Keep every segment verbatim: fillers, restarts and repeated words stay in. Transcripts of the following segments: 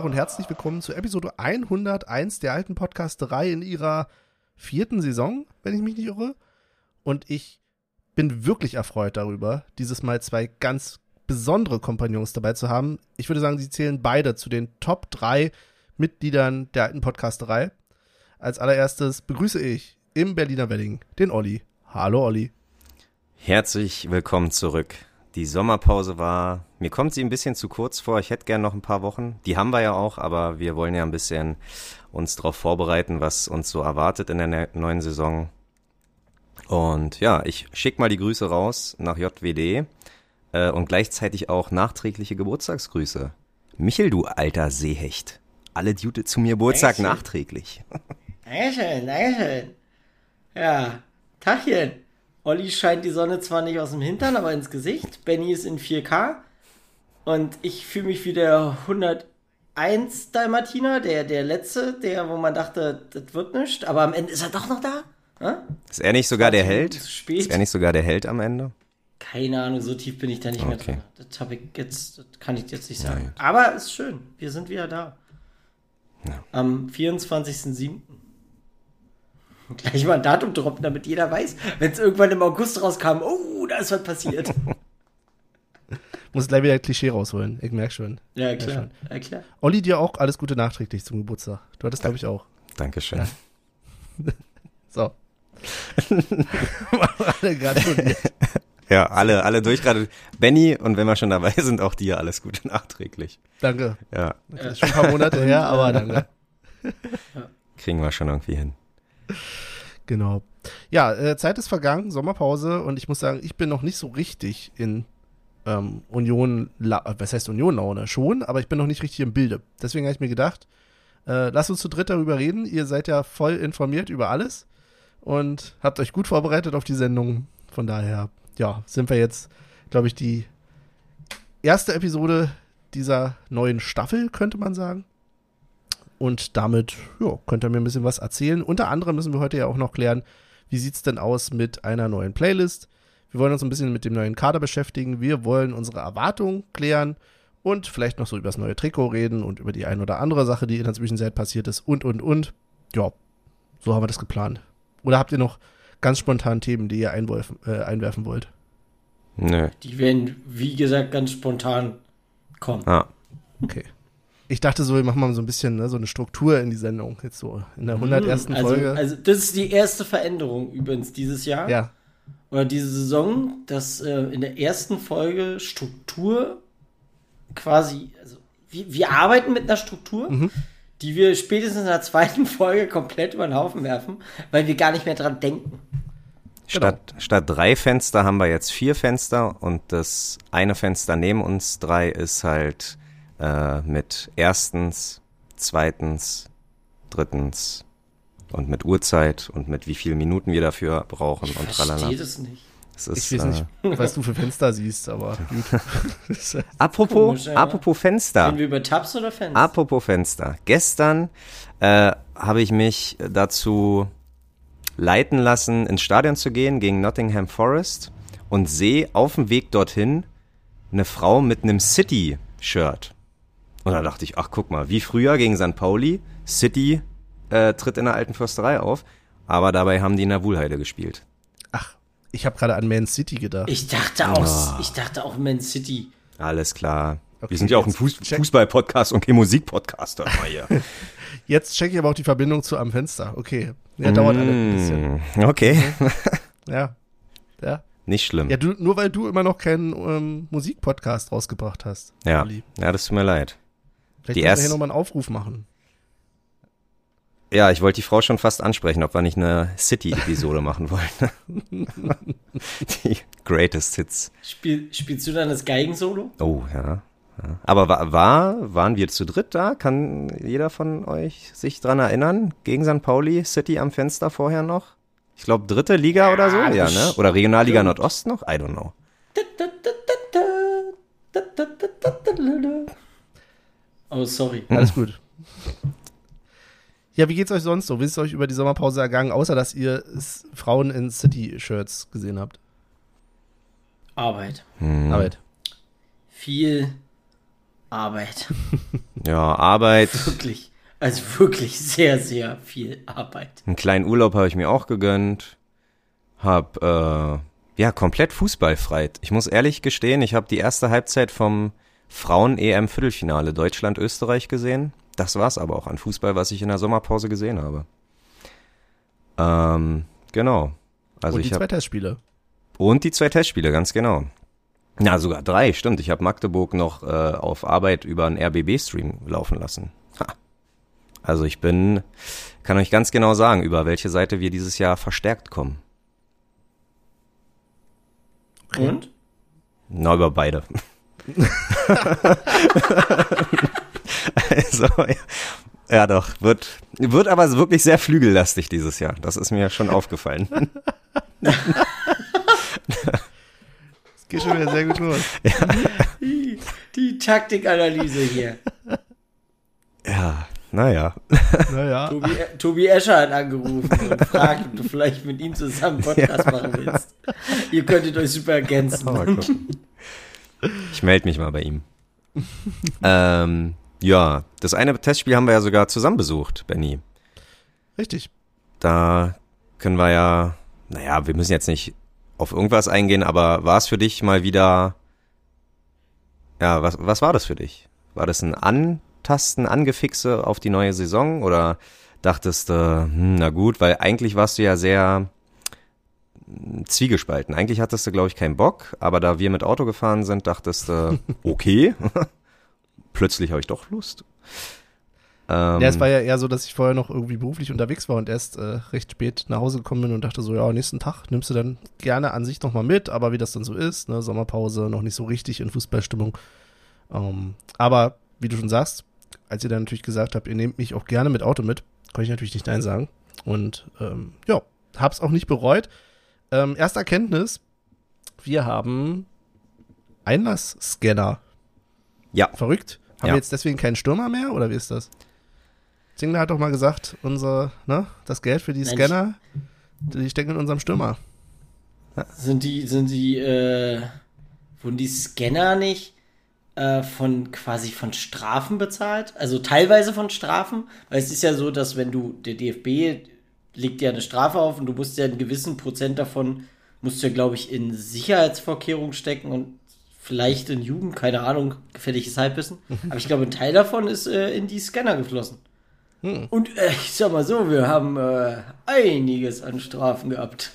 und herzlich willkommen zu Episode hunderteins der alten Podcasterei in ihrer vierten Saison, wenn ich mich nicht irre. Und ich bin wirklich erfreut darüber, dieses Mal zwei ganz besondere Kompagnons dabei zu haben. Ich würde sagen, sie zählen beide zu den Top drei Mitgliedern der alten Podcasterei. Als allererstes begrüße ich im Berliner Wedding den Olli. Hallo Olli. Herzlich willkommen zurück. Die Sommerpause war, mir kommt sie ein bisschen zu kurz vor, ich hätte gern noch ein paar Wochen. Die haben wir ja auch, aber wir wollen ja ein bisschen uns darauf vorbereiten, was uns so erwartet in der ne- neuen Saison. Und ja, ich schicke mal die Grüße raus nach J W D äh, und gleichzeitig auch nachträgliche Geburtstagsgrüße. Michel, du alter Seehecht, alle Dude zu mir Geburtstag Dankeschön. nachträglich. Dankeschön, Dankeschön. Ja, Tachchen. Olli scheint die Sonne zwar nicht aus dem Hintern, aber ins Gesicht. Benny ist in vier K. Und ich fühle mich wie der hunderteins Dalmatiner, der, der letzte, der, wo man dachte, das wird nichts. Aber am Ende ist er doch noch da. Hm? Ist er nicht sogar der Zu Held? spät. Ist er nicht sogar der Held am Ende? Keine Ahnung, so tief bin ich da nicht mehr Okay. drin. Das, hab ich jetzt, das kann ich jetzt nicht sagen. Nein. Aber ist schön. Wir sind wieder da. Ja. Am vierundzwanzigsten siebten Gleich mal ein Datum droppen, damit jeder weiß, wenn es irgendwann im August rauskam, oh, da ist was passiert. Muss gleich wieder ein Klischee rausholen, ich merke schon. Ja, Ja, klar. schon. Ja, klar. Olli, dir auch alles Gute nachträglich zum Geburtstag. Du hattest, glaube ich, auch. Dankeschön. Ja. So. Alle gratuliert. Ja, alle, alle durch gerade. Benny, und wenn wir schon dabei sind, auch dir alles Gute nachträglich. Danke. Ja, Das ist schon ein paar Monate her, aber danke. kriegen wir schon irgendwie hin. Genau. Ja, äh, Zeit ist vergangen, Sommerpause, und ich muss sagen, ich bin noch nicht so richtig in ähm, Union, La- was heißt Union-Laune? Schon, aber ich bin noch nicht richtig im Bilde. Deswegen habe ich mir gedacht, äh, lasst uns zu dritt darüber reden. Ihr seid ja voll informiert über alles und habt euch gut vorbereitet auf die Sendung. Von daher, ja, sind wir jetzt, glaube ich, die erste Episode dieser neuen Staffel, könnte man sagen. Und damit ja, könnt ihr mir ein bisschen was erzählen. Unter anderem müssen wir heute ja auch noch klären, wie sieht es denn aus mit einer neuen Playlist. Wir wollen uns ein bisschen mit dem neuen Kader beschäftigen. Wir wollen unsere Erwartungen klären und vielleicht noch so über das neue Trikot reden und über die ein oder andere Sache, die in der Zwischenzeit passiert ist und, und, und. Ja, so haben wir das geplant. Oder habt ihr noch ganz spontan Themen, die ihr einwerfen, äh, einwerfen wollt? Nö. Die werden, wie gesagt, ganz spontan kommen. Ah, Okay. Ich dachte so, wir machen mal so ein bisschen ne, so eine Struktur in die Sendung. Jetzt so in der hundertersten also, Folge. Also, das ist die erste Veränderung übrigens dieses Jahr. Ja, Oder diese Saison, dass äh, in der ersten Folge Struktur quasi, also wir, wir arbeiten mit einer Struktur, Mhm. die wir spätestens in der zweiten Folge komplett über den Haufen werfen, weil wir gar nicht mehr dran denken. statt, statt drei Fenster haben wir jetzt vier Fenster und das eine Fenster neben uns drei ist halt äh, mit erstens, zweitens, drittens und mit Uhrzeit und mit wie viele Minuten wir dafür brauchen Ich und verstehe tralala. das nicht. Es ist, ich weiß nicht, äh, was du für Fenster siehst, aber gut. apropos, Komisch, ja. apropos Fenster. Reden wir über Tabs oder Fans? Apropos Fenster. Gestern äh, habe ich mich dazu leiten lassen, ins Stadion zu gehen gegen Nottingham Forest und sehe auf dem Weg dorthin eine Frau mit einem City-Shirt. Und da dachte ich, ach guck mal, wie früher gegen Sankt Pauli, City äh, tritt in der alten Försterei auf, aber dabei haben die in der Wuhlheide gespielt. Ach, ich habe gerade an Man City gedacht. Ich dachte auch, Oh. ich dachte auch Man City. Alles klar. Okay, Wir sind ja auch ein jetzt Fuß- check- Fußball-Podcast und kein Musik-Podcast. Hör mal hier. Jetzt checke ich aber auch die Verbindung zu am Fenster. Okay. Ja, dauert alles ein bisschen. Mm, Okay, Ja. Ja. nicht schlimm. Ja, du, nur weil du immer noch keinen ähm, Musikpodcast rausgebracht hast. Ja, Olli. ja, das tut mir leid. Vielleicht Die müssen wir erst- hier nochmal einen Aufruf machen. Ja, ich wollte die Frau schon fast ansprechen, ob wir nicht eine City-Episode machen wollen. Die Greatest Hits. Spiel, spielst du dann das Geigensolo? Oh, ja. ja. Aber war, war, waren wir zu dritt da? Kann jeder von euch sich dran erinnern? Gegen Sankt Pauli, City am Fenster vorher noch? Ich glaube, dritte Liga oder so? Ja, Ja, ne? bestimmt. Oder Regionalliga Nordost noch? I don't know. Oh, sorry. Alles gut. Ja, wie geht's euch sonst so? Wie ist es euch über die Sommerpause ergangen, außer dass ihr s- Frauen in City-Shirts gesehen habt? Arbeit. Hm. Arbeit. Viel Arbeit. Ja, Arbeit. Wirklich. Also wirklich sehr, sehr viel Arbeit. Einen kleinen Urlaub habe ich mir auch gegönnt. Hab, äh, ja, komplett fußballfrei. Ich muss ehrlich gestehen, ich habe die erste Halbzeit vom Frauen-E M-Viertelfinale Deutschland-Österreich gesehen. Das war's aber auch an Fußball, was ich in der Sommerpause gesehen habe. Ähm, genau. Also und die ich hab, zwei Testspiele. Und die zwei Testspiele, ganz genau. Ja, sogar drei, stimmt. Ich habe Magdeburg noch äh, auf Arbeit über einen R B B-Stream laufen lassen. Ha. Also ich bin, kann euch ganz genau sagen, über welche Seite wir dieses Jahr verstärkt kommen. Und? Na, über beide. Also, ja, ja doch, wird, wird aber wirklich sehr flügellastig dieses Jahr. Das ist mir schon aufgefallen. Das geht schon wieder sehr gut los. Ja. Die, die Taktikanalyse hier. Ja, naja. Naja. Tobi, Tobi Escher hat angerufen und fragt, ob du vielleicht mit ihm zusammen einen Podcast ja. machen willst. Ihr könntet euch super ergänzen. Mal gucken. Ich melde mich mal bei ihm. ähm, ja, das eine Testspiel haben wir ja sogar zusammen besucht, Benni. Richtig. Da können wir ja, naja, wir müssen jetzt nicht auf irgendwas eingehen, aber war es für dich mal wieder, ja, was, was war das für dich? War das ein Antasten, Angefixe auf die neue Saison oder dachtest du, hm, na gut, weil eigentlich warst du ja sehr zwiegespalten. Eigentlich hattest du, glaube ich, keinen Bock, aber da wir mit Auto gefahren sind, dachtest du, okay, plötzlich habe ich doch Lust. Ähm, ja, es war ja eher so, dass ich vorher noch irgendwie beruflich unterwegs war und erst äh, recht spät nach Hause gekommen bin und dachte so, ja, nächsten Tag nimmst du dann gerne an sich nochmal mit, aber wie das dann so ist, ne, Sommerpause, noch nicht so richtig in Fußballstimmung. Ähm, aber, wie du schon sagst, als ihr dann natürlich gesagt habt, ihr nehmt mich auch gerne mit Auto mit, konnte ich natürlich nicht Nein sagen. Und ähm, ja, hab's auch nicht bereut. Ähm, erste Erkenntnis, wir haben Einlassscanner. Ja. Verrückt. Haben ja. wir jetzt deswegen keinen Stürmer mehr, oder wie ist das? Zingler hat doch mal gesagt, unser, ne, das Geld für die Mensch. Scanner, die stecken in unserem Stürmer. Ja. Sind die, sind die, äh, wurden die Scanner nicht äh, von quasi von Strafen bezahlt? Also teilweise von Strafen? Weil es ist ja so, dass wenn du, der D F B legt dir eine Strafe auf und du musst ja einen gewissen Prozent davon, musst du ja, glaube ich, in Sicherheitsvorkehrungen stecken und vielleicht in Jugend, keine Ahnung, gefährliches Halbwissen. Aber ich glaube, ein Teil davon ist äh, in die Scanner geflossen. Hm. Und äh, ich sag mal so, wir haben äh, einiges an Strafen gehabt.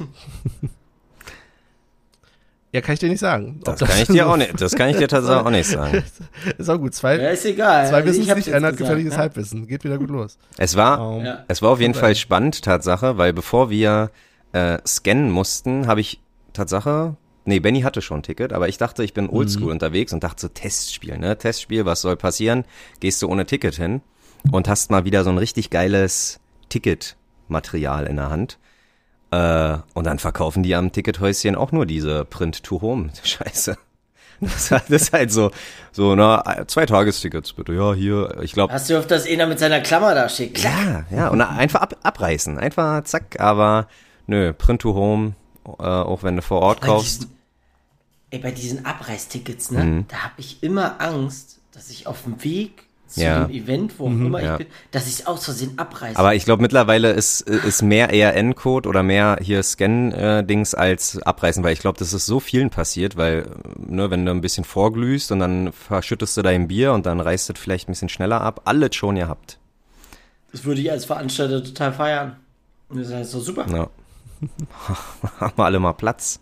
Ja, kann ich dir nicht sagen. Das, das kann ich dir so auch nicht, das kann ich dir tatsächlich auch nicht sagen. Ist auch gut. Zwei, ja, ist egal. Zwei also wissen es nicht, einer hat gefährliches ne? Halbwissen. Geht wieder gut los. Es war, um, ja. es war auf jeden Fall sein. spannend, Tatsache, weil bevor wir äh, scannen mussten, habe ich Tatsache, nee, Benni hatte schon ein Ticket, aber ich dachte, ich bin oldschool mhm. unterwegs und dachte so, Testspiel, ne? Testspiel, was soll passieren? Gehst du ohne Ticket hin und hast mal wieder so ein richtig geiles Ticketmaterial in der Hand. Äh, und dann verkaufen die am Tickethäuschen auch nur diese Print-to-Home-Scheiße. Das, das ist halt so, so, na, zwei Tagestickets bitte, ja, hier, ich glaube. Hast du auf das einer mit seiner Klammer da schickt? Ja, ja, und einfach ab, abreißen, einfach zack, aber nö, Print-to-Home, äh, auch wenn du vor Ort bei kaufst. Diesen, ey, bei diesen Abreißtickets, ne, mhm. da habe ich immer Angst, dass ich auf dem Weg zu ja. dem Event, wo auch mhm, immer ja. ich bin, dass ich es aus Versehen abreiße. Aber ich glaube, mittlerweile ist, ist mehr eher N-Code oder mehr hier Scan-Dings äh, als abreißen, weil ich glaube, das ist so vielen passiert, weil, ne, wenn du ein bisschen vorglühst und dann verschüttest du dein Bier und dann reißt du vielleicht ein bisschen schneller ab, alles schon gehabt. Das würde ich als Veranstalter total feiern. Das ist so super. Ja. Haben wir alle mal Platz.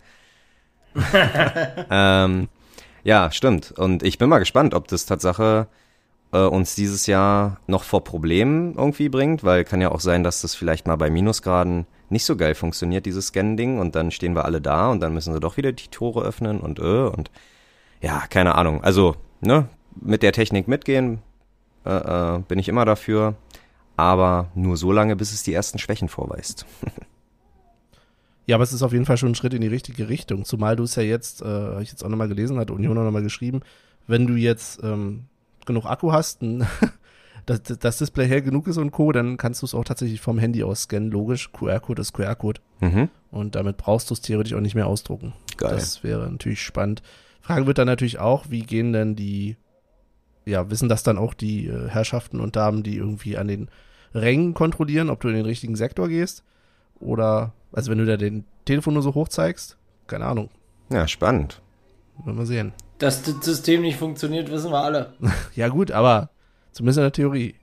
ähm, ja, stimmt. Und ich bin mal gespannt, ob das Tatsache uns dieses Jahr noch vor Problemen irgendwie bringt, weil kann ja auch sein, dass das vielleicht mal bei Minusgraden nicht so geil funktioniert, dieses Scan-Ding, und dann stehen wir alle da und dann müssen sie doch wieder die Tore öffnen und äh, und ja, keine Ahnung. Also, ne, mit der Technik mitgehen, äh, äh, bin ich immer dafür, aber nur so lange, bis es die ersten Schwächen vorweist. Ja, aber es ist auf jeden Fall schon ein Schritt in die richtige Richtung, zumal du es ja jetzt, äh, habe ich jetzt auch nochmal gelesen, hat Union auch nochmal geschrieben, wenn du jetzt ähm, genug Akku hast, dass das Display hell genug ist und Co., dann kannst du es auch tatsächlich vom Handy aus scannen, logisch. Q R-Code ist Q R-Code. Mhm. Und damit brauchst du es theoretisch auch nicht mehr ausdrucken. Geil. Das wäre natürlich spannend. Frage wird dann natürlich auch, wie gehen denn die ja, wissen das dann auch die äh, Herrschaften und Damen, die irgendwie an den Rängen kontrollieren, ob du in den richtigen Sektor gehst? Oder, also wenn du da den Telefon nur so hoch zeigst? Keine Ahnung. Ja, spannend. Wollen wir sehen. Dass das System nicht funktioniert, wissen wir alle. Ja gut, aber zumindest in der Theorie.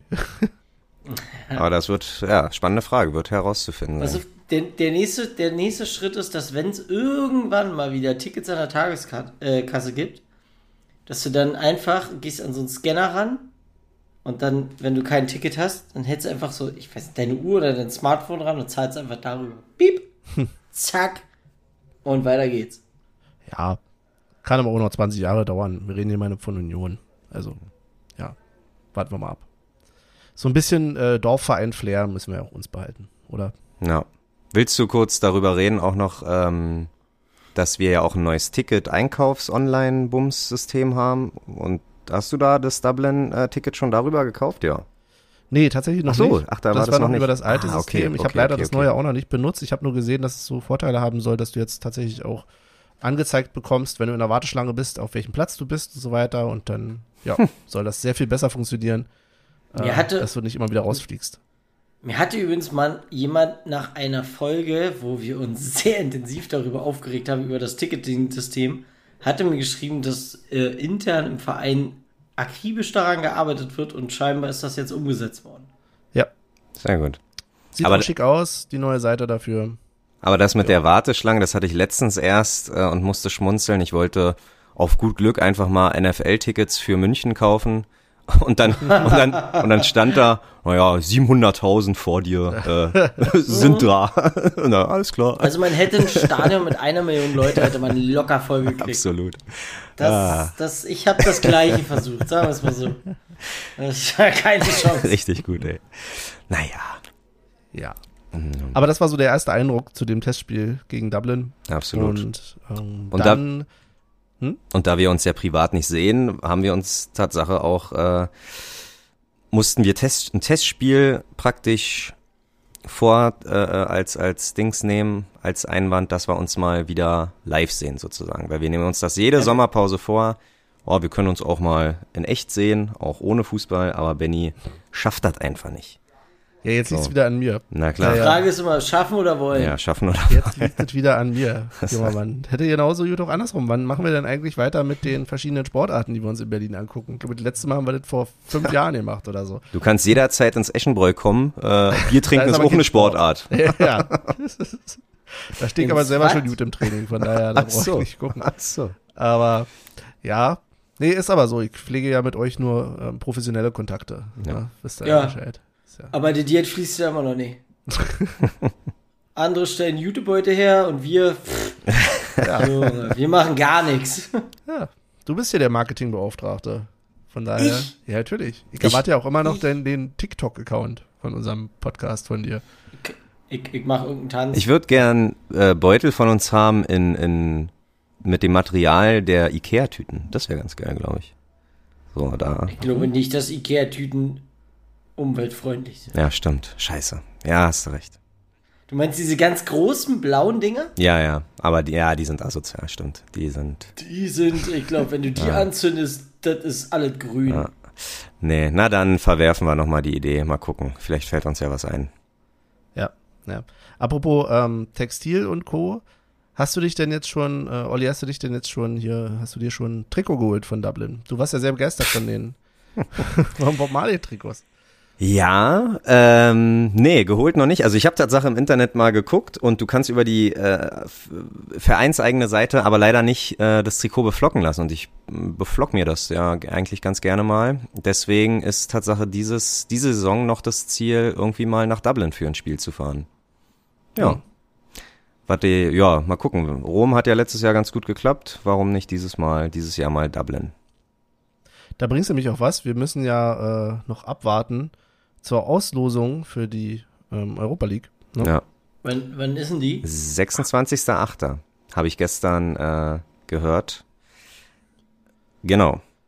Aber das wird, ja, spannende Frage, wird herauszufinden Also sein. der, der, nächste, der nächste Schritt ist, dass wenn es irgendwann mal wieder Tickets an der Tageskasse äh, gibt, dass du dann einfach gehst an so einen Scanner ran und dann, wenn du kein Ticket hast, dann hältst du einfach so, ich weiß nicht, deine Uhr oder dein Smartphone ran und zahlst einfach darüber. Piep, zack und weiter geht's. Ja, kann aber auch noch zwanzig Jahre dauern. Wir reden hier mal von Union. Also, ja, warten wir mal ab. So ein bisschen äh, Dorfverein-Flair müssen wir auch uns behalten, oder? Ja. Willst du kurz darüber reden, auch noch, ähm, dass wir ja auch ein neues Ticket-Einkaufs-Online-Bums-System haben? Und hast du da das Dublin-Ticket schon darüber gekauft? Ja. Nee, tatsächlich noch Ach so, nicht. ach, da das war das war noch noch nicht. über das alte Ah, okay, System. Ich okay, habe leider okay, das okay. neue auch noch nicht benutzt. Ich habe nur gesehen, dass es so Vorteile haben soll, dass du jetzt tatsächlich auch angezeigt bekommst, wenn du in der Warteschlange bist, auf welchem Platz du bist und so weiter. Und dann, ja, Hm. soll das sehr viel besser funktionieren, äh, Mir hatte- dass du nicht immer wieder rausfliegst. Mir hatte übrigens mal jemand nach einer Folge, wo wir uns sehr intensiv darüber aufgeregt haben, über das Ticketing-System, hatte mir geschrieben, dass äh, intern im Verein akribisch daran gearbeitet wird und scheinbar ist das jetzt umgesetzt worden. Ja, Sehr gut. sieht Aber- auch schick aus, die neue Seite dafür. Aber das mit der Warteschlange, das hatte ich letztens erst äh, und musste schmunzeln. Ich wollte auf gut Glück einfach mal N F L-Tickets für München kaufen. Und dann, und dann, und dann stand da, naja, siebenhunderttausend vor dir äh, sind da. Na, alles klar. Also man hätte ein Stadion mit einer Million Leute, hätte man locker voll gekriegt. Absolut. Das, Ah. das, ich habe das Gleiche versucht, sagen wir es mal so. Das war keine Chance. Richtig gut, ey. Naja, Ja. Aber das war so der erste Eindruck zu dem Testspiel gegen Dublin. absolut. Und, ähm, Und da- dann, Und da wir uns ja privat nicht sehen, haben wir uns Tatsache auch, äh, mussten wir Test, ein Testspiel praktisch vor äh, als als Dings nehmen, als Einwand, dass wir uns mal wieder live sehen sozusagen. Weil wir nehmen uns das jede Sommerpause vor. Oh, wir können uns auch mal in echt sehen, auch ohne Fußball, aber Benny schafft das einfach nicht. ja, jetzt liegt es So. wieder an mir. Na klar, Die ja, Ja, Frage ist immer, schaffen oder wollen? schaffen oder Jetzt liegt es wieder an mir, junger Mann. Hätte genauso gut auch andersrum. Wann machen wir denn eigentlich weiter mit den verschiedenen Sportarten, die wir uns in Berlin angucken? Ich glaube, das letzte Mal haben wir das vor fünf Jahren gemacht oder so. Du kannst jederzeit ins Eschenbräu kommen. Äh, Bier trinken ist ist aber auch kein eine Sport. Sportart. Ja. Da stehe ich aber Ins selber was? schon gut im Training, von daher, da Ach brauche so. ich nicht gucken. Ach so. Aber ja, nee, ist aber so. Ich pflege ja mit euch nur ähm, professionelle Kontakte. Ja. Ja. Wisst ihr Ja. ja Bescheid. Ist ja. Aber die Diät fließt ja immer noch nicht. Andere stellen Jutebeutel her und wir, pff, Junge, wir machen gar nichts. Ja, du bist ja der Marketingbeauftragte. Von daher, Ich? ja, natürlich. Ich Ich? erwarte ja auch immer noch Ich? den, den TikTok-Account von unserem Podcast von dir. Ich, ich mache irgendeinen Tanz. Ich würde gern äh, Beutel von uns haben in, in mit dem Material der Ikea-Tüten. Das wäre ganz geil, glaube ich. So, da. Ich glaube nicht, dass Ikea-Tüten umweltfreundlich sind. Ja, stimmt. Scheiße. Ja, hast du recht. Du meinst diese ganz großen blauen Dinger? Ja, ja. Aber die, ja, die sind asozial, stimmt. Die sind. Die sind, ich glaube, wenn du die anzündest, das ist alles grün. Ja. Nee, na dann verwerfen wir nochmal die Idee. Mal gucken. Vielleicht fällt uns ja was ein. Ja, ja. Apropos ähm, Textil und Co. Hast du dich denn jetzt schon, äh, Olli, hast du dich denn jetzt schon hier, hast du dir schon ein Trikot geholt von Dublin? Du warst ja sehr begeistert von den von Bob Marley-Trikots. Ja, ähm, nee, geholt noch nicht. Also ich habe Tatsache im Internet mal geguckt und du kannst über die äh, f- vereinseigene Seite aber leider nicht äh, das Trikot beflocken lassen. Und ich m, beflock mir das ja g- eigentlich ganz gerne mal. Deswegen ist Tatsache dieses diese Saison noch das Ziel, irgendwie mal nach Dublin für ein Spiel zu fahren. Ja. Hm. Warte, ja, mal gucken. Rom hat ja letztes Jahr ganz gut geklappt. Warum nicht dieses Mal, dieses Jahr mal Dublin? Da bringst du mich auf was. Wir müssen ja äh, noch abwarten zur Auslosung für die ähm, Europa League. Ne? Ja. Wann, wann ist denn die? sechsundzwanzigster achter habe ich gestern äh, gehört. Genau.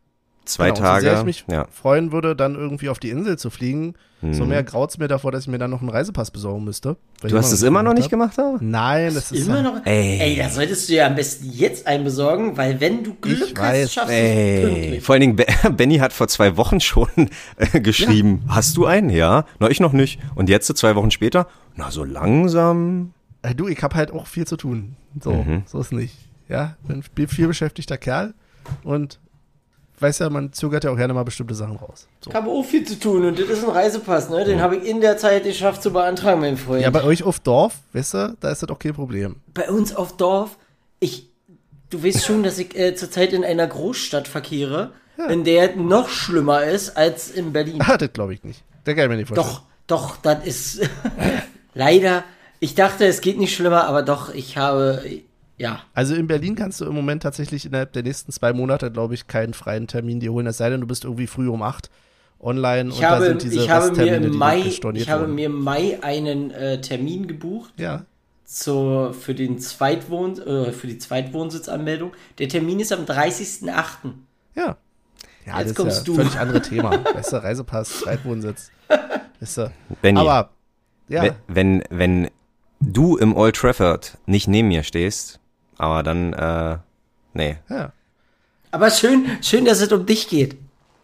zwei genau, Tage. So sehr ich mich ja. freuen würde, dann irgendwie auf die Insel zu fliegen, hm. so mehr graut's mir davor, dass ich mir dann noch einen Reisepass besorgen müsste. Du hast es immer noch nicht gemacht, aber? Nein, das ist Immer ja, noch? Ey. Ey, da solltest du ja am besten jetzt einen besorgen, weil wenn du Glück Ich hast, weiß. schaffst du es Ey, pünktlich. vor allen Dingen, Be- Benny hat vor zwei Wochen schon äh, geschrieben, ja. Hast du einen? Ja. Na, ich noch nicht. Und jetzt, so zwei Wochen später, na, so langsam. Äh, Du, ich habe halt auch viel zu tun. So, Mhm. so ist nicht. Ja, bin ein viel beschäftigter Kerl und weiß ja, man zögert ja auch gerne mal bestimmte Sachen raus. So. Ich habe auch viel zu tun und das ist ein Reisepass, ne? Den habe ich in der Zeit geschafft zu beantragen, mein Freund. Ja, bei euch auf Dorf, weißt du, da ist das auch kein Problem. Bei uns auf Dorf, ich, du weißt schon, dass ich äh, zurzeit in einer Großstadt verkehre, Ja. in der es noch schlimmer ist als in Berlin. Ah, das glaube ich nicht. Der kann ich mir nicht vorstellen. Doch, doch, das ist leider, ich dachte, es geht nicht schlimmer, aber doch, ich habe, ja. Also in Berlin kannst du im Moment tatsächlich innerhalb der nächsten zwei Monate, glaube ich, keinen freien Termin dir holen, es sei denn, du bist irgendwie früh um acht online Ich und habe, da sind diese ich habe mir Resttermine, im die Mai, wirklich storniert ich habe wurden. mir im Mai einen äh, Termin gebucht. Ja, Zur, für, den Zweitwohn, äh, für die Zweitwohnsitzanmeldung. Der Termin ist am dreißigsten achten ja. Ja, Jetzt das kommst ist ja du. ein völlig anderes Thema. Weißt du, Reisepass, Zweitwohnsitz. Weißt du. Benny, Aber, ja, wenn, wenn, wenn du im Old Trafford nicht neben mir stehst, aber dann, äh, nee. ja. Aber schön, schön, dass es um dich geht.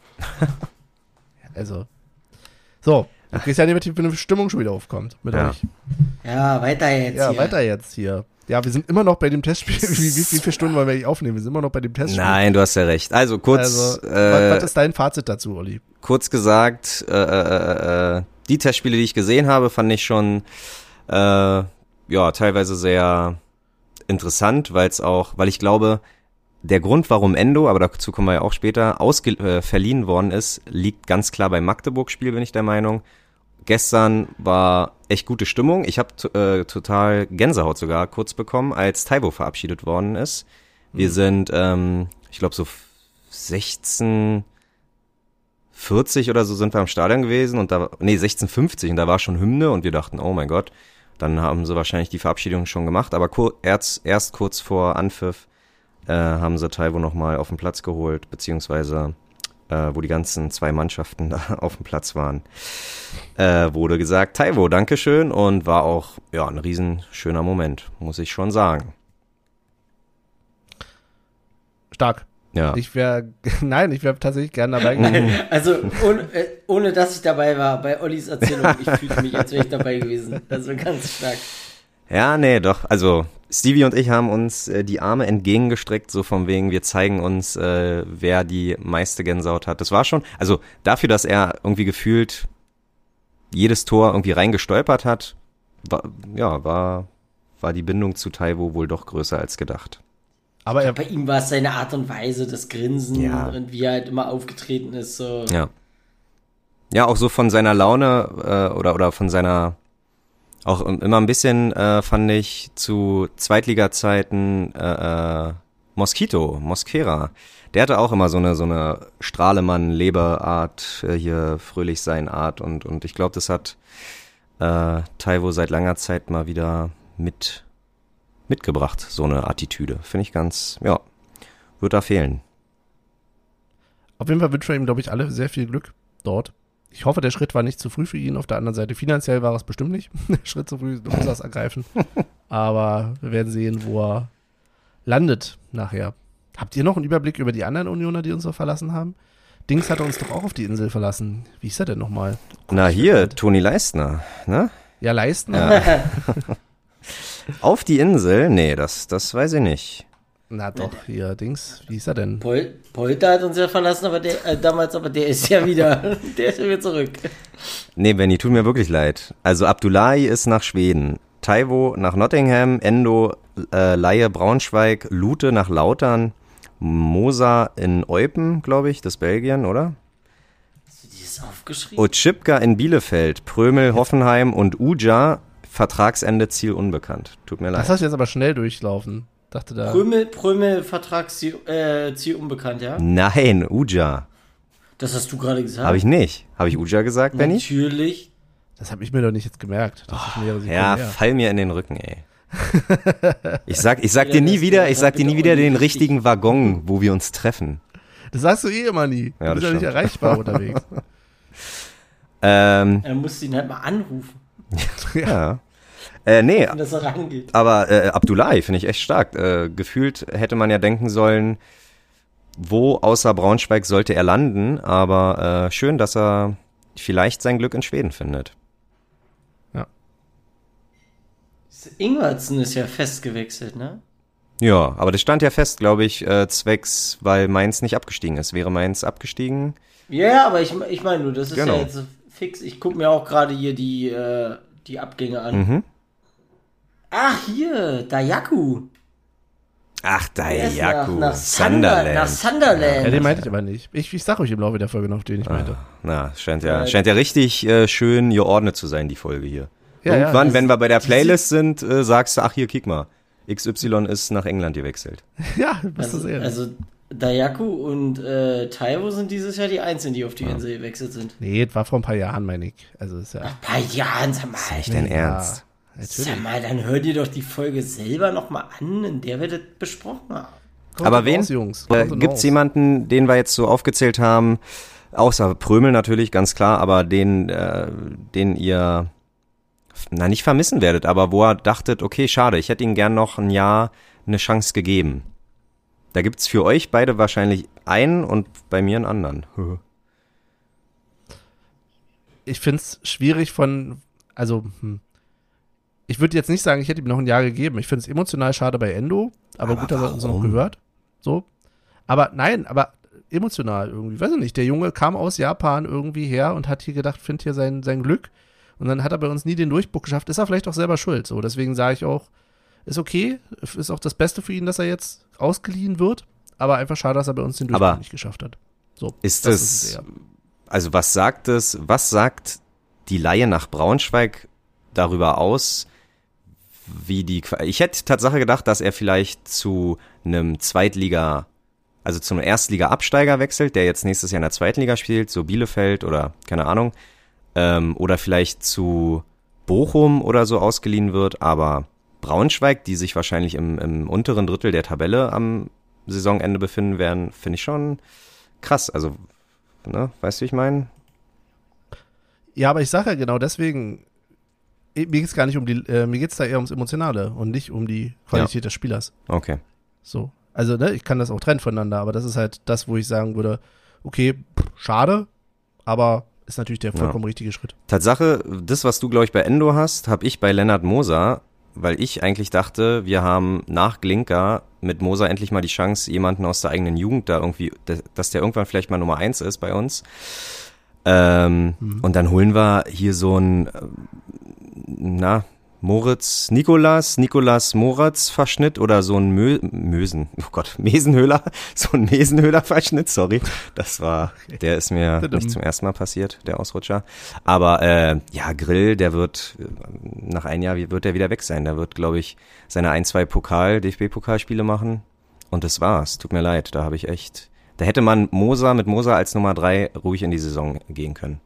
Also. So, du gehst ja nicht, wenn eine Stimmung schon wieder aufkommt mit Ja. euch. Ja, weiter jetzt Ja, hier. weiter jetzt hier. Ja, wir sind immer noch bei dem Testspiel. Wie, wie, wie viele Stunden wollen wir eigentlich aufnehmen? Wir sind immer noch bei dem Testspiel. Nein, du hast ja recht. Also kurz, Also, äh, was, was ist dein Fazit dazu, Olli? kurz gesagt, äh, äh, äh, die Testspiele, die ich gesehen habe, fand ich schon, äh, ja, teilweise sehr interessant, weil es auch, weil ich glaube, der Grund, warum Endo, aber dazu kommen wir ja auch später, ausge äh, verliehen worden ist, liegt ganz klar beim Magdeburg-Spiel, bin ich der Meinung. Gestern war echt gute Stimmung. Ich habe äh, total Gänsehaut sogar kurz bekommen, als Taiwo verabschiedet worden ist. Wir mhm. sind, ähm, ich glaube so sechzehn vierzig oder so sind wir am Stadion gewesen und da, nee, sechzehn fünfzig und da war schon Hymne und wir dachten, oh mein Gott, dann haben sie wahrscheinlich die Verabschiedung schon gemacht, aber kur- erst, erst kurz vor Anpfiff äh, haben sie Taiwo nochmal auf den Platz geholt, beziehungsweise äh, wo die ganzen zwei Mannschaften da auf dem Platz waren, äh, wurde gesagt, Taiwo, Dankeschön, und war auch, ja, ein riesen schöner Moment, muss ich schon sagen. Stark. Ja. Ich wäre, nein, ich wäre tatsächlich gern dabei gewesen. Also, ohne, äh, ohne dass ich dabei war, bei Ollis Erzählung, ich fühlte mich, als wäre ich dabei gewesen. Also ganz stark. Ja, nee, doch. Also Stevie und ich haben uns äh, die Arme entgegengestreckt, so von wegen, wir zeigen uns, äh, wer die meiste Gänsehaut hat. Das war schon, also dafür, dass er irgendwie gefühlt jedes Tor irgendwie reingestolpert hat, war, ja, war, war die Bindung zu Taiwo wohl doch größer als gedacht. Aber er, Bei ihm war es seine Art und Weise, das Grinsen Ja. und wie er halt immer aufgetreten ist. So. Ja. Ja, auch so von seiner Laune äh, oder oder von seiner auch immer ein bisschen äh, fand ich zu Zweitliga-Zeiten äh, äh, Mosquito, Mosquera. Der hatte auch immer so eine so eine Strahlemann-Leberart, äh, hier fröhlich sein Art und und ich glaube, das hat äh, Taiwo seit langer Zeit mal wieder mit mitgebracht, so eine Attitüde. Finde ich ganz, ja, wird da fehlen. auf jeden Fall wünschen wir ihm, glaube ich, alle sehr viel Glück dort. Ich hoffe, der Schritt war nicht zu früh für ihn. Auf der anderen Seite, finanziell war es bestimmt nicht. Der Schritt zu früh, du musst das ergreifen. Aber wir werden sehen, wo er landet nachher. Habt ihr noch einen Überblick über die anderen Unioner, die uns noch verlassen haben? Dings hat uns doch auch auf die Insel verlassen. Wie ist er denn nochmal? Na hier, Toni Leistner, ne? Ja, leisten. Ja. Auf die Insel? Nee, das, das weiß ich nicht. Na doch, hier, Dings. Wie ist er denn? Pol Polter hat uns ja verlassen, aber der äh, damals, aber der ist ja wieder, der ist ja wieder zurück. Nee, Benny, tut mir wirklich leid. Also Abdullahi ist nach Schweden, Taiwo nach Nottingham, Endo, äh, Laie Braunschweig, Lute nach Lautern, Mosa in Eupen, glaube ich, das ist Belgien, oder? Hast du dieses aufgeschrieben? Otschipka in Bielefeld, Prömel, Hoffenheim und Uja, Vertragsende, Ziel unbekannt. Tut mir leid. Das hast du jetzt aber schnell durchlaufen. Dachte da. Prömel, Prömel, Vertragsziel äh, Ziel unbekannt, ja? Nein, Uja. Das hast du gerade gesagt. Habe ich nicht. Habe ich Uja gesagt, Benny? Natürlich. Das habe ich mir doch nicht jetzt gemerkt. Das ist mehrere Sekunden Ja, her. fall mir in den Rücken, ey. Ich sag, ich sag dir nie wieder, ich sag dir nie wieder den richtigen Waggon, wo wir uns treffen. Das sagst du eh immer nie. Ja, du bist das ja nicht stimmt. erreichbar unterwegs. Ähm, Er musste ihn halt mal anrufen, ja. Äh, nee, dass er rangeht. aber äh, Abdullahi finde ich echt stark. Äh, gefühlt hätte man ja denken sollen, wo außer Braunschweig sollte er landen, aber äh, schön, dass er vielleicht sein Glück in Schweden findet. Ingwertsen ist ja fest gewechselt, ne? Ja, aber das stand ja fest, glaube ich, äh, zwecks, weil Mainz nicht abgestiegen ist. Wäre Mainz abgestiegen? Ja, ja, aber ich, ich meine nur, das ist Genau. ja jetzt fix. Ich gucke mir auch gerade hier die, äh, die Abgänge an. Mhm. Ach, hier, Dayaku. Ach, Der ist Dayaku, nach, nach, Sunder, nach Sunderland. Ja, den meinte ich aber nicht. Ich, ich sag euch im Laufe der Folge noch, den ich meinte. Na, scheint ja, scheint ja richtig äh, schön geordnet zu sein, die Folge hier. Ja, ja, Irgendwann, das- wenn wir bei der Playlist sind, äh, sagst du, ach hier, kick mal, X Y ist nach England gewechselt. Ja, bist du Also, sehr. also Dayaku und äh, Taiwo sind dieses Jahr die Einzigen, die auf die Insel gewechselt sind. Nee, das war vor ein paar Jahren, meine ich. Also ist ja. Ein paar Jahren, sag mal. Nicht dein Ja, Ernst. Natürlich. Sag mal, dann hör dir doch die Folge selber nochmal an, in der wir das besprochen haben. Kommt Aber doch wen? raus, Jungs. Äh, Kommt doch gibt's raus. jemanden, den wir jetzt so aufgezählt haben, außer Prömel natürlich, ganz klar, aber den, äh, den ihr, na nicht vermissen werdet, aber wo er dachtet, okay, schade, ich hätte ihm gern noch ein Jahr eine Chance gegeben. Da gibt's für euch beide wahrscheinlich einen und bei mir einen anderen. Ich find's schwierig von, also, hm. ich würde jetzt nicht sagen, ich hätte ihm noch ein Jahr gegeben. Ich finde es emotional schade bei Endo, aber, Aber gut, dass er uns noch warum? gehört. So. Aber nein, aber emotional irgendwie. Weiß ich nicht. Der Junge kam aus Japan irgendwie her und hat hier gedacht, findet hier sein, sein Glück. Und dann hat er bei uns nie den Durchbruch geschafft. Ist er vielleicht auch selber schuld. So, deswegen sage ich auch, ist okay. Ist auch das Beste für ihn, dass er jetzt ausgeliehen wird. Aber einfach schade, dass er bei uns den Durchbruch Aber nicht geschafft hat. So. Ist das es, ist es eher. also was sagt es, was sagt die Leihe nach Braunschweig darüber aus, wie die, Qua- ich hätte Tatsache gedacht, dass er vielleicht zu einem Zweitliga, also zu einem Erstliga-Absteiger wechselt, der jetzt nächstes Jahr in der zweiten Liga spielt, so Bielefeld oder keine Ahnung, ähm, oder vielleicht zu Bochum oder so ausgeliehen wird, aber Braunschweig, die sich wahrscheinlich im, im unteren Drittel der Tabelle am Saisonende befinden werden, finde ich schon krass, also, ne, weißt du, wie ich meine? Ja, aber ich sage ja genau deswegen, mir geht's gar nicht um die, äh, mir geht's da eher ums Emotionale und nicht um die Qualität des Spielers. Okay. So. Also, ne, ich kann das auch trennen voneinander, aber das ist halt das, wo ich sagen würde, okay, pff, schade, aber ist natürlich der vollkommen richtige Schritt. Tatsache, das, was du, glaube ich, bei Endo hast, habe ich bei Lennart Moser, weil ich eigentlich dachte, wir haben nach Glinka mit Moser endlich mal die Chance, jemanden aus der eigenen Jugend da irgendwie, dass der irgendwann vielleicht mal Nummer eins ist bei uns. Ähm, mhm. Und dann holen wir hier so ein, na, Moritz, Nikolas, Nikolas Moritz Verschnitt oder so ein Mö, Mösen, oh Gott, Mesenhöhler, so ein Mesenhöhler Verschnitt, sorry, das war, der ist mir nicht zum ersten Mal passiert, der Ausrutscher, aber äh, ja, Grill, der wird, nach einem Jahr wird der wieder weg sein, der wird, glaube ich, seine ein, zwei Pokal, D F B-Pokalspiele machen und das war's, tut mir leid, da habe ich echt, da hätte man Moser mit Moser als Nummer drei ruhig in die Saison gehen können.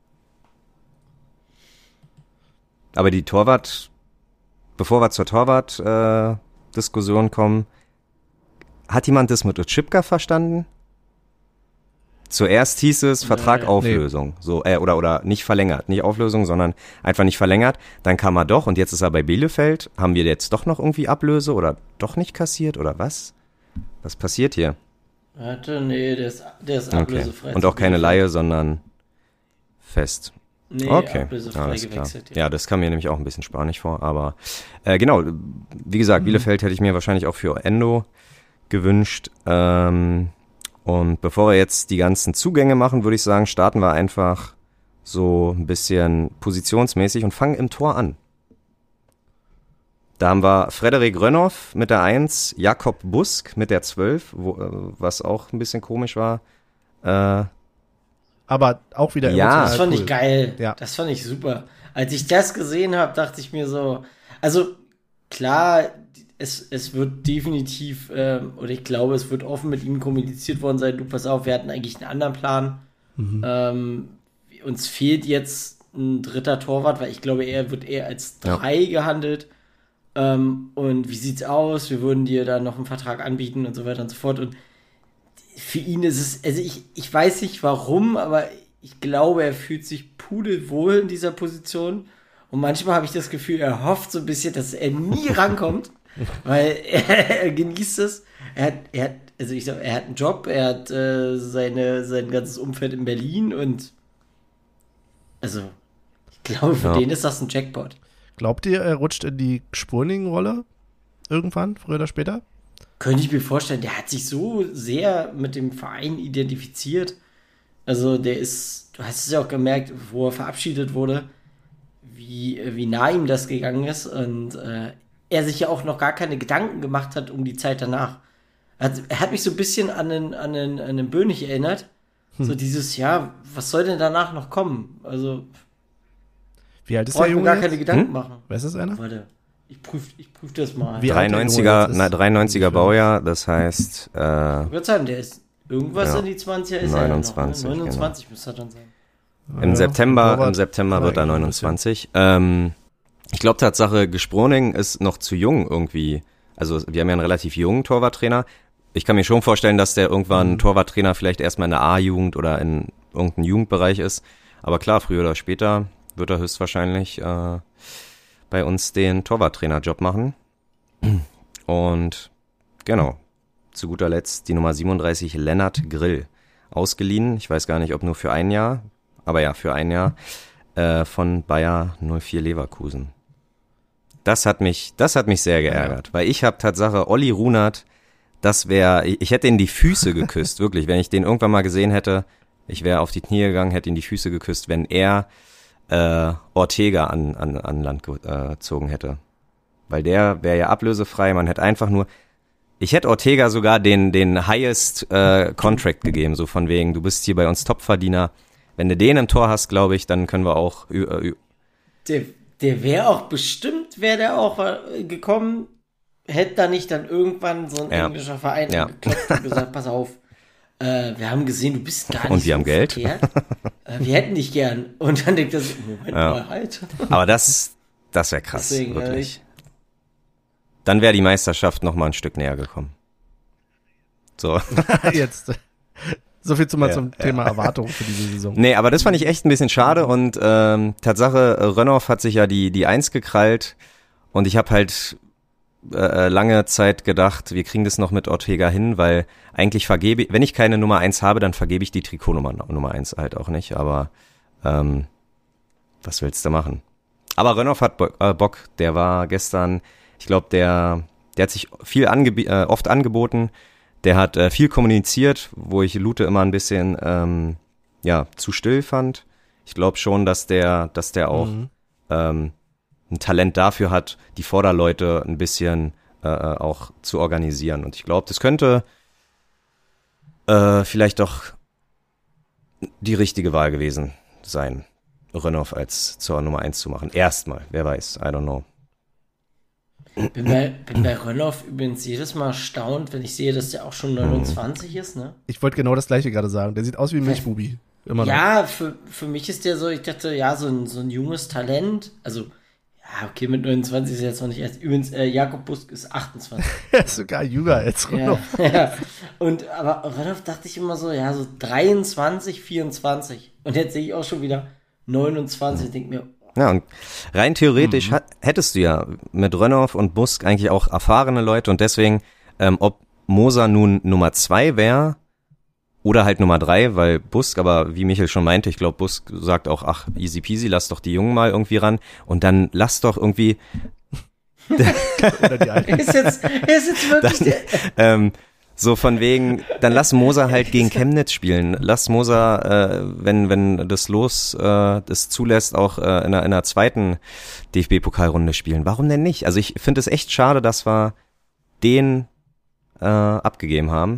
Aber die Torwart, bevor wir zur Torwart-Diskussion äh, kommen, hat jemand das mit Otschipka verstanden? Zuerst hieß es Vertrag Nee. Auflösung, so äh, oder oder nicht verlängert, nicht Auflösung, sondern einfach nicht verlängert. Dann kam er doch und jetzt ist er bei Bielefeld. Haben wir jetzt doch noch irgendwie Ablöse oder doch nicht kassiert oder was? Was passiert hier? Warte, nee, der ist, der ist Okay. ablösefrei. Und auch keine Laie, sondern fest. Nee, Okay, ablösefrei alles klar. gewechselt. Ja, das kam mir nämlich auch ein bisschen spanisch vor, aber äh, genau, wie gesagt, Mhm. Bielefeld hätte ich mir wahrscheinlich auch für Endo gewünscht. Ähm, und bevor wir jetzt die ganzen Zugänge machen, würde ich sagen, starten wir einfach so ein bisschen positionsmäßig und fangen im Tor an. Da haben wir Frederik Rönnoff mit der eins, Jakob Busk mit der zwölf, wo, äh, was auch ein bisschen komisch war. Äh, Aber auch wieder Ja. emotional Das fand cool. ich geil. Ja. Das fand ich super. Als ich das gesehen habe, dachte ich mir so, also klar, es, es wird definitiv, ähm, oder ich glaube, es wird offen mit ihm kommuniziert worden sein, du pass auf, wir hatten eigentlich einen anderen Plan. Mhm. Ähm, uns fehlt jetzt ein dritter Torwart, weil ich glaube, er wird eher als drei Ja. gehandelt. Ähm, und wie sieht's aus? Wir würden dir dann noch einen Vertrag anbieten und so weiter und so fort. Und für ihn ist es, also ich, ich weiß nicht warum, aber ich glaube, er fühlt sich pudelwohl in dieser Position. Und manchmal habe ich das Gefühl, er hofft so ein bisschen, dass er nie rankommt, weil er, er genießt es. Er hat, er hat, also ich sag, er hat einen Job, er hat äh, seine, sein ganzes Umfeld in Berlin und also ich glaube, für ja. den ist das ein Jackpot. Glaubt ihr, er rutscht in die Spurningen-Rolle irgendwann, früher oder später? Könnte ich mir vorstellen, der hat sich so sehr mit dem Verein identifiziert. Also der ist, du hast es ja auch gemerkt, wo er verabschiedet wurde, wie, wie nah ihm das gegangen ist und äh, er sich ja auch noch gar keine Gedanken gemacht hat um die Zeit danach. Er hat, er hat mich so ein bisschen an den, an den, an den Böhnig erinnert. Hm. So dieses, ja, was soll denn danach noch kommen? Also, wie alt ist der Junge gar jetzt? keine Gedanken Hm? machen. Weiß das einer? Warte, ich prüfe ich prüf das mal. Wie alt der Junge dreiundneunziger, jetzt ist? na, dreiundneunziger Baujahr, das heißt, äh, Ich würde sagen, der ist irgendwas ja, in die zwanziger ist neunundzwanzig, er ja noch, ne? neunundzwanzig müsste er dann sein. Im Ja, September, Torwart- im September wird er Ja, neunundzwanzig. Ähm, ich glaube, Tatsache, Gesproning ist noch zu jung irgendwie. Also wir haben ja einen relativ jungen Torwarttrainer. Ich kann mir schon vorstellen, dass der irgendwann Mhm. Torwarttrainer vielleicht erstmal in der A-Jugend oder in irgendeinem Jugendbereich ist. Aber klar, früher oder später wird er höchstwahrscheinlich äh, bei uns den Torwarttrainerjob machen. Und genau, zu guter Letzt die Nummer siebenunddreißig, Lennart Grill. Ausgeliehen, ich weiß gar nicht, ob nur für ein Jahr, aber ja, für ein Jahr, äh, von Bayer null vier Leverkusen. Das hat mich, das hat mich sehr geärgert, ja. Weil ich habe Tatsache, Olli Runert, das wäre, ich, ich hätte ihn die Füße geküsst, wirklich, wenn ich den irgendwann mal gesehen hätte, ich wäre auf die Knie gegangen, hätte ihn die Füße geküsst, wenn er äh, Ortega an, an, an Land gezogen hätte. Weil der wäre ja ablösefrei, man hätte einfach nur, ich hätte Ortega sogar den, den highest äh, Contract gegeben, so von wegen, du bist hier bei uns Topverdiener. Wenn du den im Tor hast, glaube ich, dann können wir auch... Äh, äh, der der wäre auch bestimmt, wäre der auch äh, gekommen, hätte da nicht dann irgendwann so ein ja. englischer Verein ja. geklopft und gesagt, pass auf, äh, wir haben gesehen, du bist gar nicht und wir so haben Geld. verkehrt. äh, wir hätten dich gern. Und dann denkt er so, Moment ja. mal, halt. Aber das, das wäre krass, Deswegen, wirklich. Äh, Dann wäre die Meisterschaft noch mal ein Stück näher gekommen. So. Jetzt. So viel zu mal Ja, zum ja. Thema Erwartung für diese Saison. Nee, aber das fand ich echt ein bisschen schade und ähm, Tatsache, Rönnow hat sich ja die die Eins gekrallt und ich habe halt äh, lange Zeit gedacht, wir kriegen das noch mit Ortega hin, weil eigentlich vergebe, wenn ich keine Nummer Eins habe, dann vergebe ich die Trikotnummer Nummer Eins halt auch nicht, aber ähm, was willst du machen? Aber Rönnow hat Bo- äh, Bock, der war gestern, ich glaube, der der hat sich viel angeb- äh, oft angeboten. Der hat äh, viel kommuniziert, wo ich Lute immer ein bisschen ähm, ja zu still fand. Ich glaube schon, dass der, dass der auch Mhm. ähm, ein Talent dafür hat, die Vorderleute ein bisschen äh, auch zu organisieren. Und ich glaube, das könnte äh, vielleicht doch die richtige Wahl gewesen sein, Rönnow als zur Nummer eins zu machen. Erstmal, wer weiß, I don't know. bin bei, bin bei Rönnow übrigens jedes Mal erstaunt, wenn ich sehe, dass der auch schon neunundzwanzig ist, ne? Ich wollte genau das gleiche gerade sagen. Der sieht aus wie ein Milchbubi. Immer noch. Ja, für, für mich ist der so, ich dachte, ja, so ein, so ein junges Talent. Also, ja, okay, mit neunundzwanzig ist er jetzt noch nicht erst. Übrigens, äh, Jakob Busk ist achtundzwanzig. Er ist sogar jünger als Rönnow. Ja, ja. Und, aber Rönnow dachte ich immer so, ja, so dreiundzwanzig, vierundzwanzig. Und jetzt sehe ich auch schon wieder neunundzwanzig. Ich denke mir, Ja, und rein theoretisch hat, hättest du ja mit Rönnow und Busk eigentlich auch erfahrene Leute und deswegen, ähm, ob Moser nun Nummer zwei wäre oder halt Nummer drei, weil Busk, aber wie Michel schon meinte, ich glaube, Busk sagt auch, ach, easy peasy, lass doch die Jungen mal irgendwie ran und dann lass doch irgendwie... Oder die Alten. er ist jetzt, er ist jetzt wirklich Dann, der, ähm, so von wegen, dann lass Moser halt gegen Chemnitz spielen. Lass Moser, äh, wenn wenn das Los äh, das zulässt, auch äh, in, einer, in einer zweiten D F B-Pokalrunde spielen. Warum denn nicht? Also ich finde es echt schade, dass wir den äh, abgegeben haben.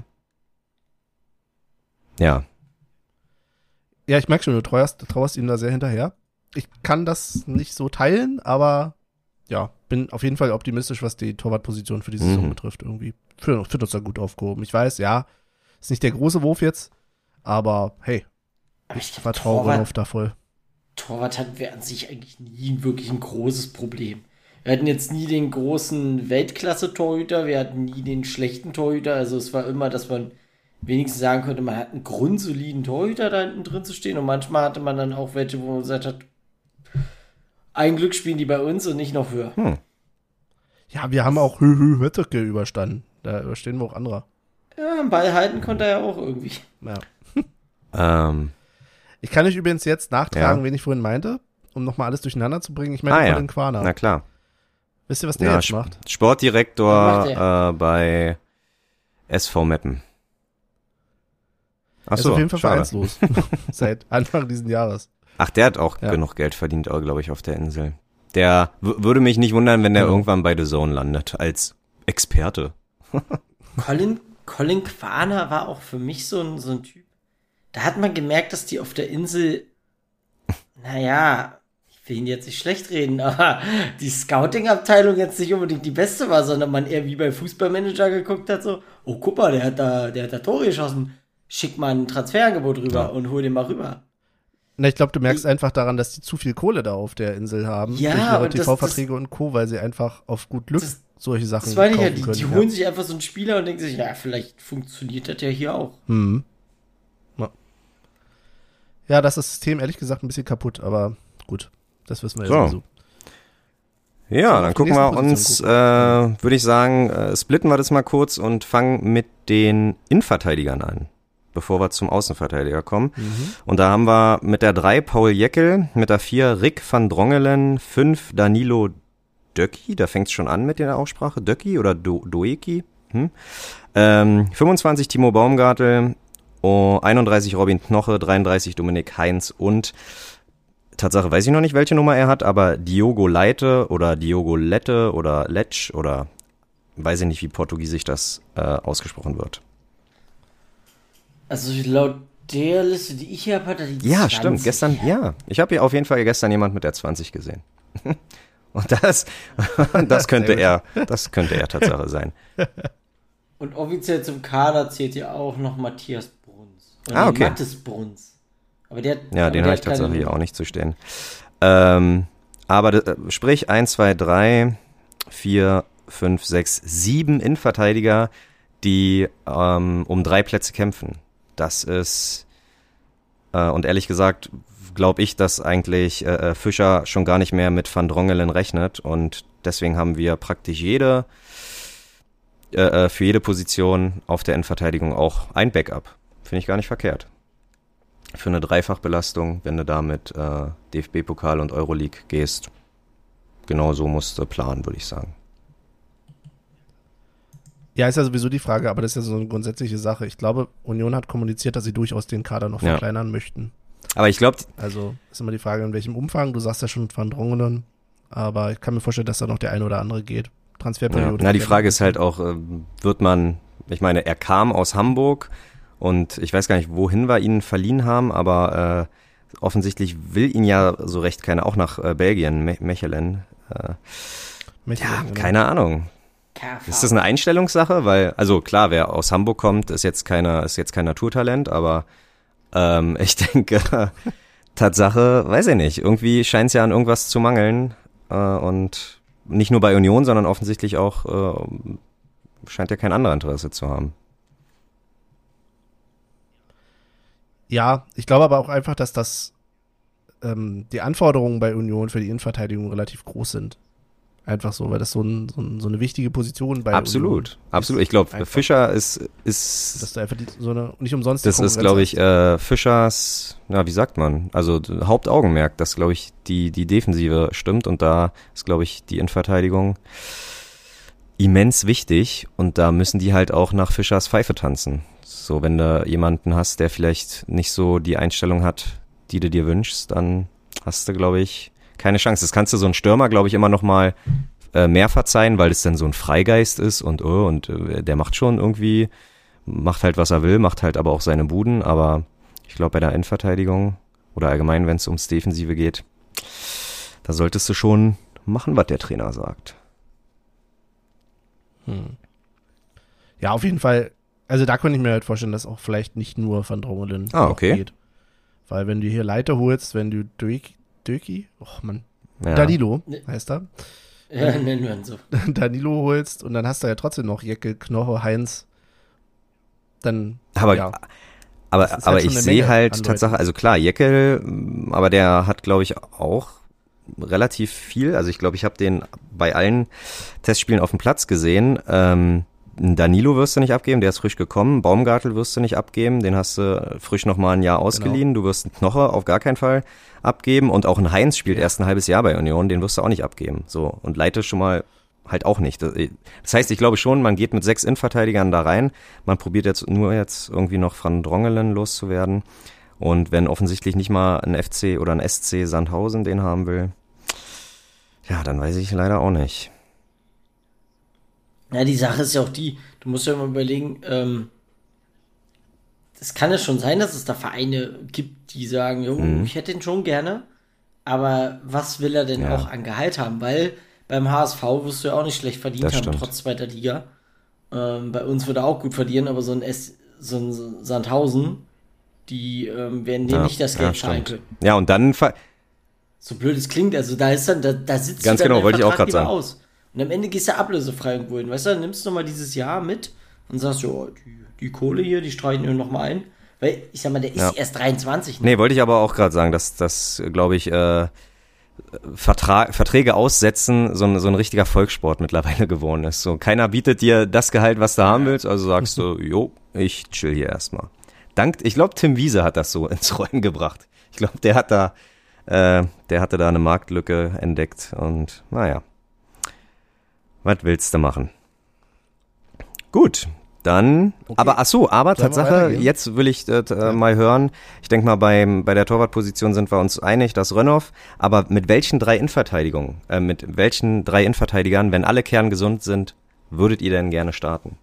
Ja. Ja, ich merke schon, du trauerst, du trauerst ihm da sehr hinterher. Ich kann das nicht so teilen, aber ja, bin auf jeden Fall optimistisch, was die Torwartposition für die Saison Mhm. betrifft irgendwie. Für, für uns da gut aufgehoben. Ich weiß, ja, ist nicht der große Wurf jetzt, aber hey, aber ich ich glaub, vertraue Torwart- Rönnow da voll. Torwart hatten wir an sich eigentlich nie wirklich ein großes Problem. Wir hatten jetzt nie den großen Weltklasse-Torhüter, wir hatten nie den schlechten Torhüter, also es war immer, dass man wenigstens sagen konnte, man hat einen grundsoliden Torhüter da hinten drin zu stehen und manchmal hatte man dann auch welche, wo man gesagt hat, ein Glück spielen die bei uns und nicht noch höher. Hm. Ja, wir haben auch Hü-Hü Hötteke überstanden. Da überstehen wir auch andere. Ja, einen Ball halten konnte er ja auch irgendwie. Ja. ähm. Ich kann euch übrigens jetzt nachtragen, ja. wen ich vorhin meinte, um nochmal alles durcheinander zu bringen. Ich meine ah, Colin Quaner. Na klar. Wisst ihr, was der ja, jetzt macht? Sportdirektor äh, bei S V Meppen. Ach so, ist auf jeden Fall schade. Vereinslos. Seit Anfang dieses Jahres. Ach, der hat auch ja. genug Geld verdient, glaube ich, auf der Insel. Der w- würde mich nicht wundern, wenn der ja. irgendwann bei The Zone landet, als Experte. Colin, Colin Quaner war auch für mich so ein, so ein Typ. Da hat man gemerkt, dass die auf der Insel, naja, ich will ihn jetzt nicht schlecht reden, aber die Scouting-Abteilung jetzt nicht unbedingt die beste war, sondern man eher wie bei Fußballmanager geguckt hat, so, oh, guck mal, der hat da, der hat da Tore geschossen. Schick mal ein Transferangebot rüber ja. und hol den mal rüber. Na, ich glaube, du merkst ich, einfach daran, dass die zu viel Kohle da auf der Insel haben. Ja, durch ihre und T V-Verträge und Co., weil sie einfach auf gut Glück das, solche Sachen das meine ich kaufen ja, die, können. Die ja. holen sich einfach so einen Spieler und denken sich, ja, vielleicht funktioniert das ja hier auch. Hm. Ja. ja, das ist das System ehrlich gesagt ein bisschen kaputt, aber gut, das wissen wir ja so. sowieso. Ja, so, dann gucken wir uns, äh, würde ich sagen, äh, splitten wir das mal kurz und fangen mit den Innenverteidigern an, bevor wir zum Außenverteidiger kommen. Mhm. Und da haben wir mit der drei Paul Jäckel, mit der vier Rick van Drongelen, fünf Danilo Döcki, da fängt es schon an mit der Aussprache, Döcki oder Do- Doeki, hm? ähm, fünfundzwanzig Timo Baumgartel, oh, einunddreißig Robin Knoche, dreiunddreißig Dominik Heinz und Tatsache weiß ich noch nicht, welche Nummer er hat, aber Diogo Leite oder Diogo Lette oder Letsch oder weiß ich nicht, wie portugiesisch das äh, ausgesprochen wird. Also laut der Liste, die ich hier habe, hat er die Ja, zwanzig. Stimmt. Gestern, ja. Ich habe hier auf jeden Fall gestern jemand mit der zwanzig gesehen. Und das, das könnte er, das könnte er Tatsache sein. Und offiziell zum Kader zählt ja auch noch Matthias Bruns. Oder ah, okay. Mathis Bruns. Aber der, ja, den habe ich tatsächlich auch nicht zu stehen. Ähm, aber das, sprich eins, zwei, drei, vier, fünf, sechs, sieben Innenverteidiger, die ähm, um drei Plätze kämpfen. Das ist, äh, und ehrlich gesagt, glaube ich, dass eigentlich äh, Fischer schon gar nicht mehr mit Van Drongelen rechnet und deswegen haben wir praktisch jede, äh, für jede Position auf der Innenverteidigung auch ein Backup. Finde ich gar nicht verkehrt. Für eine Dreifachbelastung, wenn du da mit äh, D F B-Pokal und Euroleague gehst, genau so musst du planen, würde ich sagen. Ja, ist ja sowieso die Frage, aber das ist ja so eine grundsätzliche Sache. Ich glaube, Union hat kommuniziert, dass sie durchaus den Kader noch verkleinern ja. möchten. Aber ich glaube... Also ist immer die Frage, in welchem Umfang. Du sagst ja schon Van Drongelen, aber ich kann mir vorstellen, dass da noch der eine oder andere geht. Transferperiode. Ja. Na, die Frage ist halt auch, wird man... Ich meine, er kam aus Hamburg... Und ich weiß gar nicht, wohin wir ihn verliehen haben, aber äh, offensichtlich will ihn ja so recht keiner, auch nach äh, Belgien, Me- Mechelen. Äh, Mechelen. Ja, genau. Keine Ahnung. K V. Ist das eine Einstellungssache? Weil, also klar, wer aus Hamburg kommt, ist jetzt keine, ist jetzt kein Naturtalent, aber ähm, ich denke, Tatsache, weiß ich nicht, irgendwie scheint es ja an irgendwas zu mangeln. Äh, und nicht nur bei Union, sondern offensichtlich auch äh, scheint er kein anderer Interesse zu haben. Ja, ich glaube aber auch einfach, dass das ähm, die Anforderungen bei Union für die Innenverteidigung relativ groß sind. Einfach so, weil das so, ein, so, ein, so eine wichtige Position bei absolut, Union ist. Absolut. Ich glaube, Fischer ist ist dass du einfach die, so eine nicht umsonst. Das ist, glaube ich, äh, Fischers, na wie sagt man? Also Hauptaugenmerk, dass glaube ich die die Defensive stimmt und da ist glaube ich die Innenverteidigung immens wichtig und da müssen die halt auch nach Fischers Pfeife tanzen. So, wenn du jemanden hast, der vielleicht nicht so die Einstellung hat, die du dir wünschst, dann hast du, glaube ich, keine Chance. Das kannst du so einen Stürmer, glaube ich, immer noch mal äh, mehr verzeihen, weil es dann so ein Freigeist ist und oh, und äh, der macht schon irgendwie, macht halt, was er will, macht halt aber auch seine Buden. Aber ich glaube, bei der Innenverteidigung oder allgemein, wenn es ums Defensive geht, da solltest du schon machen, was der Trainer sagt. Hm. Ja, auf jeden Fall. Also da könnte ich mir halt vorstellen, dass auch vielleicht nicht nur Van Drongelen ah, okay. geht. Weil wenn du hier Leiter holst, wenn du Döki, Döki? Oh Mann, ja. Danilo heißt er. Ja, nennen wir ihn so. Danilo holst und dann hast du ja trotzdem noch Jäckel, Knoche, Heinz dann, Aber, ja. aber, halt aber schon ich eine sehe Menge halt an Tatsache, also klar, Jekyll, aber der hat, glaube ich, auch relativ viel. Also ich glaube, ich habe den bei allen Testspielen auf dem Platz gesehen. Ähm, Danilo wirst du nicht abgeben, der ist frisch gekommen. Baumgartel wirst du nicht abgeben, den hast du frisch nochmal ein Jahr ausgeliehen. Genau. Du wirst einen Knoche auf gar keinen Fall abgeben. Und auch ein Heinz spielt ja. erst ein halbes Jahr bei Union, den wirst du auch nicht abgeben. So, und Leite schon mal halt auch nicht. Das heißt, ich glaube schon, man geht mit sechs Innenverteidigern da rein. Man probiert jetzt nur jetzt irgendwie noch Van Drongelen loszuwerden. Und wenn offensichtlich nicht mal ein F C oder ein S C Sandhausen den haben will, ja, dann weiß ich leider auch nicht. Ja, die Sache ist ja auch die, du musst ja mal überlegen, ähm, es kann ja schon sein, dass es da Vereine gibt, die sagen, jo, mhm. ich hätte ihn schon gerne, aber was will er denn ja. auch an Gehalt haben? Weil beim H S V wirst du ja auch nicht schlecht verdient das haben, stimmt. trotz zweiter Liga. Ähm, bei uns würde er auch gut verdienen, aber so ein, S, so ein Sandhausen, die ähm, werden dir ja, nicht das Geld ja, zahlen können. Ja, und dann... Ver- so blöd es klingt, also da ist dann, da, da sitzt Ganz du dann genau, wollte ich auch gerade sagen. aus. Und am Ende gehst du ablösefrei irgendwo hin. Weißt du, dann nimmst du nochmal dieses Jahr mit und sagst, jo, die, die Kohle hier, die streichen wir nochmal ein. Weil, ich sag mal, der ist ja. erst dreiundzwanzig. Ne? Nee, wollte ich aber auch gerade sagen, dass das, glaube ich, äh, Vertra- Verträge aussetzen so ein, so ein richtiger Volkssport mittlerweile geworden ist. So, keiner bietet dir das Gehalt, was du haben willst, also sagst du, jo, ich chill hier erstmal. Dank, ich glaube, Tim Wiese hat das so ins Rollen gebracht. Ich glaube, der hat da, äh, der hatte da eine Marktlücke entdeckt und naja. Was willst du machen? Gut, dann, okay. aber ach so, aber Sollen Tatsache, jetzt will ich äh, ja. mal hören, ich denke mal, beim, bei der Torwartposition sind wir uns einig, dass Rönnow, aber mit welchen drei Innenverteidigungen, äh, mit welchen drei Innenverteidigern, wenn alle kerngesund sind, würdet ihr denn gerne starten?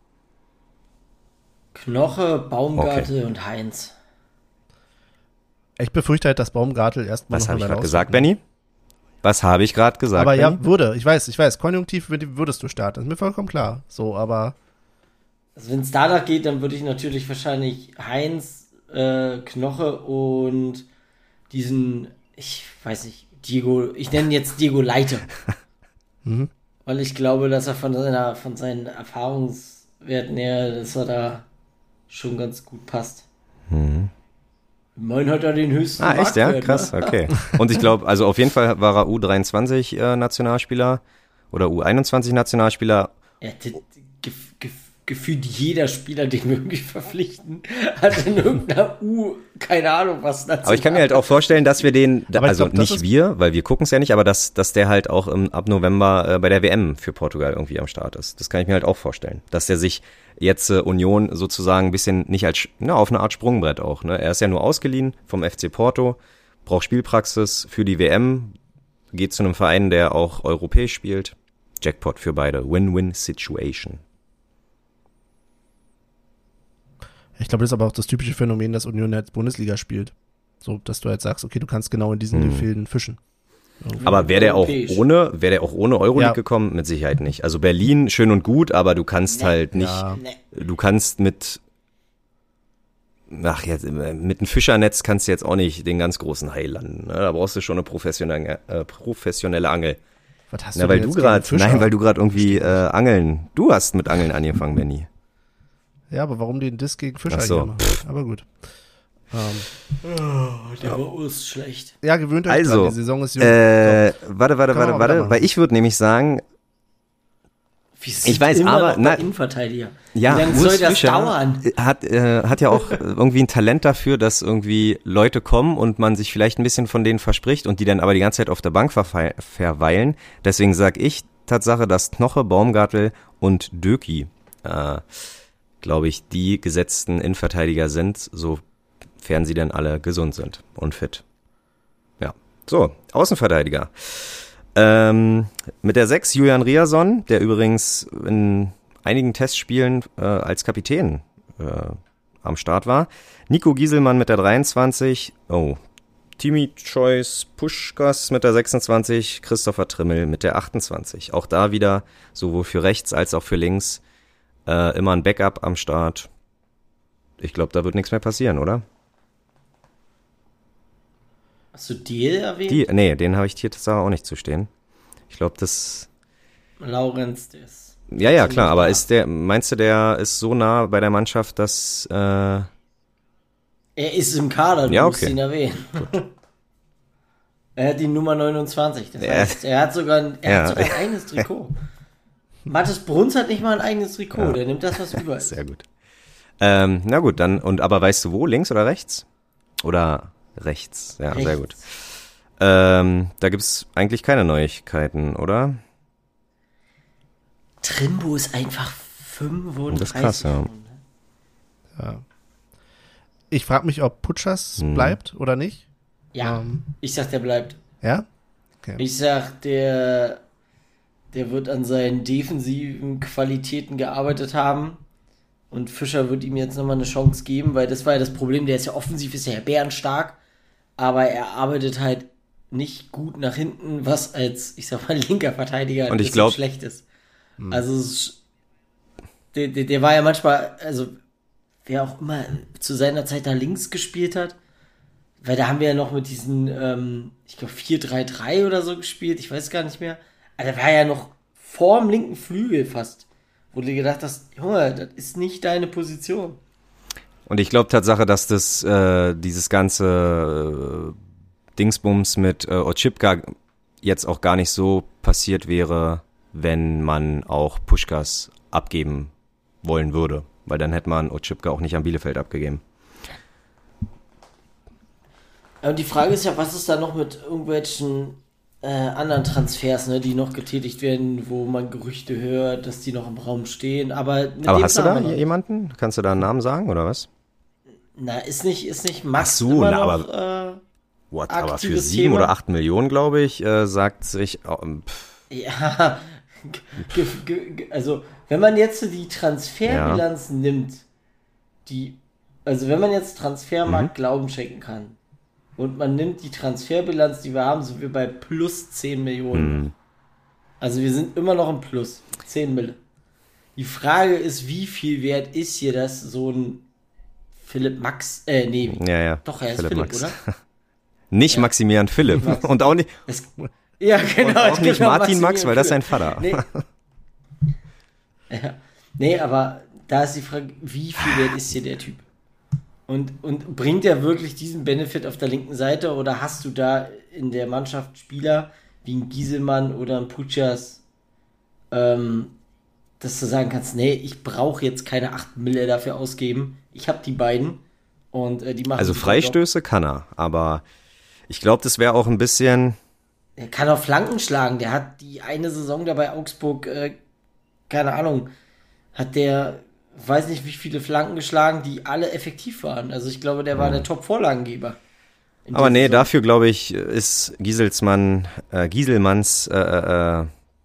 Knoche, Baumgartel okay. und Heinz. Ich befürchte halt, dass Baumgartel erstmal Was habe ich gerade gesagt, Benni? Was habe ich gerade gesagt? Aber Benni? ja, würde, ich weiß, ich weiß, konjunktiv würdest du starten, ist mir vollkommen klar. So, aber. Also wenn es danach geht, dann würde ich natürlich wahrscheinlich Heinz, äh, Knoche und diesen, ich weiß nicht, Diego, ich nenne ihn jetzt Diego Leite. mhm. Weil ich glaube, dass er von seiner, von seinen Erfahrungswerten her, dass er da schon ganz gut passt. Mhm. Mein hat er den höchsten Ah, echt, ja? Krass, ne? Okay. Und ich glaube, also auf jeden Fall war er U dreiundzwanzig äh, Nationalspieler oder U einundzwanzig Nationalspieler. Ja, ge- ge- gefühlt jeder Spieler, den wir irgendwie verpflichten, hat in irgendeiner U, keine Ahnung was. National- aber ich kann mir halt auch vorstellen, dass wir den, aber also glaub, nicht wir, weil wir gucken es ja nicht, aber dass, dass der halt auch im, ab November äh, bei der W M für Portugal irgendwie am Start ist. Das kann ich mir halt auch vorstellen, dass der sich jetzt äh, Union sozusagen ein bisschen nicht als, na, auf eine Art Sprungbrett auch, ne? Er ist ja nur ausgeliehen vom F C Porto, braucht Spielpraxis für die W M, geht zu einem Verein, der auch europäisch spielt. Jackpot für beide. Win-Win-Situation. Ich glaube, das ist aber auch das typische Phänomen, dass Union jetzt Bundesliga spielt. So, dass du halt sagst, okay, du kannst genau in diesen hm. Gefilden fischen. Irgendwie. Aber wäre der auch ohne, wäre der auch ohne Euroleague ja. gekommen? Mit Sicherheit nicht. Also Berlin, schön und gut, aber du kannst nee. halt nicht, ja. du kannst mit, ach jetzt, mit einem Fischernetz kannst du jetzt auch nicht den ganz großen Hai landen. Ne? Da brauchst du schon eine professionelle, äh, professionelle Angel. Was hast Na, du weil denn du gerade, nein, weil du gerade irgendwie äh, Angeln, du hast mit Angeln angefangen, Benni. Ja, aber warum den Disc gegen Fischer ach so. hier machen? Aber gut. Ähm, oh, der ja. war urst schlecht. Ja, gewöhnt euch also, dran, die Saison ist jung. Äh, warte, warte, warte, warte, weil ich würde nämlich sagen, ich weiß, aber na, Innenverteidiger. Ja, wie lange soll das dauern? Hat, äh, hat ja auch irgendwie ein Talent dafür, dass irgendwie Leute kommen und man sich vielleicht ein bisschen von denen verspricht und die dann aber die ganze Zeit auf der Bank verfe- verweilen. Deswegen sage ich Tatsache, dass Knoche, Baumgartel und Döki, äh, glaube ich, die gesetzten Innenverteidiger sind, sofern sie denn alle gesund sind und fit. Ja, so, Außenverteidiger. Ähm, mit der sechs Julian Riasson, der übrigens in einigen Testspielen äh, als Kapitän äh, am Start war. Nico Gieselmann mit der dreiundzwanzig. Oh, Timi Choice Puschkas mit der sechsundzwanzig. Christopher Trimmel mit der achtundzwanzig. Auch da wieder sowohl für rechts als auch für links äh, immer ein Backup am Start. Ich glaube, da wird nichts mehr passieren, oder? Hast du Deal erwähnt? Die, nee, den habe ich hier tatsächlich auch nicht zu stehen. Ich glaube, das Laurenz, der ist. Ja, ja, klar, aber ist der, meinst du, der ist so nah bei der Mannschaft, dass, äh, er ist im Kader, du ja, musst okay. ihn erwähnen. Er hat die Nummer neunundzwanzig, das Ja. heißt, er hat sogar ein, er Ja. hat sogar ein eigenes Trikot. Mathis Bruns hat nicht mal ein eigenes Trikot, Ja. der nimmt das, was über ist. Sehr gut. Ähm, na gut, dann, und aber weißt du wo, links oder rechts? Oder rechts, ja, Rechts. sehr gut. Ähm, da gibt's eigentlich keine Neuigkeiten, oder? Trimbo ist einfach fünfunddreißig. Das ist krass, ja. Ja. Ich frage mich, ob Putschers Hm. bleibt oder nicht. Ja, Ähm, ich sag, der bleibt. ja? Okay. Ich sag, der, der wird an seinen defensiven Qualitäten gearbeitet haben. Und Fischer wird ihm jetzt nochmal eine Chance geben, weil das war ja das Problem, der ist ja offensiv, ist ja bärenstark, aber er arbeitet halt nicht gut nach hinten, was als, ich sag mal, linker Verteidiger Und ein ich bisschen glaub- schlecht ist. Also, es ist, der, der, der war ja manchmal, also, wer auch immer zu seiner Zeit da links gespielt hat, weil da haben wir ja noch mit diesen, ähm, ich glaube, vier drei drei oder so gespielt, ich weiß gar nicht mehr. Aber der war ja noch vorm linken Flügel fast, wo du gedacht hast, Junge, das ist nicht deine Position. Und ich glaube Tatsache, dass das, äh, dieses ganze äh, Dingsbums mit äh, Otschipka jetzt auch gar nicht so passiert wäre, wenn man auch Puschkas abgeben wollen würde. Weil dann hätte man Otschipka auch nicht an Bielefeld abgegeben. Und die Frage ist ja, was ist da noch mit irgendwelchen äh, anderen Transfers, ne, die noch getätigt werden, wo man Gerüchte hört, dass die noch im Raum stehen. Aber, mit Aber dem hast du Plan da noch nicht. jemanden? Kannst du da einen Namen sagen oder was? Na, ist nicht, ist nicht Max Ach so, immer na, noch, äh, What? Aber für Aktives sieben Thema. oder acht Millionen, glaube ich, äh, sagt sich, oh, pff, ja, ge, ge, ge, also wenn man jetzt die Transferbilanz nimmt, die, also wenn man jetzt Transfermarkt Mhm. Glauben schenken kann und man nimmt die Transferbilanz, die wir haben, sind wir bei plus zehn Millionen. hm, Also wir sind immer noch im Plus, zehn Mille. Die Frage ist, wie viel wert ist hier das, so ein Philipp Max, äh, nee, ja, ja. doch, er ist Philipp Philipp, Max. oder? Nicht Ja. Maximilian Philipp Max. und auch nicht, Es, ja, genau. auch nicht genau, Martin Max, Maximilian weil das ist sein Philipp. Vater. Nee. Ja. Nee, aber da ist die Frage, wie viel wert ist hier der Typ? Und, und bringt er wirklich diesen Benefit auf der linken Seite oder hast du da in der Mannschaft Spieler wie ein Gieselmann oder ein Puchas, ähm, dass du sagen kannst, nee, ich brauche jetzt keine acht Mille dafür ausgeben. Ich habe die beiden und äh, die machen Also einen guten Freistöße kann er, aber ich glaube, das wäre auch ein bisschen, Job. Er kann auch Flanken schlagen. Der hat die eine Saison da bei Augsburg, äh, keine Ahnung, hat der, weiß nicht wie viele Flanken geschlagen, die alle effektiv waren. Also ich glaube, der war der Top-Vorlagengeber. in aber der nee, Saison. dafür glaube ich, ist Gieselsmann, äh, Gieselmanns, äh, äh, äh,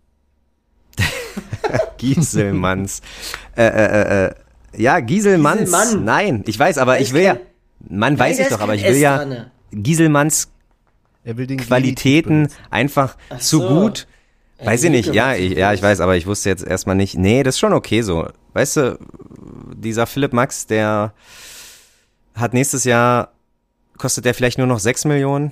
Gieselmanns, äh, äh, äh, ja, Gieselmanns, Gieselmann. nein, ich weiß, aber Da ich ist will ja, kein- man Nein, weiß da es ist doch, aber kein ich will S ja dran, ne? Gieselmanns Er will den Qualitäten Genitiv benutzen. einfach Ach zu so. gut. Äh, Weiß die ich nicht, Lücke ja, macht ich, sich ja, groß. ich weiß, aber ich wusste jetzt erstmal nicht. Nee, das ist schon okay so. Weißt du, dieser Philipp Max, der hat nächstes Jahr, kostet der vielleicht nur noch sechs Millionen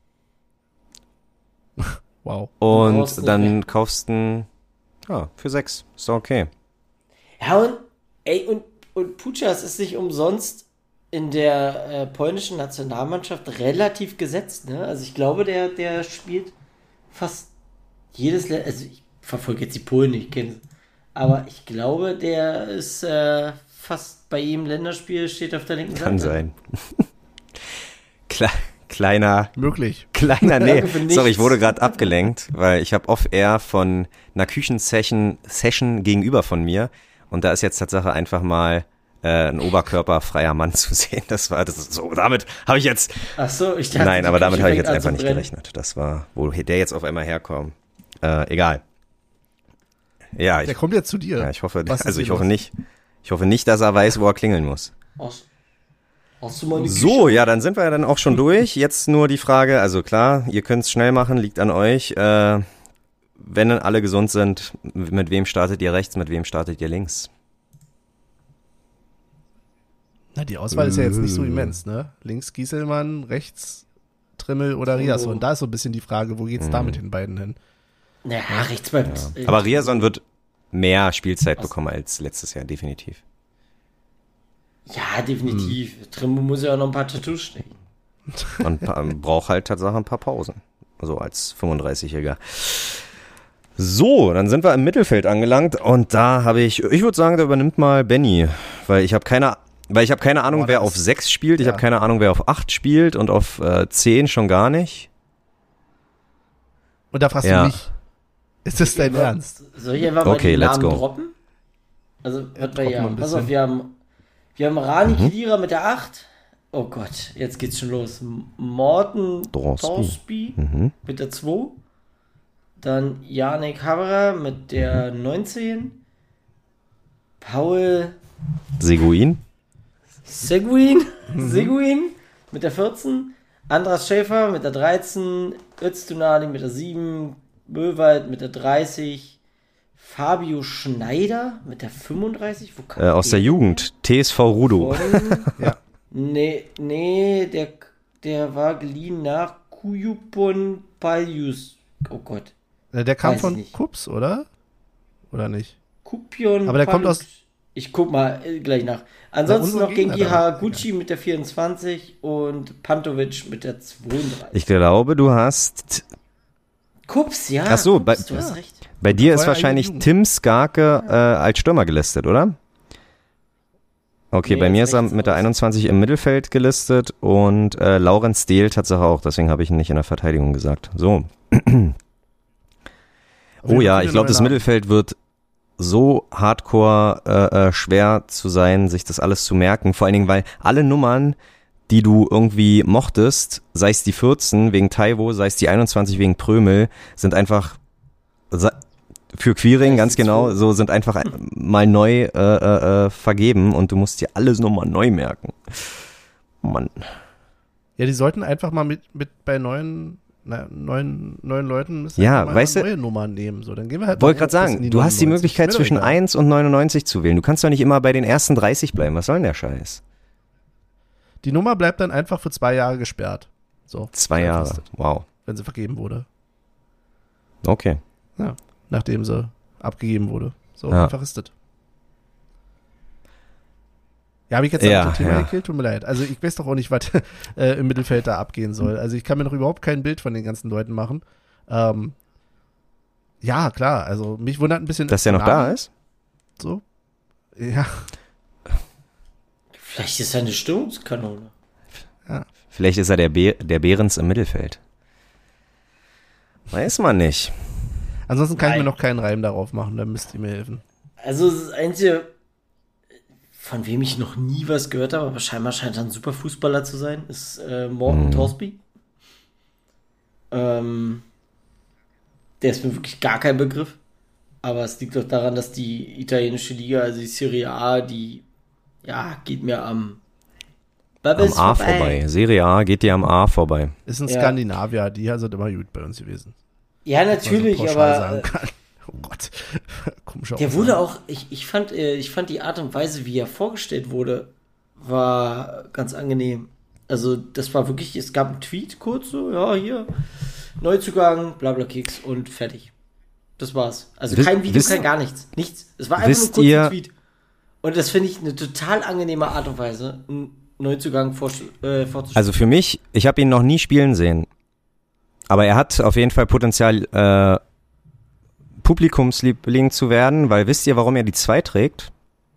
Wow. und brauchst nicht dann mehr. kaufst du ihn, ja, für sechs. Ist doch okay. Ja, und, ey, und, und Puchas ist nicht umsonst in der äh, polnischen Nationalmannschaft relativ gesetzt, ne? Also ich glaube, der, der spielt fast jedes, Le also ich verfolge jetzt die Polen nicht, kenne sie. Aber ich glaube, der ist äh, fast bei jedem Länderspiel steht auf der linken Kann Seite. sein. Kle kleiner, Möglich. kleiner, nee, Danke für nichts. sorry, ich wurde gerade abgelenkt, weil ich habe off-air von einer Küchensession Session gegenüber von mir und da ist jetzt Tatsache einfach mal äh, ein oberkörperfreier Mann zu sehen. Das war, das ist so, damit habe ich jetzt, Ach so, ich dachte, nein, die aber damit Küche habe ich fängt jetzt an einfach zu nicht brennen. gerechnet. Das war, wo der jetzt auf einmal herkommt. Äh, egal. Ja, ich, Der kommt jetzt zu dir. ja, ich hoffe, Was ist also ich hier hoffe los? nicht, ich hoffe nicht, dass er weiß, wo er klingeln muss. Hast, hast du mal eine So, Küche? ja, dann sind wir ja dann auch schon durch. Jetzt nur die Frage, also klar, ihr könnt es schnell machen, liegt an euch. Äh, wenn dann alle gesund sind, mit wem startet ihr rechts, mit wem startet ihr links? Na, die Auswahl ist ja jetzt nicht Äh. so immens, ne? Links Gieselmann, rechts Trimmel oder Rias. Und da ist so ein bisschen die Frage, wo geht's da Mhm. mit den beiden hin? Naja, rechts bleibt. Ja. äh, Aber Riason wird mehr Spielzeit bekommen als letztes Jahr, definitiv. Ja, definitiv. Hm. Trimbo muss ja auch noch ein paar Tattoos stecken. Und ähm, braucht halt tatsächlich ein paar Pausen. So als fünfunddreißigjähriger. So, dann sind wir im Mittelfeld angelangt und da habe ich, ich würde sagen, da übernimmt mal Benny, weil ich habe keine, weil ich habe keine Ahnung, Boah, wer auf sechs spielt, ich ja. habe keine Ahnung, wer auf acht spielt und auf äh, zehn schon gar nicht. Und da fragst ja. du mich, ist das dein Ernst? Soll ich einfach mal okay, die let's Namen go. droppen? Also, ja, wir ja, pass auf, wir haben, wir haben Rani mhm. Khedira mit der acht. Oh Gott, jetzt geht's schon los. Morten Torsby mhm. mit der zwei. Dann Yannick Haberer mit der mhm. neunzehn. Paul Seguin. Seguin. Mhm. Seguin mit der vierzehn. Andras Schäfer mit der dreizehn. Öztunali mit der sieben. Möwald mit der dreißig. Fabio Schneider mit der fünfunddreißig. Wo kam äh, aus der Jugend. T S V Rudo. ja. Nee, nee, der, der war geliehen nach Kuyupon Paljus. Oh Gott. Der kam Weiß von Kups, oder? Oder nicht? Kupion Aber der Paljus. kommt aus... Ich guck mal äh, gleich nach. Ansonsten noch Genki Haraguchi mit der vierundzwanzig und Pantovic mit der zweiunddreißig. Ich glaube, du hast... Kups, ja. Ach so, Kups, bei, du hast recht. Bei dir ist wahrscheinlich Tim Skarke äh, als Stürmer gelistet, oder? Okay, nee, bei mir ist er mit der einundzwanzig im Mittelfeld gelistet und äh, Laurenz Dehl tatsächlich auch, deswegen habe ich ihn nicht in der Verteidigung gesagt. So. Oh ja, ich glaube, das Mittelfeld wird so hardcore äh, äh, schwer zu sein, sich das alles zu merken. Vor allen Dingen, weil alle Nummern, die du irgendwie mochtest, sei es die vierzehn wegen Taiwo, sei es die einundzwanzig wegen Prömel, sind einfach für Quiring, ganz genau, so sind einfach mal neu äh, äh, vergeben und du musst dir alles nochmal neu merken. Mann. Ja, die sollten einfach mal mit, mit bei neuen, na, neuen, neuen Leuten müssen ja, mal weißt neue du, Nummern nehmen. So, dann gehen wir halt wollte gerade sagen, du hast die Möglichkeit zwischen eins und neunundneunzig zu wählen. Du kannst doch nicht immer bei den ersten dreißig bleiben. Was soll denn der Scheiß? Die Nummer bleibt dann einfach für zwei Jahre gesperrt. So. Zwei Jahre, wow. Wenn sie vergeben wurde. Okay. Ja, nachdem sie abgegeben wurde. So, ja. einfach ist das. Ja, habe ich jetzt ja, das Thema ja. gekillt, tut mir leid. Also ich weiß doch auch nicht, was äh, im Mittelfeld da abgehen soll. Also ich kann mir noch überhaupt kein Bild von den ganzen Leuten machen. Ähm, ja, klar, also mich wundert ein bisschen... Dass der noch Namen. da ist? So, ja. Vielleicht ist er eine Stimmungskanone. Ja. Vielleicht ist er der, Be- der Behrens im Mittelfeld. Weiß man nicht. Ansonsten kann Nein. ich mir noch keinen Reim darauf machen, dann müsst ihr mir helfen. Also das Einzige, von wem ich noch nie was gehört habe, aber scheinbar scheint er ein super Fußballer zu sein, ist äh, Morten Mhm. Torsby. Ähm, der ist mir wirklich gar kein Begriff. Aber es liegt doch daran, dass die italienische Liga, also die Serie A, die ja, geht mir am Am A vorbei. vorbei. Serie A geht dir am A vorbei. Ist ein Ja. Skandinavier, die sind immer gut bei uns gewesen. Ja, natürlich, Was man so pauschal aber sagen kann. Oh Gott. Komische der Aussage. wurde auch, ich, ich fand, äh, ich fand die Art und Weise, wie er vorgestellt wurde, war ganz angenehm. Also das war wirklich, es gab einen Tweet kurz so, ja, hier, Neuzugang, blabla Keks und fertig. Das war's. Also Wisst- kein Video, wisst- kein gar nichts. Nichts. Es war einfach nur wisst kurz ihr- ein Tweet. Und das finde ich eine total angenehme Art und Weise, einen Neuzugang vor, äh, vorzustellen. Also für mich, ich habe ihn noch nie spielen sehen. Aber er hat auf jeden Fall Potenzial, äh, Publikumsliebling zu werden, weil wisst ihr, warum er die zwei trägt?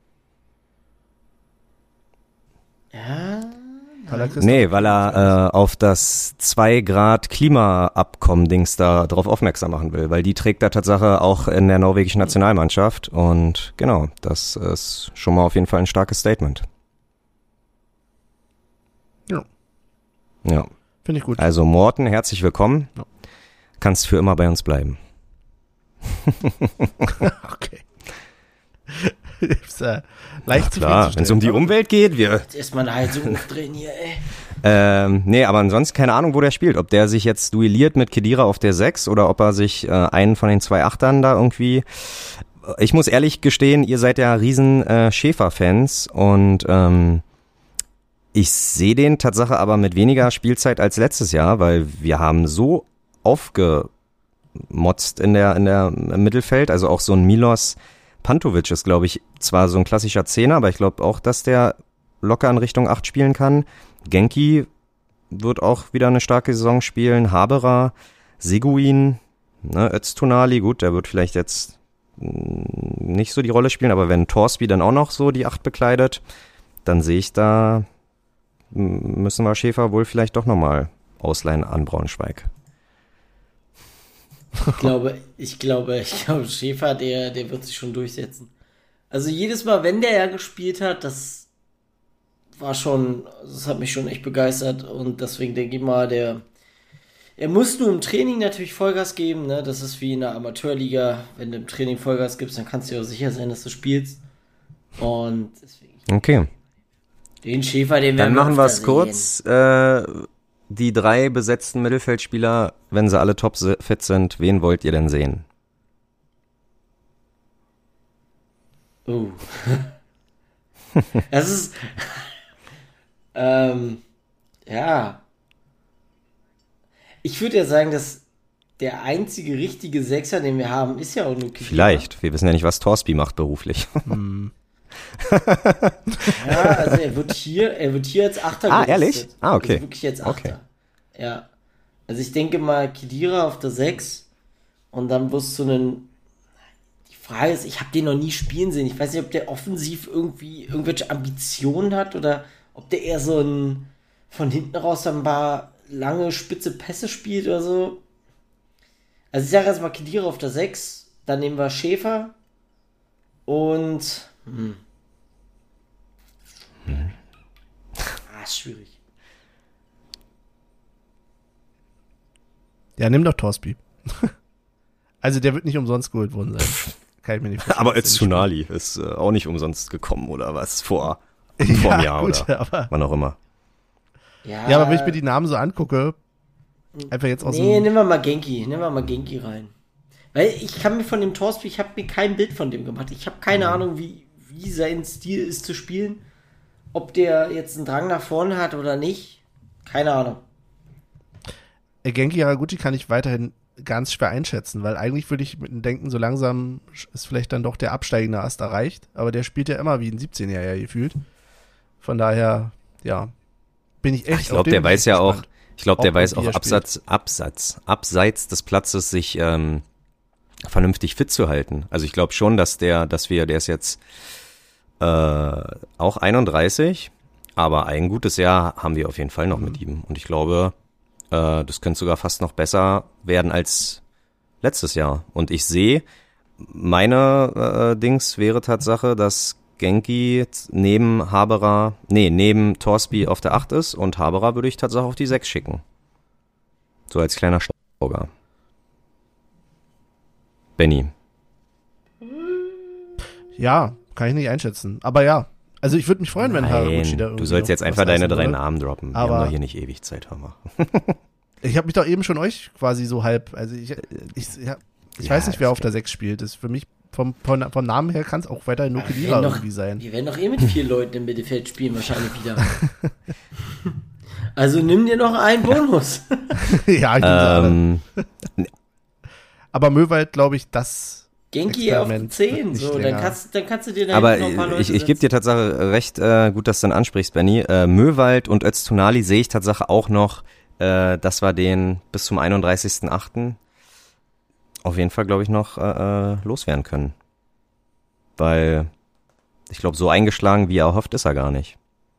ja, Weil er Christoph- Nee, weil er äh, auf das zwei Grad Klimaabkommen-Dings da drauf aufmerksam machen will, weil die trägt er Tatsache auch in der norwegischen Nationalmannschaft und genau, das ist schon mal auf jeden Fall ein starkes Statement. Ja. Ja, Finde ich gut. also Morten, herzlich willkommen. Ja. Kannst für immer bei uns bleiben. Okay. ist, äh, leicht zu Klar, wenn es um die Umwelt geht, wir... jetzt erstmal eine Heizung aufdrehen hier, ey. Ähm, nee, aber ansonsten keine Ahnung, wo der spielt. Ob der sich jetzt duelliert mit Khedira auf der sechs oder ob er sich äh, einen von den zwei Achtern da irgendwie... Ich muss ehrlich gestehen, ihr seid ja riesen äh, Schäfer-Fans und ähm, ich sehe den Tatsache aber mit weniger Spielzeit als letztes Jahr, weil wir haben so aufge... motzt in der, in der im Mittelfeld. Also auch so ein Milos Pantovic ist, glaube ich, zwar so ein klassischer Zehner, aber ich glaube auch, dass der locker in Richtung acht spielen kann. Genki wird auch wieder eine starke Saison spielen. Haberer, Seguin, ne, Öztunali, gut, der wird vielleicht jetzt nicht so die Rolle spielen, aber wenn Torsby dann auch noch so die acht bekleidet, dann sehe ich da, müssen wir Schäfer wohl vielleicht doch nochmal ausleihen an Braunschweig. Ich glaube, ich glaube, ich glaube, Schäfer, der, der wird sich schon durchsetzen. Also jedes Mal, wenn der ja gespielt hat, das war schon, das hat mich schon echt begeistert und deswegen denke ich mal, der, er muss nur im Training natürlich Vollgas geben, ne? Das ist wie in der Amateurliga, wenn du im Training Vollgas gibst, dann kannst du ja auch sicher sein, dass du spielst. Und deswegen. Okay. Den Schäfer, den Dann werden wir machen wir es öfter kurz. Äh, die drei besetzten Mittelfeldspieler, wenn sie alle top fit sind, wen wollt ihr denn sehen? Oh. Das ist. ähm, ja. Ich würde ja sagen, dass der einzige richtige Sechser, den wir haben, ist ja auch nur Kedira. Vielleicht. Wir wissen ja nicht, was Torsby macht beruflich. Hm. Ja, also er wird hier, er wird hier als Achter Ah, gelistet. ehrlich? Ah, okay. Also wirklich als Achter. Okay. Ja. Also ich denke mal Kedira auf der sechs und dann wirst du einen. Die Frage ist, ich habe den noch nie spielen sehen. Ich weiß nicht, ob der offensiv irgendwie irgendwelche Ambitionen hat oder ob der eher so ein von hinten raus ein paar lange spitze Pässe spielt oder so. Also ich sage jetzt mal Kedira auf der sechs, dann nehmen wir Schäfer und hm. Hm. Ah, ist schwierig. Ja, nimm doch Torsby. Also der wird nicht umsonst geholt worden sein. Kann ich mir nicht vorstellen. Aber Öztunali ist äh, auch nicht umsonst gekommen, oder was? Vor, vor ja, einem Jahr gut, oder aber, wann auch immer. Ja, ja, aber wenn ich mir die Namen so angucke, einfach jetzt aus Nee, dem... nehmen wir mal Genki. Nehmen wir mal Genki rein. Weil ich kann mir von dem Torsby, ich habe mir kein Bild von dem gemacht. Ich habe keine mhm. Ahnung, wie, wie sein Stil ist zu spielen. Ob der jetzt einen Drang nach vorne hat oder nicht. Keine Ahnung. Genki Haraguchi kann ich weiterhin ganz schwer einschätzen, weil eigentlich würde ich mit dem denken, so langsam ist vielleicht dann doch der absteigende Ast erreicht, aber der spielt ja immer wie ein siebzehnjähriger gefühlt. Von daher, ja, bin ich echt. Ich glaube, der weiß ja auch, ich glaube, der auch weiß wie auch er Absatz, spielt. Absatz, abseits des Platzes sich ähm, vernünftig fit zu halten. Also ich glaube schon, dass der, dass wir, der ist jetzt äh, auch einunddreißig, aber ein gutes Jahr haben wir auf jeden Fall noch mhm. mit ihm. Und ich glaube, äh, das könnte sogar fast noch besser werden als letztes Jahr. Und ich sehe, meine äh, Dings wäre Tatsache, dass Genki neben Haberer, nee, neben Torsby auf der acht ist und Haberer würde ich tatsächlich auf die sechs schicken. So als kleiner Stauger. Benny. Ja, kann ich nicht einschätzen. Aber ja, also ich würde mich freuen, wenn Haraguchi da irgendwie du sollst jetzt einfach deine drei Namen droppen. Wir aber haben doch hier nicht ewig Zeit, hör mal. Ich habe mich doch eben schon euch quasi so halb, also ich, ich, ja, ich Ja, weiß nicht, wer ist auf der sechs spielt. Das ist für mich vom, vom, vom Namen her kann es auch weiterhin nur Kedira noch- irgendwie sein. Wir werden doch eh mit vier Leuten im Mittelfeld spielen, wahrscheinlich wieder. Also nimm dir noch einen Bonus. Ja, ich ähm, Ähm, aber Möwald, glaube ich, das Genki auf Experiment zehn, wird nicht so, dann länger. kannst, dann kannst du dir da aber hinten noch ein paar Leute ich, ich gebe dir setzen. Tatsache recht, äh, gut, dass du dann ansprichst, Benny. Äh, Möwald und Öztunali sehe ich Tatsache auch noch, äh, dass wir den bis zum einunddreißigsten achten auf jeden Fall, glaube ich, noch äh, loswerden können. Weil ich glaube, so eingeschlagen, wie er erhofft, ist er gar nicht.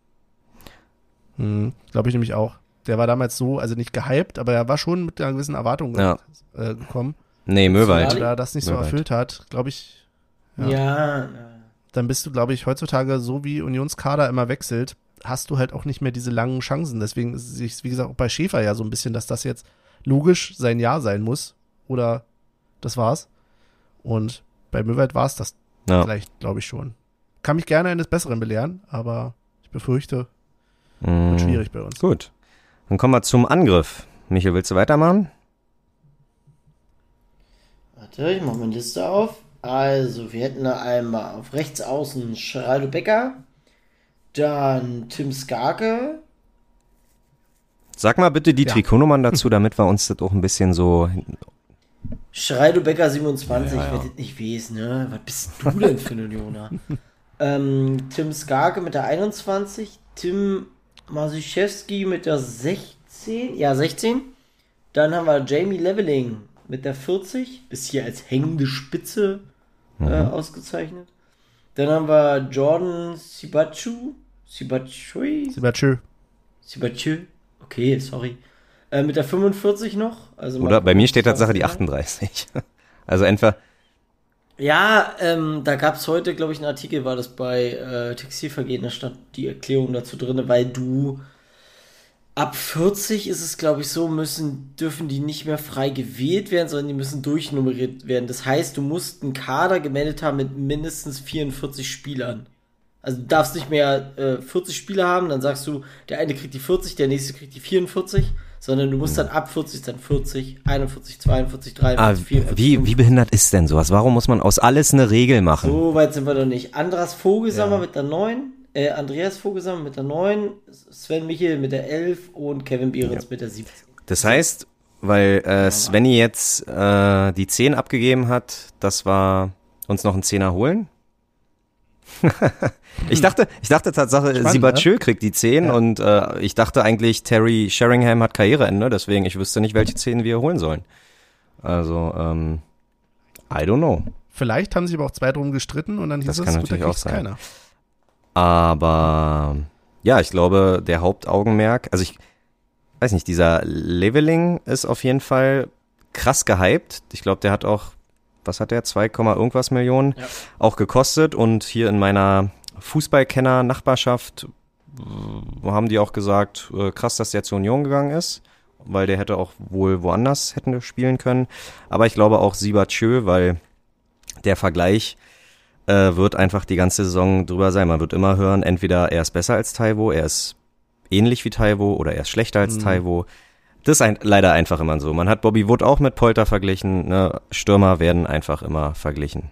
Hm, glaube ich nämlich auch. Der war damals so, also nicht gehypt, aber er war schon mit einer gewissen Erwartung Ja. äh, gekommen. Nee, Möwald. Wenn er das nicht so Möwald. erfüllt hat, glaube ich, Ja, Ja. ja. dann bist du, glaube ich, heutzutage, so wie Unionskader immer wechselt, hast du halt auch nicht mehr diese langen Chancen. Deswegen ist es, wie gesagt, auch bei Schäfer ja so ein bisschen, dass das jetzt logisch sein Jahr sein muss. Oder das war's. Und bei Möwald war es das Ja. vielleicht, glaube ich, schon. Kann mich gerne eines Besseren belehren, aber ich befürchte, Mm, wird schwierig bei uns. Gut. Dann kommen wir zum Angriff. Michael, willst du weitermachen? Warte, ich mache meine Liste auf. Also, wir hätten da einmal auf rechts außen Geraldo Becker, dann Tim Skarke. Sag mal bitte die Ja. Trikotnummern dazu, damit wir uns das auch ein bisschen so Schreidobecker siebenundzwanzig, Ja, ja. ich werde nicht weiß, ne? Was bist du denn für ein Unioner? ähm, Tim Skarke mit der einundzwanzig, Tim Masuszewski mit der sechzehn, ja sechzehn. Dann haben wir Jamie Leveling mit der vierzig, ist hier als hängende Spitze äh, mhm. ausgezeichnet. Dann haben wir Jordan Sibachu, Sibachui, Sibachu. Sibachu, okay, sorry. Äh, mit der fünfundvierzig noch. Also Oder bei mir steht Tatsache die achtunddreißig. Also entweder. Ja, ähm, da gab es heute, glaube ich, einen Artikel, war das bei äh, Textilvergehen, da stand die Erklärung dazu drin, weil du ab vierzig ist es, glaube ich, so, müssen, dürfen die nicht mehr frei gewählt werden, sondern die müssen durchnummeriert werden. Das heißt, du musst einen Kader gemeldet haben mit mindestens vierundvierzig Spielern. Also du darfst nicht mehr äh, vierzig Spieler haben, dann sagst du, der eine kriegt die vierzig, der nächste kriegt die vierundvierzig, sondern du musst dann ab vierzig dann vierzig, einundvierzig, zweiundvierzig, dreiundvierzig, Ah, vierundvierzig. wie, fünfzig. wie behindert ist denn sowas? Warum muss man aus alles eine Regel machen? So weit sind wir doch nicht. Andras Vogelsammer Ja. mit der neun, äh, Andreas Vogelsammer mit der neun, Sven Michel mit der elf und Kevin Behrens Ja. mit der siebzehn. Das heißt, weil äh, Svenny jetzt äh, die zehn abgegeben hat, das war uns noch einen Zehner holen? ich dachte, ich dachte Tatsache, Spannend, Sibachu kriegt die zehn Ja. und äh, ich dachte eigentlich, Terry Sheringham hat Karriereende, deswegen ich wüsste nicht, welche zehn wir holen sollen. Also, ähm, I don't know. Vielleicht haben sich aber auch zwei drum gestritten und dann hieß Das es, kann gut, natürlich da auch kriegt's sein. keiner. Aber ja, ich glaube, der Hauptaugenmerk, also ich weiß nicht, dieser Leveling ist auf jeden Fall krass gehypt. Ich glaube, der hat auch, was hat der, zwei, irgendwas Millionen Ja. auch gekostet und hier in meiner Fußballkenner-Nachbarschaft äh, haben die auch gesagt, äh, krass, dass der zur Union gegangen ist, weil der hätte auch wohl woanders hätten spielen können. Aber ich glaube auch Sibachu, weil der Vergleich äh, wird einfach die ganze Saison drüber sein. Man wird immer hören, entweder er ist besser als Taiwo, er ist ähnlich wie Taiwo oder er ist schlechter als Mhm. Taiwo. Das ist ein, leider einfach immer so. Man hat Bobby Wood auch mit Polter verglichen. Ne? Stürmer werden einfach immer verglichen.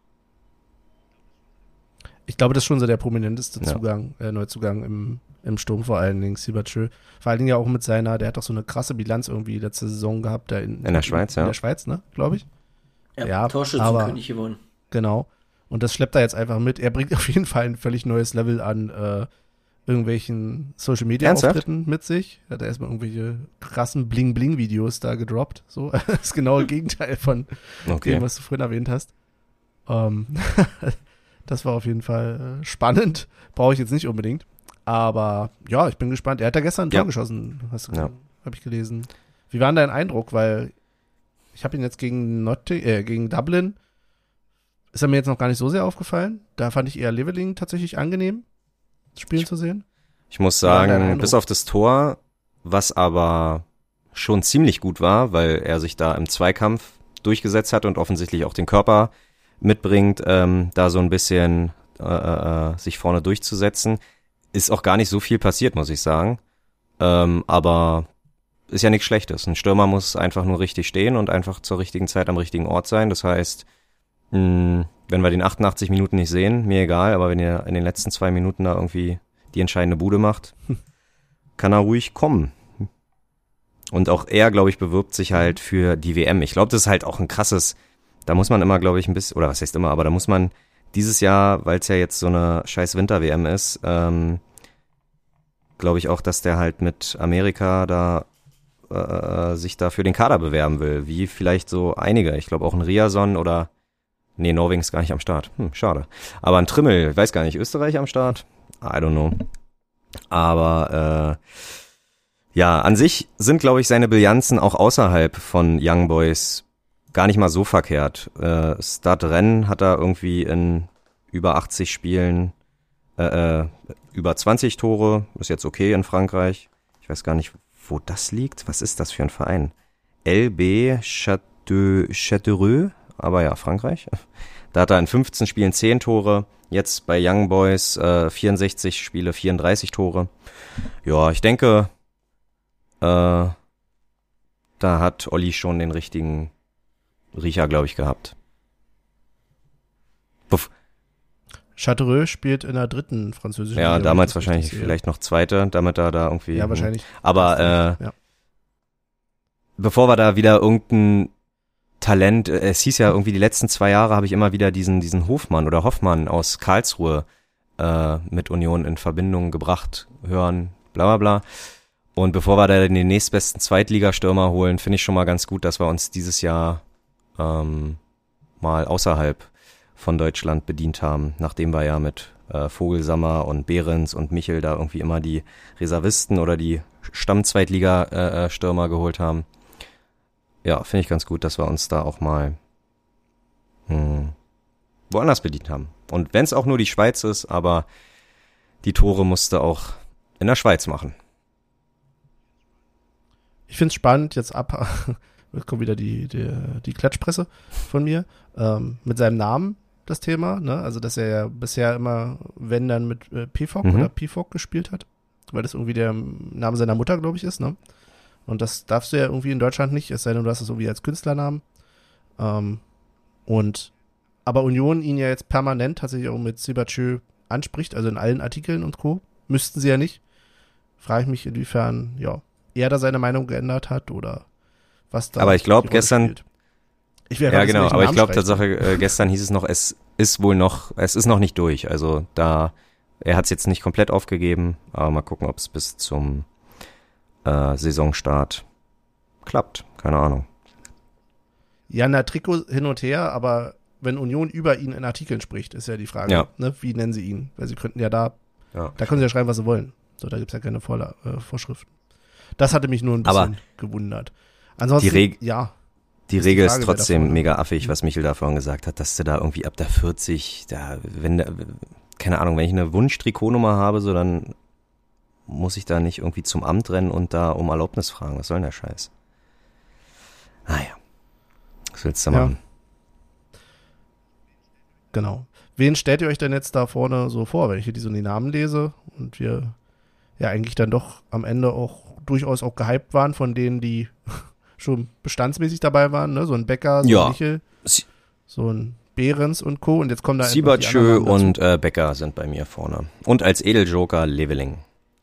Ich glaube, das ist schon so der prominenteste Ja. Zugang, äh, Neuzugang im, im Sturm, vor allen Dingen Sibachu. Vor allen Dingen ja auch mit seiner, der hat doch so eine krasse Bilanz irgendwie letzte Saison gehabt, da in, In der Schweiz, in, ja. In der Schweiz, ne, glaube ich. Ja, Ja, Torschützenkönig gewonnen. Genau. Und das schleppt er jetzt einfach mit. Er bringt auf jeden Fall ein völlig neues Level an äh, irgendwelchen Social Media Ernsthaft? Auftritten mit sich. Hat er erstmal irgendwelche krassen Bling-Bling-Videos da gedroppt. So, das genaue Gegenteil von Okay. dem, was du vorhin erwähnt hast. Ähm, das war auf jeden Fall äh, spannend. Brauche ich jetzt nicht unbedingt. Aber ja, ich bin gespannt. Er hat ja gestern ein Tor Ja. geschossen, hast du, Ja. habe ich gelesen. Wie war denn dein Eindruck? Weil ich habe ihn jetzt gegen, Notting äh, gegen Dublin, ist er mir jetzt noch gar nicht so sehr aufgefallen. Da fand ich eher Leveling tatsächlich angenehm, spielen zu sehen. Ich muss Wie war dein sagen, Eindruck? bis auf das Tor, was aber schon ziemlich gut war, weil er sich da im Zweikampf durchgesetzt hat und offensichtlich auch den Körper mitbringt, ähm, da so ein bisschen äh, äh, sich vorne durchzusetzen, ist auch gar nicht so viel passiert, muss ich sagen. Ähm, aber ist ja nichts Schlechtes. Ein Stürmer muss einfach nur richtig stehen und einfach zur richtigen Zeit am richtigen Ort sein. Das heißt, mh, wenn wir den achtundachtzig Minuten nicht sehen, mir egal, aber wenn ihr in den letzten zwei Minuten da irgendwie die entscheidende Bude macht, kann er ruhig kommen. Und auch er, glaube ich, bewirbt sich halt für die W M. Ich glaube, das ist halt auch ein krasses, da muss man immer, glaube ich, ein bisschen, oder was heißt immer, aber da muss man dieses Jahr, weil es ja jetzt so eine scheiß Winter-W M ist, ähm, glaube ich auch, dass der halt mit Amerika da äh, sich da für den Kader bewerben will, wie vielleicht so einige. Ich glaube auch ein Riason oder, nee, Norwegen ist gar nicht am Start. Hm, schade. Aber ein Trimmel, ich weiß gar nicht, Österreich am Start? I don't know. Aber äh, ja, an sich sind, glaube ich, seine Bilanzen auch außerhalb von Young Boys gar nicht mal so verkehrt. Äh, Stade-Rennes hat er irgendwie in über achtzig Spielen äh, äh, über zwanzig Tore, ist jetzt okay in Frankreich. Ich weiß gar nicht, wo das liegt. Was ist das für ein Verein? L B Château- Châteauroux, aber ja, Frankreich. Da hat er in fünfzehn Spielen zehn Tore. Jetzt bei Young Boys äh, vierundsechzig Spiele, vierunddreißig Tore. Ja, ich denke, äh, da hat Olli schon den richtigen Riecher, glaube ich, gehabt. Puff. Châteauroux spielt in der dritten französischen Ja, Liga, damals wenn ich das wahrscheinlich richtig sehe. vielleicht noch zweite, damit er da irgendwie... Ja, wahrscheinlich. Aber äh, Ja. bevor wir da wieder irgendeinen Talent, es hieß ja irgendwie die letzten zwei Jahre habe ich immer wieder diesen, diesen Hofmann oder Hoffmann aus Karlsruhe äh, mit Union in Verbindung gebracht, hören, bla bla bla. Und bevor wir da den nächstbesten Zweitligastürmer holen, finde ich schon mal ganz gut, dass wir uns dieses Jahr ähm, mal außerhalb von Deutschland bedient haben, nachdem wir ja mit äh, Vogelsammer und Behrens und Michel da irgendwie immer die Reservisten oder die Stamm-Zweitliga-Stürmer äh, geholt haben. Ja, finde ich ganz gut, dass wir uns da auch mal hm, woanders bedient haben. Und wenn es auch nur die Schweiz ist, aber die Tore musste auch in der Schweiz machen. Ich finde es spannend, jetzt ab, jetzt kommt wieder die, die, die Klatschpresse von mir, ähm, mit seinem Namen das Thema, ne? Also dass er ja bisher immer, wenn dann mit äh, P V O K Mhm. oder P V O K gespielt hat, weil das irgendwie der Name seiner Mutter, glaube ich, ist, ne? Und das darfst du ja irgendwie in Deutschland nicht, es sei denn, du hast es irgendwie als Künstlernamen. Ähm, und aber Union ihn ja jetzt permanent tatsächlich auch mit Sébastien anspricht, also in allen Artikeln und Co. Müssten sie ja nicht. Frage ich mich, inwiefern, ja, er da seine Meinung geändert hat oder was da. Aber ich glaube, die Rolle gestern, spielt. Ich werde ja wissen, genau, welchen aber ich Namen glaube streichen. Tatsache, äh, gestern hieß es noch, es ist wohl noch, es ist noch nicht durch. Also da, er hat es jetzt nicht komplett aufgegeben, aber mal gucken, ob es bis zum äh, Saisonstart klappt. Keine Ahnung. Ja, na, Trikot hin und her, aber wenn Union über ihn in Artikeln spricht, ist ja die Frage, Ja. ne? Wie nennen sie ihn? Weil sie könnten ja da, Ja. da können sie ja schreiben, was sie wollen. So, da gibt's ja keine Vorla äh, Vorschriften. Das hatte mich nur ein bisschen Aber gewundert. Ansonsten, die Reg- ja. Die Ist die Regel Frage, ist wer trotzdem davon- mega affig, was Michel da vorhin gesagt hat, dass du da irgendwie ab der vierzig, da, wenn, da, keine Ahnung, wenn ich eine Wunsch-Trikotnummer habe, so dann muss ich da nicht irgendwie zum Amt rennen und da um Erlaubnis fragen. Was soll denn der Scheiß? Naja, was willst du Ja. machen? Genau. Wen stellt ihr euch denn jetzt da vorne so vor, wenn ich hier die so die Namen lese und wir ja eigentlich dann doch am Ende auch durchaus auch gehypt waren von denen, die schon bestandsmäßig dabei waren, ne? So ein Becker, so Ja. ein Michel, Si- so ein Behrens und Co. Und jetzt kommen da einfach die Siebertschö anderen Namen und äh, Becker sind bei mir vorne. Und als Edeljoker Leveling.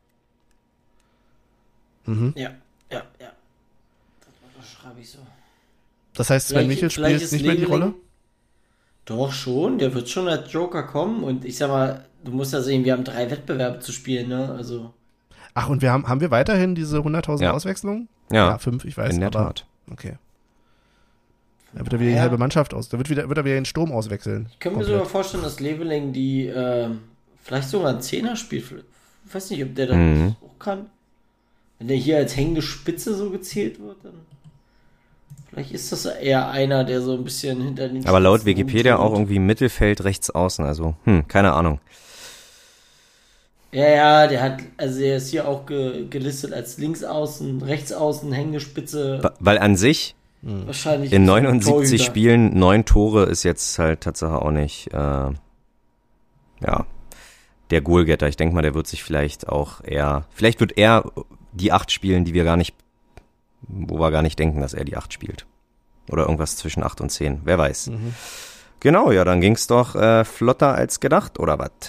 dazu. Mhm. Ja, ja, ja. Das schreibe ich so. Das heißt, Sven Michel spielt ist nicht mehr die Leveling- Rolle? Doch schon, der wird schon als Joker kommen und ich sag mal, du musst ja sehen, wir haben drei Wettbewerbe zu spielen, ne? Also. Ach, und wir haben, haben wir weiterhin diese hunderttausend Ja. Auswechslungen? Ja, fünf, ich weiß. in der aber, Tat. Okay. Da wird er wieder die Ja. halbe Mannschaft aus. Da wird, wieder, wird er wieder den Strom auswechseln. Ich kann mir Komplett. sogar vorstellen, dass Leveling die ähm, vielleicht sogar einen Zehner spielt. Ich weiß nicht, ob der das Mhm. auch kann. Wenn der hier als hängende Spitze so gezählt wird, dann vielleicht ist das eher einer, der so ein bisschen hinter den Aber laut Spitzen Wikipedia auch rumturnt. irgendwie Mittelfeld rechts außen, also hm, keine Ahnung. Ja, ja, der hat, also der ist hier auch ge, gelistet als Linksaußen, Rechtsaußen, hängende Spitze. Wa- Weil an sich Wahrscheinlich in ist er ein neunundsiebzig Torhüter. Spielen neun Tore ist jetzt halt Tatsache auch nicht, äh, ja, der Goalgetter. Ich denke mal, der wird sich vielleicht auch eher, vielleicht wird er die acht spielen, die wir gar nicht, wo wir gar nicht denken, dass er die acht spielt. Oder irgendwas zwischen acht und zehn, wer weiß. Mhm. Genau, ja, dann ging's doch äh, flotter als gedacht, oder was?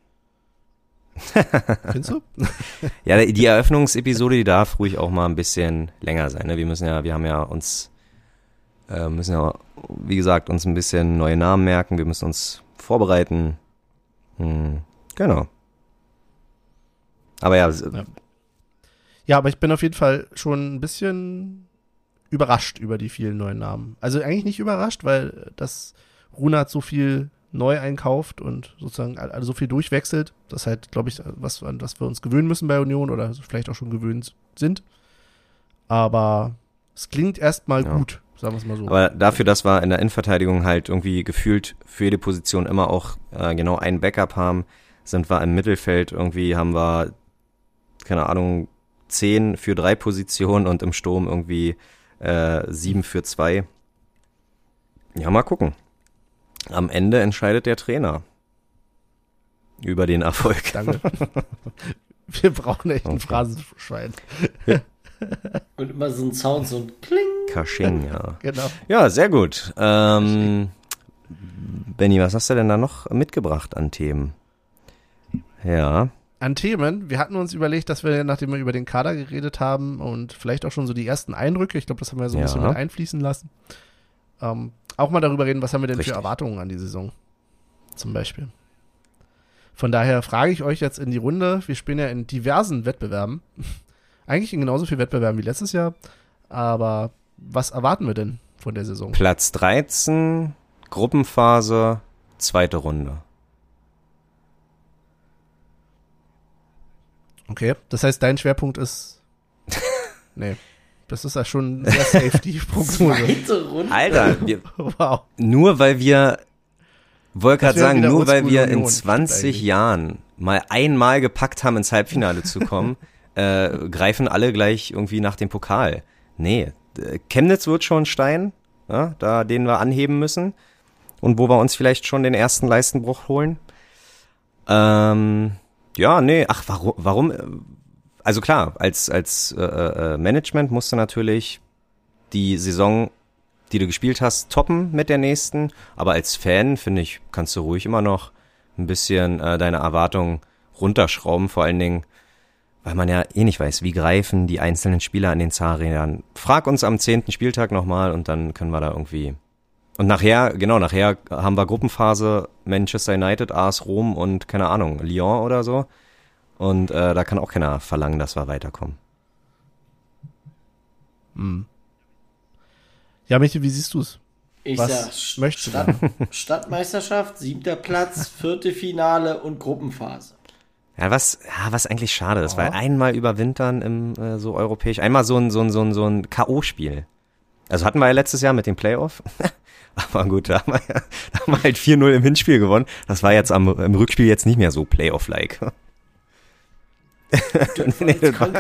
Findest du? Ja, die Eröffnungsepisode, die darf ruhig auch mal ein bisschen länger sein. Ne? Wir müssen ja, wir haben ja uns, äh, müssen ja, wie gesagt, uns ein bisschen neue Namen merken. Wir müssen uns vorbereiten. Hm, genau. Aber ja, s- Ja. Ja, aber ich bin auf jeden Fall schon ein bisschen überrascht über die vielen neuen Namen. Also eigentlich nicht überrascht, weil das Runert so viel neu einkauft und sozusagen also so viel durchwechselt. Das ist halt, glaube ich, was, an was wir uns gewöhnen müssen bei Union oder vielleicht auch schon gewöhnt sind. Aber es klingt erstmal Ja. gut, sagen wir es mal so. aber dafür, dass wir in der Innenverteidigung halt irgendwie gefühlt für jede Position immer auch äh, genau einen Backup haben, sind wir im Mittelfeld irgendwie, haben wir, keine Ahnung, zehn für drei Positionen und im Sturm irgendwie äh, sieben für zwei. Ja, mal gucken. Am Ende entscheidet der Trainer über den Erfolg. Danke. Wir brauchen echt ein Okay. Phrasenschwein. Und immer so ein Sound, so ein Kling. Kasching, ja. Genau. Ja, sehr gut. Ähm, Benni, was hast du denn da noch mitgebracht an Themen? Ja, An Themen, wir hatten uns überlegt, dass wir, nachdem wir über den Kader geredet haben und vielleicht auch schon so die ersten Eindrücke, ich glaube, das haben wir so ein Ja. bisschen mit einfließen lassen, ähm, auch mal darüber reden, was haben wir denn Richtig. für Erwartungen an die Saison, zum Beispiel. Von daher frage ich euch jetzt in die Runde, wir spielen ja in diversen Wettbewerben, eigentlich in genauso vielen Wettbewerben wie letztes Jahr, aber was erwarten wir denn von der Saison? Platz dreizehn, Gruppenphase, zweite Runde. Okay, das heißt, dein Schwerpunkt ist, nee, das ist ja schon sehr safe, die Prognose. Zweite Runde. Alter, wir, Wow. nur weil wir, wollte Das gerade wäre sagen, wieder nur weil Oldschool wir Union, in stimmt zwanzig eigentlich. Jahren mal einmal gepackt haben, ins Halbfinale zu kommen, äh, greifen alle gleich irgendwie nach dem Pokal. Nee, äh, Chemnitz wird schon ein Stein, ja, da den wir anheben müssen und wo wir uns vielleicht schon den ersten Leistenbruch holen. Ähm, ja, nee, ach, warum, warum, äh, also klar, als, als äh, äh, Management musst du natürlich die Saison, die du gespielt hast, toppen mit der nächsten, aber als Fan, finde ich, kannst du ruhig immer noch ein bisschen äh, deine Erwartungen runterschrauben, vor allen Dingen, weil man ja eh nicht weiß, wie greifen die einzelnen Spieler an den Zahnrädern. Frag uns am zehnten Spieltag nochmal und dann können wir da irgendwie... Und nachher, genau, nachher haben wir Gruppenphase Manchester United, A S Rom und, keine Ahnung, Lyon oder so. Und äh, da kann auch keiner verlangen, dass wir weiterkommen. Hm. Ja, Michi, wie siehst du es? Ich Was sag, St- möchtest du Stadt, Stadtmeisterschaft, siebter Platz, vierte Finale und Gruppenphase. Ja, was, ja, was eigentlich schade ist, Ja. weil einmal überwintern im äh, so europäisch, einmal so ein, so ein, so ein, so ein K O-Spiel. Also hatten wir ja letztes Jahr mit dem Playoff. Aber gut, da haben wir, ja, da haben wir halt vier null im Hinspiel gewonnen. Das war jetzt am, im Rückspiel jetzt nicht mehr so Playoff-like. Nee, das war-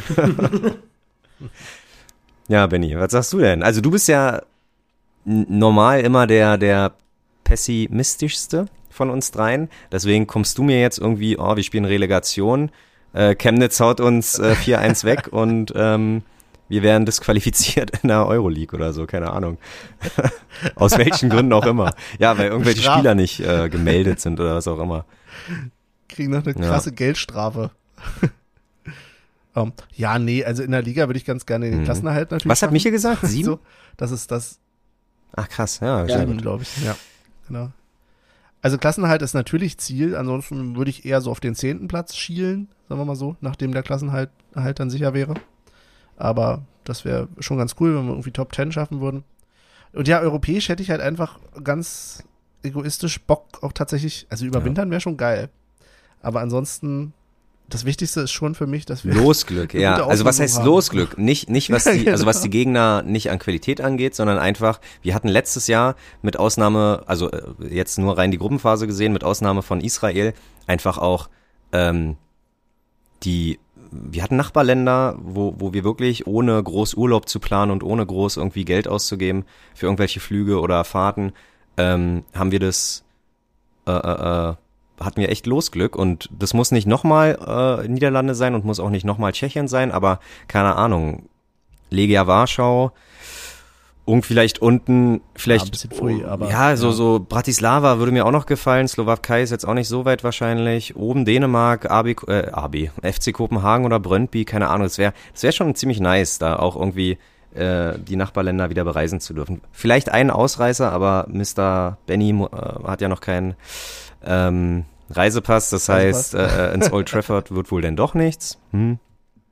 Ja, Benni, was sagst du denn? Also du bist ja n- normal immer der, der pessimistischste von uns dreien. Deswegen kommst du mir jetzt irgendwie, oh, wir spielen Relegation. Äh, Chemnitz haut uns äh, vier eins weg und ähm, wir werden disqualifiziert in der Euroleague oder so, keine Ahnung. Aus welchen Gründen auch immer. Ja, weil irgendwelche Straf- Spieler nicht äh, gemeldet sind oder was auch immer. Kriegen noch eine Ja. krasse Geldstrafe. um, ja, nee, also in der Liga würde ich ganz gerne den Mhm. Klassenerhalt natürlich Was hat schaffen. Michael gesagt? Sieben? So, das ist das Ach krass, ja. Ja, sehr Sieben, gut. glaube ich. Ja, genau. Also Klassenerhalt ist natürlich Ziel, ansonsten würde ich eher so auf den zehnten Platz schielen, sagen wir mal so, nachdem der Klassenerhalt halt dann sicher wäre. Aber das wäre schon ganz cool, wenn wir irgendwie Top zehn schaffen würden. Und ja, europäisch hätte ich halt einfach ganz egoistisch Bock auch tatsächlich, also überwintern wäre schon geil. Aber ansonsten, das Wichtigste ist schon für mich, dass wir Losglück, eine ja. gute Also was Auslosung heißt haben. Losglück? Nicht, nicht was Ja, die, also genau. was die Gegner nicht an Qualität angeht, sondern einfach, wir hatten letztes Jahr mit Ausnahme, also äh, jetzt nur rein die Gruppenphase gesehen, mit Ausnahme von Israel, einfach auch ähm, die, wir hatten Nachbarländer, wo, wo wir wirklich ohne groß Urlaub zu planen und ohne groß irgendwie Geld auszugeben für irgendwelche Flüge oder Fahrten, ähm, haben wir das äh, äh, äh, hatten wir echt Losglück und das muss nicht nochmal äh, Niederlande sein und muss auch nicht nochmal Tschechien sein, aber keine Ahnung, Legia Warschau und vielleicht unten, vielleicht, Ja, ein bisschen früh, aber- ja, so, ja. so Bratislava würde mir auch noch gefallen, Slowakei ist jetzt auch nicht so weit wahrscheinlich, oben Dänemark, A B, äh, A B, F C Kopenhagen oder Brøndby, keine Ahnung, das wäre das wäre schon ziemlich nice, da auch irgendwie äh, die Nachbarländer wieder bereisen zu dürfen. Vielleicht einen Ausreißer, aber Mister Benny äh, hat ja noch keinen ähm, Reisepass, das heißt, äh, ins Old Trafford wird wohl denn doch nichts. Hm.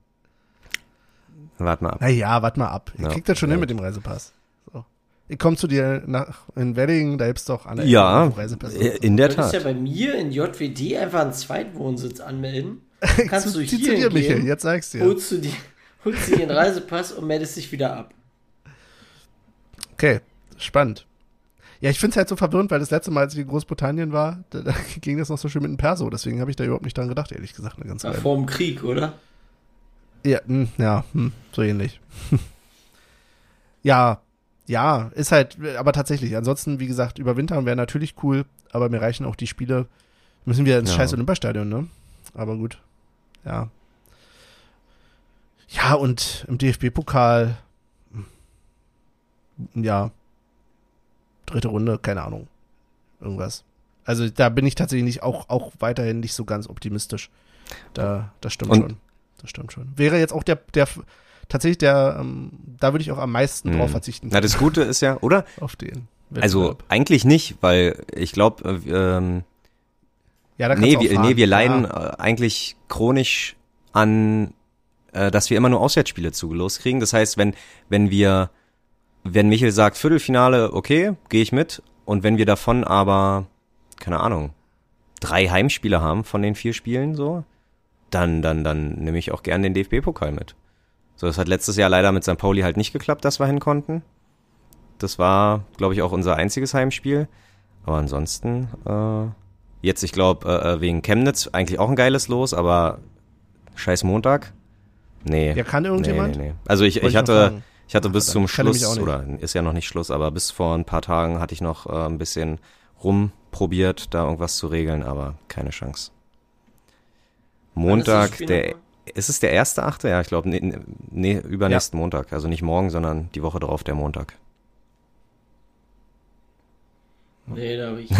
Warte mal ab. Naja, warte mal ab. Ihr Ja, kriegt das schon ja. hin mit dem Reisepass. So. Ich komme zu dir nach in Wedding, da gibt's doch alle Ja, Ecken, wo Reisepässe äh, sind. in der Du könntest ja Tat. bei mir in J W D einfach einen Zweitwohnsitz anmelden. Kannst du Zieh hier zu dir, Michael, hingehen, jetzt sagst du dir. holst du dir, holst dir den Reisepass und meldest dich wieder ab. Okay, spannend. Ja, ich finde es halt so verwirrend, weil das letzte Mal, als ich in Großbritannien war, da, da ging das noch so schön mit dem Perso, deswegen habe ich da überhaupt nicht dran gedacht, ehrlich gesagt, eine ganze Ja, Weile. vor dem Krieg, oder? Ja, mh, ja, hm, so ähnlich. Ja, ja, ist halt, aber tatsächlich, ansonsten, wie gesagt, überwintern wäre natürlich cool, aber mir reichen auch die Spiele, müssen wir ins Ja. scheiß Olympiastadion, ne? Aber gut, ja. Ja, und im D F B-Pokal, ja, dritte Runde, keine Ahnung, irgendwas. Also da bin ich tatsächlich nicht, auch, auch weiterhin nicht so ganz optimistisch. Da, das stimmt Und- schon. Das stimmt schon. Wäre jetzt auch der, der, tatsächlich der, ähm, da würde ich auch am meisten Hm. drauf verzichten. Na, das Gute ist ja, oder? Auf den. Also Wettbewerb. eigentlich nicht, weil ich glaube, ähm, ja, da kannst nee, du auch wir, fahren. nee, wir leiden Ja. äh, eigentlich chronisch an, äh, dass wir immer nur Auswärtsspiele zugelost kriegen. Das heißt, wenn wenn wir, wenn Michel sagt Viertelfinale, okay, gehe ich mit. Und wenn wir davon aber, keine Ahnung, drei Heimspiele haben von den vier Spielen so, dann dann dann nehme ich auch gern den D F B-Pokal mit. So, das hat letztes Jahr leider mit Sankt Pauli halt nicht geklappt, dass wir hin konnten. Das war, glaube ich, auch unser einziges Heimspiel. Aber ansonsten, äh, jetzt, ich glaube, äh, wegen Chemnitz eigentlich auch ein geiles Los, aber scheiß Montag. Nee. Ja, kann irgendjemand? Nee, nee, nee. Also ich, Wollte ich ich noch hatte, fragen. ich hatte Ach, bis zum verdammt, kann ich Schluss, mich auch oder ist ja noch nicht Schluss, aber bis vor ein paar Tagen hatte ich noch äh, ein bisschen rumprobiert, da irgendwas zu regeln, aber keine Chance. Montag, Spiel der, nochmal? ist es der erste Achte? Ja, ich glaube, nee, nee, übernächsten Montag. Also nicht morgen, sondern die Woche drauf, der Montag. Nee, da habe ich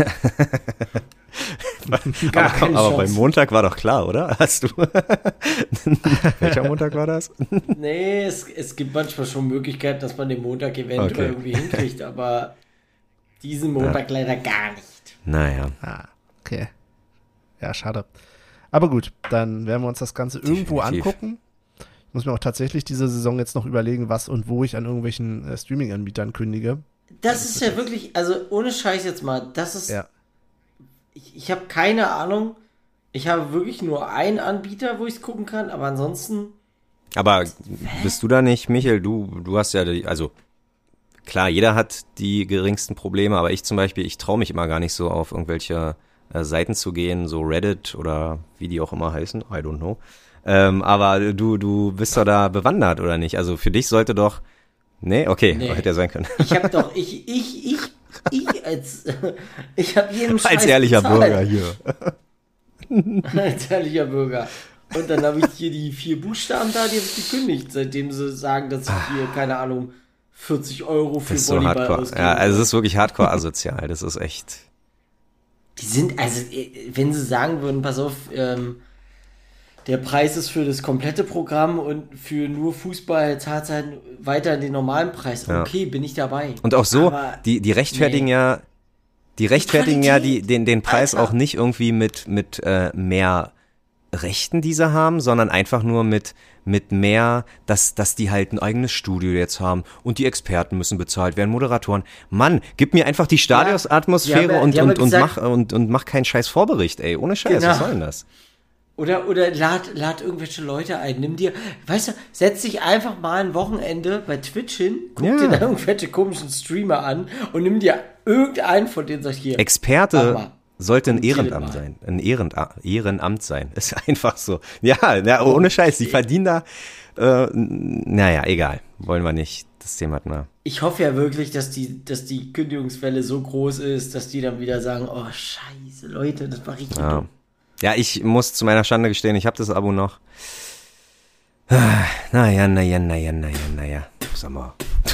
aber gar keine aber Chance. beim Montag war doch klar, oder? Hast du? Welcher Montag war das? Nee, es, es gibt manchmal schon Möglichkeiten, dass man den Montag eventuell Okay. irgendwie hinkriegt, aber diesen Montag leider gar nicht. Naja. Ah, okay. Ja, schade. Aber gut, dann werden wir uns das Ganze irgendwo Definitiv. angucken. Ich muss mir auch tatsächlich diese Saison jetzt noch überlegen, was und wo ich an irgendwelchen äh, Streaming-Anbietern kündige. Das ist ja wirklich, also ohne Scheiß jetzt mal, das ist, Ja. ich, ich habe keine Ahnung, ich habe wirklich nur einen Anbieter, wo ich es gucken kann, aber ansonsten, Aber bist du da nicht, Michael? Du, du hast ja, die, also klar, jeder hat die geringsten Probleme, aber ich zum Beispiel, ich traue mich immer gar nicht so auf irgendwelche äh, Seiten zu gehen, so Reddit oder wie die auch immer heißen, I don't know. Ähm, aber du, du bist doch da bewandert, oder nicht? Also für dich sollte doch, nee, okay, Nee. hätte ja sein können. ich habe doch, ich, ich, ich, ich als, ich habe jedem Scheiß Als ehrlicher bezahlt. Bürger hier. Als ehrlicher Bürger. Und dann habe ich hier die vier Buchstaben da, die habe ich gekündigt, seitdem sie sagen, dass ich hier, keine Ahnung, vierzig Euro für Das ist so Volleyball hardcore. ausgebe. Ja, also es ist wirklich hardcore asozial. Das ist echt. Die sind, also, wenn sie sagen würden, pass auf, ähm, der Preis ist für das komplette Programm und für nur Fußball zahlt halt weiter den normalen Preis. Ja. Okay, bin ich dabei. Und auch so, Aber die, die rechtfertigen nee. ja, die rechtfertigen ja die, Qualität, den, den Preis Alter. auch nicht irgendwie mit, mit äh, mehr Rechten, die sie haben, sondern einfach nur mit, mit mehr, dass, dass die halt ein eigenes Studio jetzt haben und die Experten müssen bezahlt werden, Moderatoren. Mann, gib mir einfach die Stadionsatmosphäre die haben ja- und, die haben und, ja und, gesagt- mach, und, und mach keinen scheiß Vorbericht, ey. Ohne Scheiß, Genau. was soll denn das? Oder, oder lad, lad irgendwelche Leute ein. Nimm dir, weißt du, setz dich einfach mal ein Wochenende bei Twitch hin, guck Ja. dir da irgendwelche komischen Streamer an und nimm dir irgendeinen von denen, sag ich hier. Mach Experte mal. sollte ein Kommentier Ehrenamt mal. sein. Ein Ehrena- Ehrenamt sein. Ist einfach so. Ja, ja, ohne Scheiß. Die verdienen da, äh, n- naja, egal. Wollen wir nicht. Das Thema hat mal. Ich hoffe ja wirklich, dass die, dass die Kündigungswelle so groß ist, dass die dann wieder sagen, oh scheiße, Leute, das war richtig Ja. dumm. Ja, ich muss zu meiner Schande gestehen, ich habe das Abo noch. Ah, Naja, naja, naja, naja, naja. Sag mal.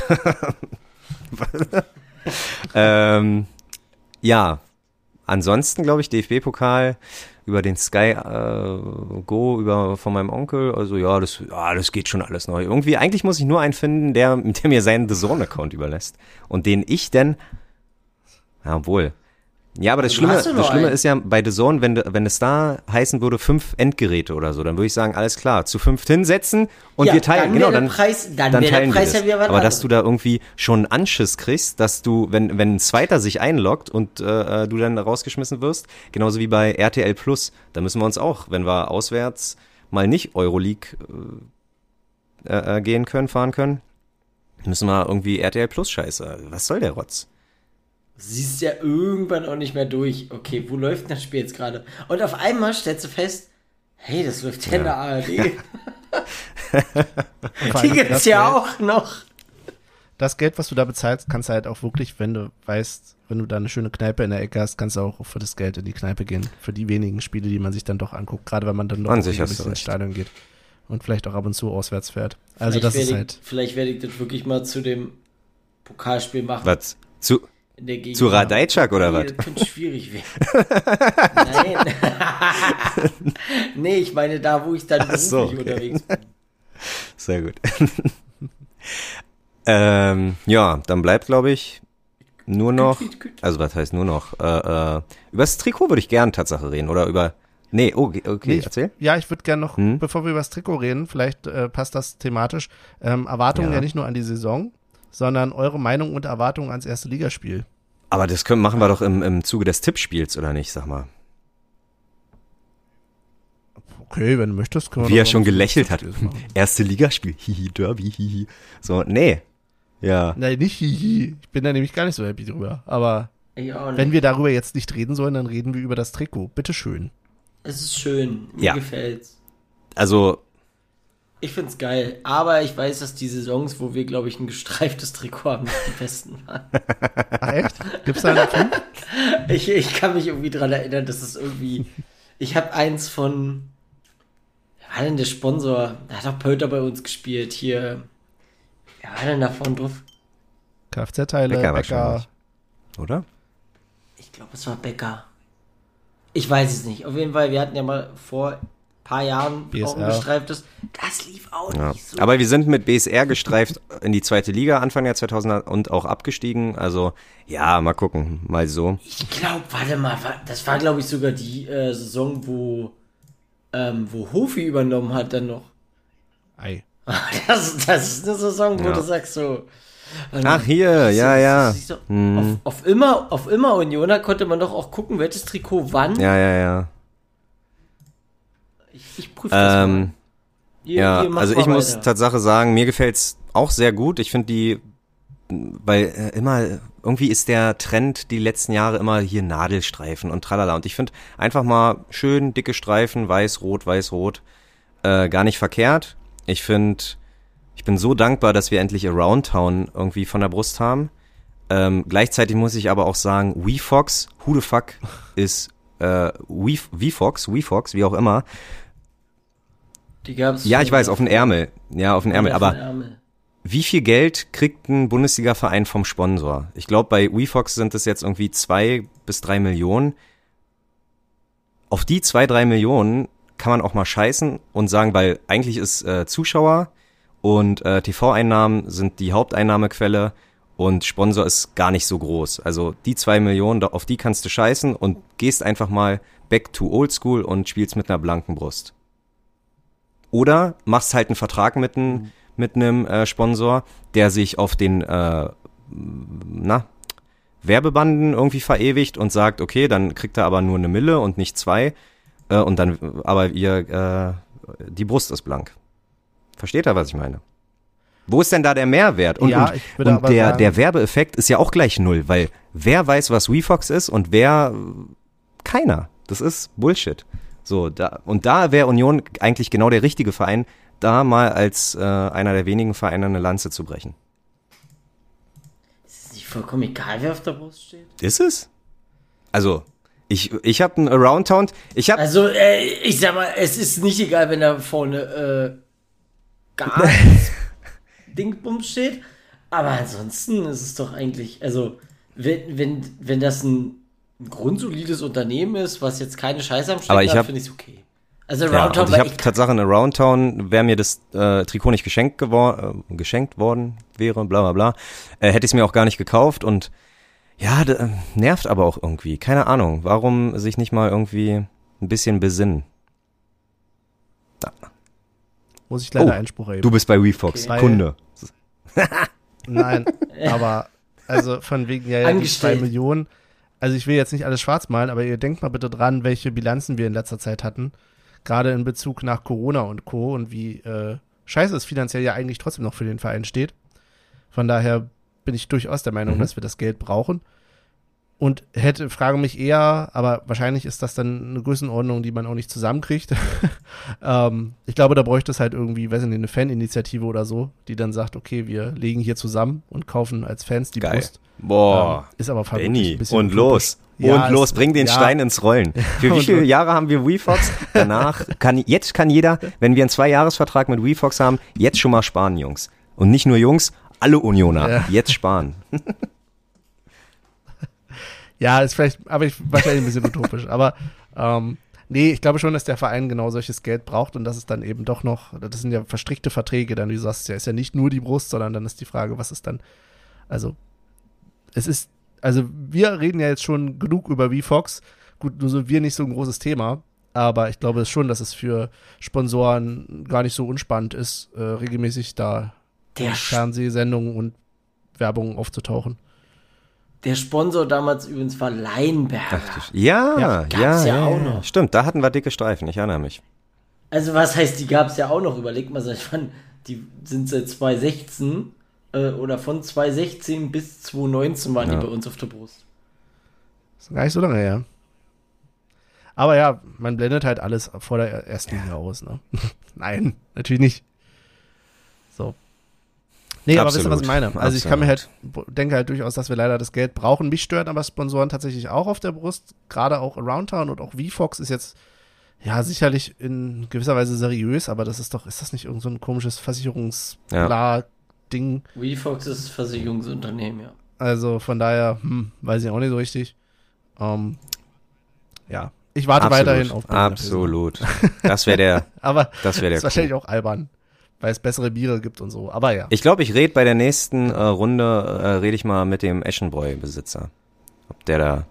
ähm, ja, ansonsten glaube ich D F B-Pokal über den Sky äh, Go über von meinem Onkel. Also ja, das, ja, das geht schon alles neu. Irgendwie, eigentlich muss ich nur einen finden, der, der mir seinen The Zone-Account überlässt. Und den ich denn, ja, obwohl. Ja, aber das Du Schlimme, hast doch das noch Schlimme einen. ist ja bei The Zone, wenn, du- wenn es da heißen würde, fünf Endgeräte oder so, dann würde ich sagen, alles klar, zu fünft hinsetzen und Ja, wir teilen, dann genau, wär der dann, Preis- dann dann wär der teilen Preis wir ja wieder das. was Aber dass anderes. du da irgendwie schon einen Anschiss kriegst, dass du, wenn, wenn ein Zweiter sich einloggt und äh, du dann rausgeschmissen wirst, genauso wie bei R T L Plus, da müssen wir uns auch, wenn wir auswärts mal nicht Euroleague äh, äh, gehen können, fahren können, müssen wir irgendwie R T L Plus scheiße. Was soll der Rotz? Siehst ja irgendwann auch nicht mehr durch. Okay, wo läuft denn das Spiel jetzt gerade? Und auf einmal stellst du fest, hey, das läuft ja in der A R D. Vor Die allem gibt's das ja Geld- auch noch. Das Geld, was du da bezahlst, kannst du halt auch wirklich, wenn du weißt, wenn du da eine schöne Kneipe in der Ecke hast, kannst du auch für das Geld in die Kneipe gehen. Für die wenigen Spiele, die man sich dann doch anguckt. Gerade wenn man dann doch An auch sich hast du regelmäßig ins recht. Stadion geht. Und vielleicht auch ab und zu auswärts fährt. Also Vielleicht das ist werde ich, halt. Vielleicht werde ich das wirklich mal zu dem Pokalspiel machen. Was? Zu, In der Gegend. zu Radajczak oder Nee, was? das könnte schwierig werden. Nein. Nee, ich meine da, wo ich dann beruflich so, okay. unterwegs bin. Sehr gut. ähm, ja, dann bleibt, glaube ich, nur noch, also was heißt nur noch, äh, äh, über das Trikot würde ich gern Tatsache reden, oder über, nee, okay, okay Nee, ich, erzähl. Ja, ich würde gerne noch, Hm? bevor wir über das Trikot reden, vielleicht äh, passt das thematisch, ähm, Erwartungen ja. Ja. ja nicht nur an die Saison, sondern eure Meinung und Erwartungen ans erste Ligaspiel. Aber das können, machen wir doch im, im Zuge des Tippspiels, oder nicht, sag mal. Okay, wenn du möchtest, können wir Wie er doch schon mal gelächelt das hat. Tippspiel machen. Erste Ligaspiel, hihi, Derby, hihi. So, nee. Ja. Nein, nicht hihi. Ich bin da nämlich gar nicht so happy drüber. Aber Ich auch nicht. wenn wir darüber jetzt nicht reden sollen, dann reden wir über das Trikot. Bitteschön. Es ist schön. Mir Ja. gefällt's. Also, Ich find's geil. Aber ich weiß, dass die Saisons, wo wir, glaube ich, ein gestreiftes Trikot haben, nicht die besten waren. Ach echt? Gibt's da einen Typ? Ich, ich kann mich irgendwie dran erinnern, dass es irgendwie. Ich habe eins von. Wer war denn der Sponsor? Da hat auch Pölter bei uns gespielt. Hier. Wer war denn da vorne drauf? Kfz-Teile, Becker Becker. wahrscheinlich. Oder? Ich glaube, es war Becker. Ich weiß es nicht. Auf jeden Fall, wir hatten ja mal vor ein paar Jahren B S auch ein R. gestreiftes. Das lief auch Ja. nicht so. Aber wir sind mit B S R gestreift in die zweite Liga Anfang der zweitausender und auch abgestiegen. Also, ja, mal gucken. Mal so. Ich glaube, warte mal, wa- das war, glaube ich, sogar die äh, Saison, wo, ähm, wo Hofi übernommen hat dann noch. Ei. Das, das ist eine Saison, wo Ja. du sagst so. Ach, hier, ja, ja. Siehst du, Hm. auf, auf immer, auf immer Unioner konnte man doch auch gucken, welches Trikot wann. Ja, ja, ja. Ich, ich prüfe das mal. Ähm, Ihr, ja, ihr macht also mal ich muss weiter. Tatsache sagen, mir gefällt's auch sehr gut. Ich finde die, weil äh, immer, irgendwie ist der Trend die letzten Jahre immer hier Nadelstreifen und tralala. Und ich finde einfach mal schön dicke Streifen, weiß, rot, weiß, rot, äh, gar nicht verkehrt. Ich finde, ich bin so dankbar, dass wir endlich Around Town irgendwie von der Brust haben. Ähm, gleichzeitig muss ich aber auch sagen, WeFox, who the fuck ist äh, We- VFox, WeFox, wie auch immer. Die gab's Ja, schon ich weiß, auf den Ärmel. Ja, auf den Ärmel. auf Aber den Ärmel. wie viel Geld kriegt ein Bundesliga-Verein vom Sponsor? Ich glaube, bei WeFox sind es jetzt irgendwie zwei bis drei Millionen. Auf die zwei, drei Millionen kann man auch mal scheißen und sagen, weil eigentlich ist äh, Zuschauer und äh, T V-Einnahmen sind die Haupteinnahmequelle und Sponsor ist gar nicht so groß. Also die zwei Millionen, da- auf die kannst du scheißen und gehst einfach mal back to old school und spielst mit einer blanken Brust. Oder machst halt einen Vertrag mit einem mit einem äh, Sponsor, der sich auf den äh, na, Werbebanden irgendwie verewigt und sagt, okay, dann kriegt er aber nur eine Mille und nicht zwei äh, und dann, aber ihr, äh, die Brust ist blank. Versteht ihr, was ich meine? Wo ist denn da der Mehrwert? Und, Ja, und, ich würde und aber der, sagen- der Werbeeffekt ist ja auch gleich null, weil wer weiß, was WeFox ist und wer, keiner. Das ist Bullshit. So, da, und da wäre Union eigentlich genau der richtige Verein, da mal als äh, einer der wenigen Vereine eine Lanze zu brechen. Ist es nicht vollkommen egal, wer auf der Brust steht? Ist es? Also, ich, ich habe einen Around Town, ich habe Also, äh, ich sag mal, es ist nicht egal, wenn da vorne äh, gar Dingbums steht. Aber ansonsten ist es doch eigentlich, also, wenn, wenn, wenn das ein, ein grundsolides Unternehmen ist, was jetzt keine Scheiße am Stecken Aber ich hat, hab- finde ich es okay. Also, ja, Roundtop und ich war habe echt Tatsache in Around Town, wäre mir das äh, Trikot nicht geschenkt, gewor äh, geschenkt worden wäre, bla bla bla, äh, hätte ich es mir auch gar nicht gekauft und ja, d- äh, nervt aber auch irgendwie. Keine Ahnung, warum sich nicht mal irgendwie ein bisschen besinnen. Da. Muss ich leider Oh, Einspruch erheben. Du bist bei WeFox, Okay. Kunde. Nein, aber also von wegen ja, ja die zwei Angestellt. Millionen. Also ich will jetzt nicht alles schwarz malen, aber ihr denkt mal bitte dran, welche Bilanzen wir in letzter Zeit hatten. Gerade in Bezug nach Corona und Co. und wie äh, scheiße es finanziell ja eigentlich trotzdem noch für den Verein steht. Von daher bin ich durchaus der Meinung, Mhm. dass wir das Geld brauchen. Und hätte, frage mich eher, aber wahrscheinlich ist das dann eine Größenordnung, die man auch nicht zusammenkriegt. ähm, ich glaube, da bräuchte es halt irgendwie, weiß nicht, eine Faninitiative oder so, die dann sagt, okay, wir legen hier zusammen und kaufen als Fans die Geil. Brust. Boah, Ähm, ist aber vermutlich Benny, ein bisschen und los. Ja, und los, es- bring den ja. Stein ins Rollen. Für wie Und- viele Jahre haben wir WeFox? Danach kann, jetzt kann jeder, wenn wir einen Zwei-Jahres-Vertrag mit WeFox haben, jetzt schon mal sparen, Jungs. Und nicht nur Jungs, alle Unioner, Ja. jetzt sparen. Ja, ist vielleicht, aber ich wahrscheinlich ein bisschen utopisch. Aber ähm, Nee, ich glaube schon, dass der Verein genau solches Geld braucht und dass es dann eben doch noch, das sind ja verstrickte Verträge, dann, wie du sagst, ja, ist ja nicht nur die Brust, sondern dann ist die Frage, was ist dann, also, es ist, also wir reden ja jetzt schon genug über VFox, gut, nur sind wir nicht so ein großes Thema, aber ich glaube schon, dass es für Sponsoren gar nicht so unspannend ist, äh, regelmäßig da Der in Fernsehsendungen und Werbung aufzutauchen. Der Sponsor damals übrigens war Leinberger. Ach, ja, ja, gab's ja, ja ja, auch ja. noch. Stimmt, da hatten wir dicke Streifen, ich erinnere mich. Also was heißt, die gab es ja auch noch. Überleg mal, seit wann, die sind seit zwanzig sechzehn äh, oder von zwanzig sechzehn bis zwanzig neunzehn waren Ja. die bei uns auf der Brust. Das ist gar nicht so lange her. Aber ja, man blendet halt alles vor der ersten Liga aus, ne? Nein, natürlich nicht. So. Nee, aber wisst ihr, was ich meine? Also ich kann mir halt, denke halt durchaus, dass wir leider das Geld brauchen. Mich stören aber Sponsoren tatsächlich auch auf der Brust. Gerade auch Aroundtown und auch VFox ist jetzt, ja, sicherlich in gewisser Weise seriös, aber das ist doch, ist das nicht irgend so ein komisches Versicherungs-Bla-Ding? VFox ist Versicherungsunternehmen, ja. Also von daher, hm, weiß ich auch nicht so richtig. Ähm, ja, ich warte Absolut, weiterhin auf Berliner absolut. Das wäre der, Pilsner. Aber das wäre der ist wahrscheinlich auch albern, weil es bessere Biere gibt und so. Aber ja. Ich glaube, ich rede bei der nächsten äh, Runde, äh, rede ich mal mit dem Eschenbräu-Besitzer. Ob der da,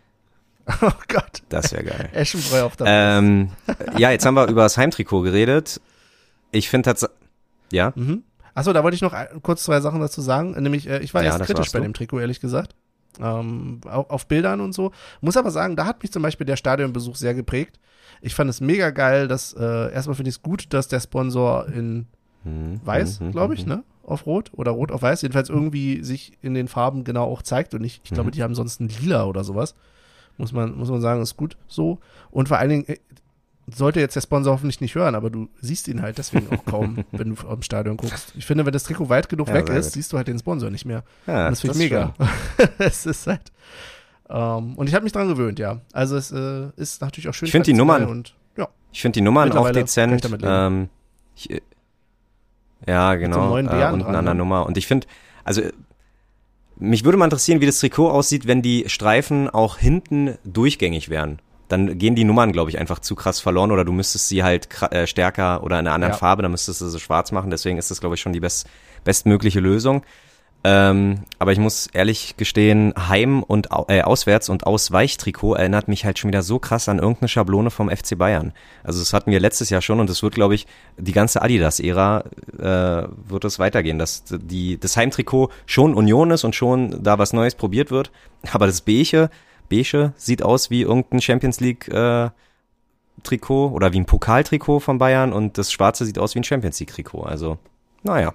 Oh Gott. das wäre geil. Eschenbräu auf der ähm, ja, jetzt haben wir über das Heimtrikot geredet. Ich finde tatsächlich, ja, Mhm. Achso, da wollte ich noch ein, kurz zwei Sachen dazu sagen. Nämlich, äh, ich war Ja, erst das kritisch warst bei du. dem Trikot, ehrlich gesagt. Ähm, auf, auf Bildern und so. Muss aber sagen, da hat mich zum Beispiel der Stadionbesuch sehr geprägt. Ich fand es mega geil, dass, äh, erstmal finde ich es gut, dass der Sponsor in Hm, weiß, hm, hm, glaube ich, hm. ne? Auf Rot oder Rot auf Weiß. Jedenfalls irgendwie sich in den Farben genau auch zeigt und nicht, ich glaube, Mhm. die haben sonst ein Lila oder sowas. Muss man, muss man sagen, ist gut so. Und vor allen Dingen, äh, sollte jetzt der Sponsor hoffentlich nicht hören, aber du siehst ihn halt deswegen auch kaum, wenn du im Stadion guckst. Ich finde, wenn das Trikot weit genug Ja, weg sehr ist, gut. siehst du halt den Sponsor nicht mehr. Ja, Und das finde ich ist mega. es ist halt. Ähm, und ich habe mich dran gewöhnt, ja. Also es äh, ist natürlich auch schön. Ich find die traditionell Nummern- Und, ja. Ich finde die Nummern auch Mittlerweile kann ich dezent. damit leben. Ähm, ich, äh, ja, so einem genau. neuen Äh, Bären unten dran, an der ne? Nummer. Und ich finde, also äh, mich würde mal interessieren, wie das Trikot aussieht, wenn die Streifen auch hinten durchgängig wären. Dann gehen die Nummern, glaube ich, einfach zu krass verloren oder du müsstest sie halt kra- äh, stärker oder in einer anderen Ja. Farbe, dann müsstest du sie schwarz machen. Deswegen ist das, glaube ich, schon die best, bestmögliche Lösung. Ähm, aber ich muss ehrlich gestehen, Heim- und Au- äh, Auswärts- und Ausweichtrikot erinnert mich halt schon wieder so krass an irgendeine Schablone vom F C Bayern. Also das hatten wir letztes Jahr schon und es wird, glaube ich, die ganze Adidas-Ära äh, wird es weitergehen, dass die, das Heimtrikot schon Union ist und schon da was Neues probiert wird. Aber das Beige, Beige sieht aus wie irgendein Champions League äh, Trikot oder wie ein Pokaltrikot von Bayern und das Schwarze sieht aus wie ein Champions League Trikot. Also, naja.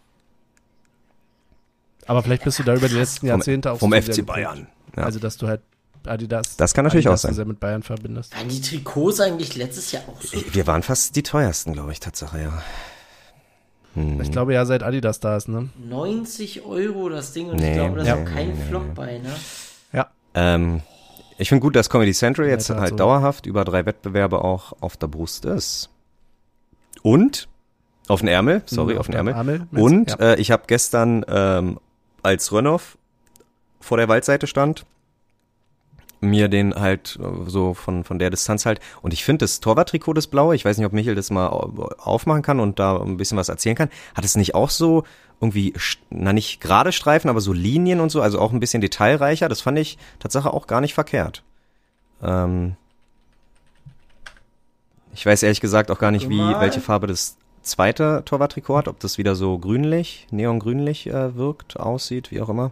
Aber vielleicht bist du da über die letzten Vom- Jahrzehnte auch Vom so F sehr C geprägt. Bayern. Ja. Also, dass du halt Adidas. Das kann natürlich Adidas auch sein. sehr mit Bayern verbindest. Waren die Trikots eigentlich letztes Jahr auch so? Wir waren fast die teuersten, glaube ich, Tatsache, ja. Hm. Ich glaube ja, seit Adidas da ist, ne? neunzig Euro das Ding und Nee, ich glaube, da ist ja. auch kein nee, nee, Flop nee. bei, ne? Ja. Ähm, ich finde gut, dass Comedy Central jetzt Ja, tat halt so. dauerhaft über drei Wettbewerbe auch auf der Brust ist. Und auf den Ärmel, sorry, Mhm, auf den auf dem Ärmel. Ärmel mit- Und ja. äh, ich habe gestern, ähm, als Rönnoff vor der Waldseite stand, mir den halt äh, so von von der Distanz halt. Und ich finde das Torwarttrikot, das blaue, ich weiß nicht, ob Michael das mal au- aufmachen kann und da ein bisschen was erzählen kann. Hat es nicht auch so irgendwie, sch- na nicht gerade Streifen, aber so Linien und so, also auch ein bisschen detailreicher. Das fand ich Tatsache auch gar nicht verkehrt. Ähm, ich weiß ehrlich gesagt auch gar nicht, wie Mal. welche Farbe das zweite Torwarttrikot hat, ob das wieder so grünlich, neongrünlich äh, wirkt, aussieht, wie auch immer.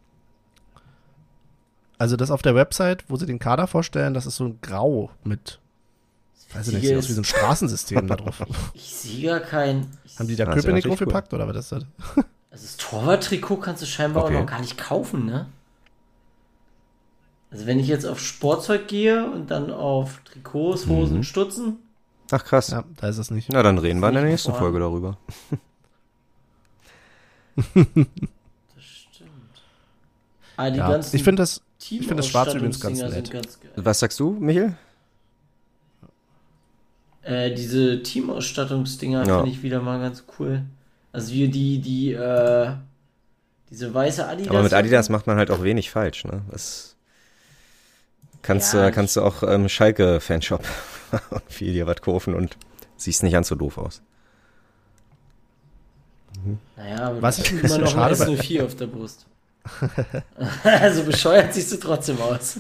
Also das auf der Website, wo sie den Kader vorstellen, das ist so ein Grau mit, weiß ich nicht, sieht aus wie so ein Straßensystem da drauf. Ich sehe gar kein. Haben die da Das ist ja Köpenick natürlich draufgepackt oder was ist das? Also das Torwarttrikot kannst du scheinbar Okay. auch noch gar nicht kaufen, ne? Also wenn ich jetzt auf Sportzeug gehe und dann auf Trikots, Hosen, Mhm. Stutzen, Ach krass. Ja, da ist es nicht. Na, dann reden wir in der Nicht nächsten vorhanden. Folge darüber. das stimmt. Ah, die Ja. ganzen Ich finde das, ich finde das Schwarz übrigens ganz Teamausstattungsdinger nett. sind ganz geil. Was sagst du, Michael? Äh, diese Teamausstattungsdinger Ja. finde ich wieder mal ganz cool. Also wie die, die, äh, diese weiße Adidas. Aber mit Adidas macht man halt auch wenig falsch, ne? Das kannst, Ja, äh, kannst du auch ähm, Schalke-Fanshop viel dir was kaufen und siehst nicht ganz so doof aus. Naja, aber Was du ich ein hast bisschen immer noch schade ein bei- S null vier auf der Brust. Also bescheuert siehst du trotzdem aus.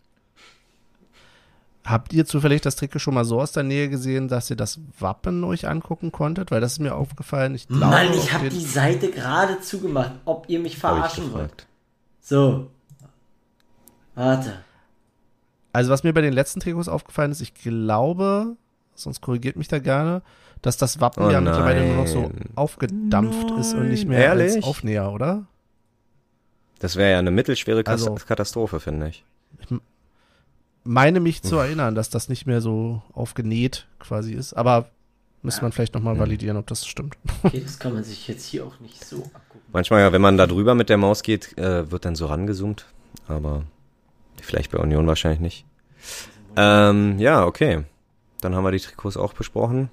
Habt ihr zufällig das Trikot schon mal so aus der Nähe gesehen, dass ihr das Wappen euch angucken konntet? Weil das ist mir aufgefallen. Ich glaube, Mann, ich auf habe den- die Seite gerade zugemacht, ob ihr mich Hab ich verarschen wollt. gefragt. So. Warte. Also was mir bei den letzten Trikots aufgefallen ist, ich glaube, sonst korrigiert mich da gerne, dass das Wappen Oh ja mittlerweile nur noch so nein. aufgedampft ist und nicht Nein. mehr als Ehrlich? Aufnäher, oder? Das wäre ja eine mittelschwere Kas- Also- Katastrophe, finde ich. Meine mich zu erinnern, dass das nicht mehr so aufgenäht quasi ist, aber müsste man vielleicht nochmal validieren, ob das stimmt. Okay, das kann man sich jetzt hier auch nicht so angucken. Manchmal ja, wenn man da drüber mit der Maus geht, äh, wird dann so rangezoomt, aber vielleicht bei Union wahrscheinlich nicht. Ähm, ja, okay. Dann haben wir die Trikots auch besprochen.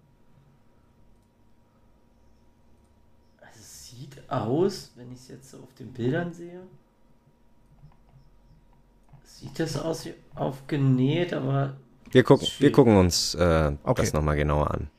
Also es sieht aus, wenn ich es jetzt so auf den Bildern sehe, sieht das aus wie aufgenäht, aber Wir gucken, wir Schwierig. gucken uns äh, Okay. das nochmal genauer an.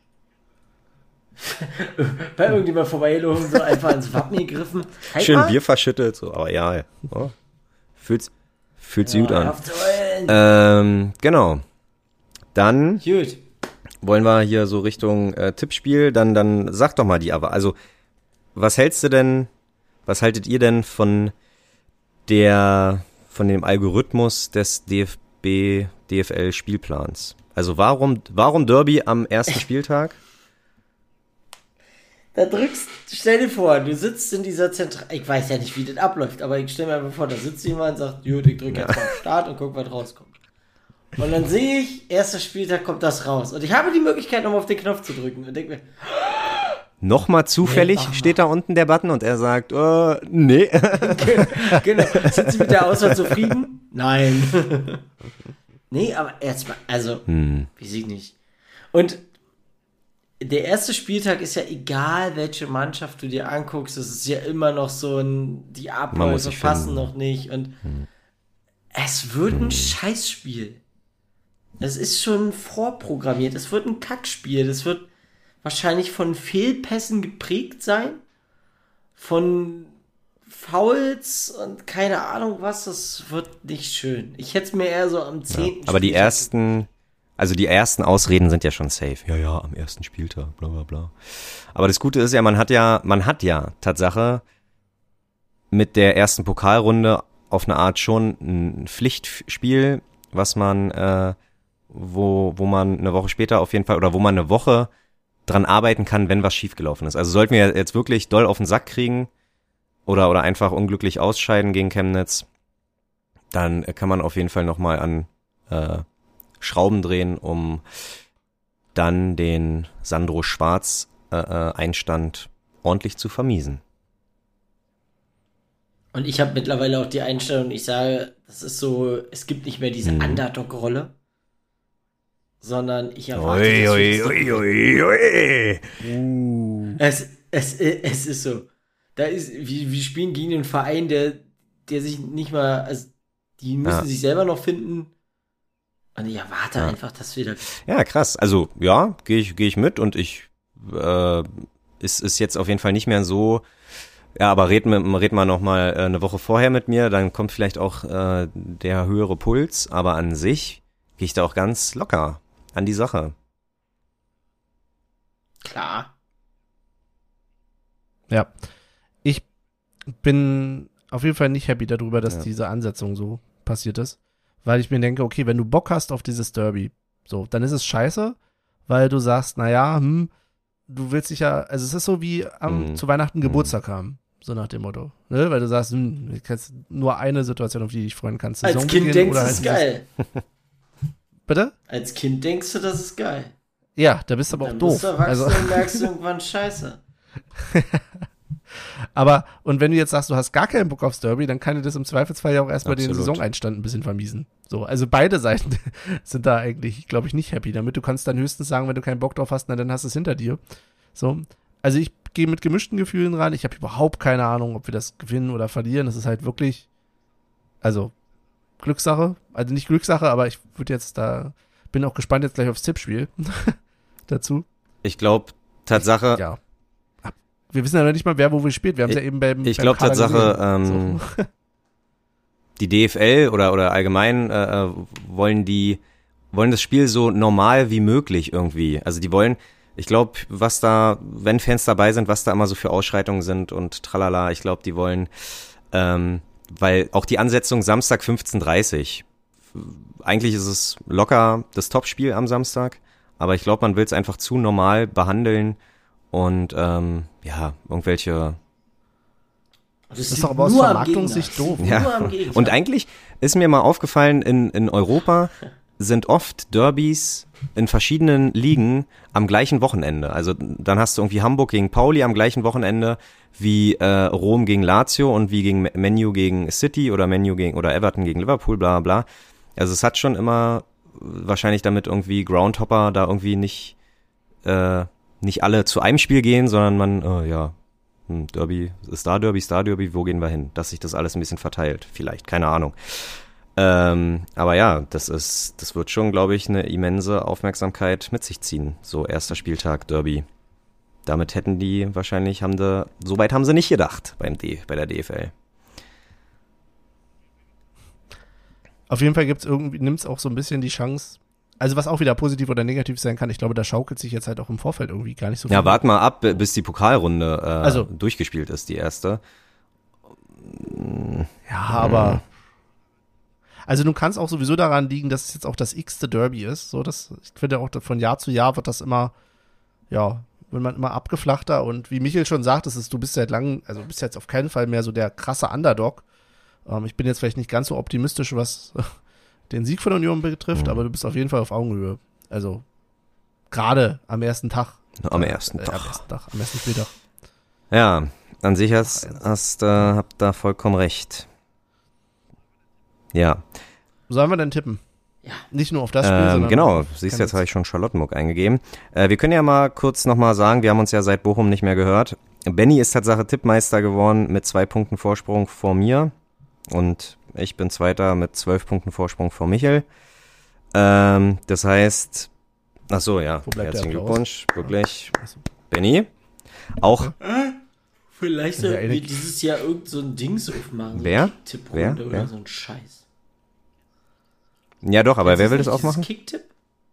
bei irgendjemand vorbeigelaufen, so einfach ins Wappen gegriffen. Halt Schön mal. Bier verschüttet, so, aber ja, ja. Oh. Fühlt, fühlt sich Ja, gut an. auf zu heulen. Ähm, genau. Dann Gut. wollen wir hier so Richtung äh, Tippspiel, dann, dann sag doch mal die aber. Also, was hältst du denn, was haltet ihr denn von der, von dem Algorithmus des D F B, D F L-Spielplans? Also warum, warum Derby am ersten Spieltag? Da drückst, stell dir vor, du sitzt in dieser Zentral... Ich weiß ja nicht, wie das abläuft, aber ich stell mir einfach vor, da sitzt jemand und sagt, gut, ich drücke jetzt mal auf Start und guck, was rauskommt. Und dann sehe ich, erster Spieltag kommt das raus. Und ich habe die Möglichkeit, nochmal auf den Knopf zu drücken und denke mir, Nochmal zufällig Nee, mach mal. steht da unten der Button und er sagt, äh, nee. genau, sind Sie mit der Auswahl zufrieden? Nein. Nee, aber erstmal, also, Hm. weiß ich nicht. Und der erste Spieltag ist ja egal, welche Mannschaft du dir anguckst, es ist ja immer noch so ein, die muss Abläufe sich passen finden. noch nicht und es wird ein Scheißspiel. Es ist schon vorprogrammiert, es wird ein Kackspiel, es wird wahrscheinlich von Fehlpässen geprägt sein, von Fouls und keine Ahnung was, das wird nicht schön. Ich hätte es mir eher so am zehnten Aber die Spieltag- ersten, also die ersten Ausreden sind ja schon safe. Ja, ja, am ersten Spieltag, bla bla bla. Aber das Gute ist ja, man hat ja, man hat ja Tatsache mit der ersten Pokalrunde auf eine Art schon ein Pflichtspiel, was man, äh, wo, wo man eine Woche später auf jeden Fall, oder wo man eine Woche dran arbeiten kann, wenn was schiefgelaufen ist. Also sollten wir jetzt wirklich doll auf den Sack kriegen oder, oder einfach unglücklich ausscheiden gegen Chemnitz, dann kann man auf jeden Fall nochmal an äh, Schrauben drehen, um dann den Sandro Schwarz äh, äh, Einstand ordentlich zu vermiesen. Und ich habe mittlerweile auch die Einstellung, ich sage, das ist so, es gibt nicht mehr diese Hm. Underdog-Rolle, sondern ich erwarte, Ui, dass ui, wir- ui, ui, ui. Es, es, es ist so. Da ist, wir, wir spielen gegen einen Verein, der, der sich nicht mal, also die müssen Ja. sich selber noch finden. Und ich erwarte Ja. einfach, dass wir da. Ja, krass. Also ja, gehe ich, geh ich mit und ich äh, ist, ist jetzt auf jeden Fall nicht mehr so. Ja, aber red, mit, red mal noch mal äh, eine Woche vorher mit mir, dann kommt vielleicht auch äh, der höhere Puls, aber an sich gehe ich da auch ganz locker an die Sache. Klar. Ja. Ich bin auf jeden Fall nicht happy darüber, dass Ja. diese Ansetzung so passiert ist. Weil ich mir denke, okay, wenn du Bock hast auf dieses Derby, so, dann ist es scheiße, weil du sagst, naja, hm, du willst dich ja, also es ist so wie am, Mhm. zu Weihnachten Mhm. Geburtstag haben, so nach dem Motto. Ne? Weil du sagst, hm, du kannst nur eine Situation, auf die du dich freuen kannst. Als Kind Saisonbeginn denkst du, oder das ist halt geil. dieses- Bitte? Als Kind denkst du, das ist geil. Ja, da bist du aber auch Dann doof. bist du erwachsen Also, und merkst irgendwann Scheiße. aber, und wenn du jetzt sagst, du hast gar keinen Bock aufs Derby, dann kann dir das im Zweifelsfall ja auch erstmal den Absolut. Saisoneinstand ein bisschen vermiesen. So, also beide Seiten sind da eigentlich, glaube ich, nicht happy damit. Du kannst dann höchstens sagen, wenn du keinen Bock drauf hast, na, dann hast du es hinter dir. So, also ich gehe mit gemischten Gefühlen ran. Ich habe überhaupt keine Ahnung, ob wir das gewinnen oder verlieren. Das ist halt wirklich, also Glückssache. Also nicht Glückssache, aber ich würde jetzt da, bin auch gespannt jetzt gleich aufs Tippspiel dazu. Ich glaube, Tatsache. Ja. Wir wissen ja noch nicht mal, wer wo wir spielt. Wir haben es ja eben beim Ich beim glaube, Kader Tatsache, gesehen. ähm, So. die D F L oder, oder allgemein äh, wollen die, wollen das Spiel so normal wie möglich irgendwie. Also die wollen, ich glaube, was da, wenn Fans dabei sind, was da immer so für Ausschreitungen sind und tralala, ich glaube, die wollen, ähm, weil auch die Ansetzung Samstag fünfzehn Uhr dreißig, eigentlich ist es locker das Topspiel am Samstag, aber ich glaube, man will es einfach zu normal behandeln und ähm, ja, irgendwelche. Das, Das ist doch aber aus Vermarktungssicht doof. Ja. Und eigentlich ist mir mal aufgefallen, in, in Europa sind oft Derbys in verschiedenen Ligen am gleichen Wochenende. Also dann hast du irgendwie Hamburg gegen Pauli am gleichen Wochenende wie äh, Rom gegen Lazio und wie gegen Man U gegen City oder Man U gegen oder Everton gegen Liverpool, bla bla. Also es hat schon immer wahrscheinlich damit irgendwie Groundhopper da irgendwie nicht äh, nicht alle zu einem Spiel gehen, sondern man, äh, ja, Derby, Star Derby, Star Derby, wo gehen wir hin? Dass sich das alles ein bisschen verteilt, vielleicht, keine Ahnung. Ähm, aber ja, das ist, das wird schon, glaube ich, eine immense Aufmerksamkeit mit sich ziehen. So erster Spieltag Derby. Damit hätten die wahrscheinlich, haben die, so weit haben sie nicht gedacht beim D, bei der D F L. Auf jeden Fall gibt's irgendwie, nimmt's auch so ein bisschen die Chance, also was auch wieder positiv oder negativ sein kann, ich glaube, da schaukelt sich jetzt halt auch im Vorfeld irgendwie gar nicht so viel. Ja, wart mal ab, bis die Pokalrunde äh, also, durchgespielt ist, die erste. Ja, aber also du kannst auch sowieso daran liegen, dass es jetzt auch das x-te Derby ist. So, das, ich finde auch, von Jahr zu Jahr wird das immer, ja, wird man immer abgeflachter und wie Michael schon sagt, das ist, du bist seit langem, also du bist jetzt auf keinen Fall mehr so der krasse Underdog. Ähm, ich bin jetzt vielleicht nicht ganz so optimistisch, was den Sieg von Union betrifft, mhm. aber du bist auf jeden Fall auf Augenhöhe. Also gerade am ersten Tag. Am ersten äh, Tag. Am ersten Tag, am ersten Spieltag. Ja, an sich hast, hast äh, habt da vollkommen recht. Ja. Sollen wir denn tippen? Ja. Nicht nur auf das Spiel, ähm, sondern genau, siehst du, jetzt habe ich schon Charlottenburg eingegeben. Äh, wir können ja mal kurz nochmal sagen, wir haben uns ja seit Bochum nicht mehr gehört. Benny ist Tatsache Tippmeister geworden mit zwei Punkten Vorsprung vor mir und ich bin Zweiter mit zwölf Punkten Vorsprung vor Michael. Ähm, das heißt, ach so, ja, herzlichen Glückwunsch, wirklich. Ja. Benny, auch. Äh, vielleicht ja, sollten wir dieses Jahr irgend so ein Dings aufmachen. Wer? So Tipprunde Wer? oder Wer? so ein Scheiß. Ja doch, aber Jetzt wer will ist das nicht aufmachen? dieses Kicktipp?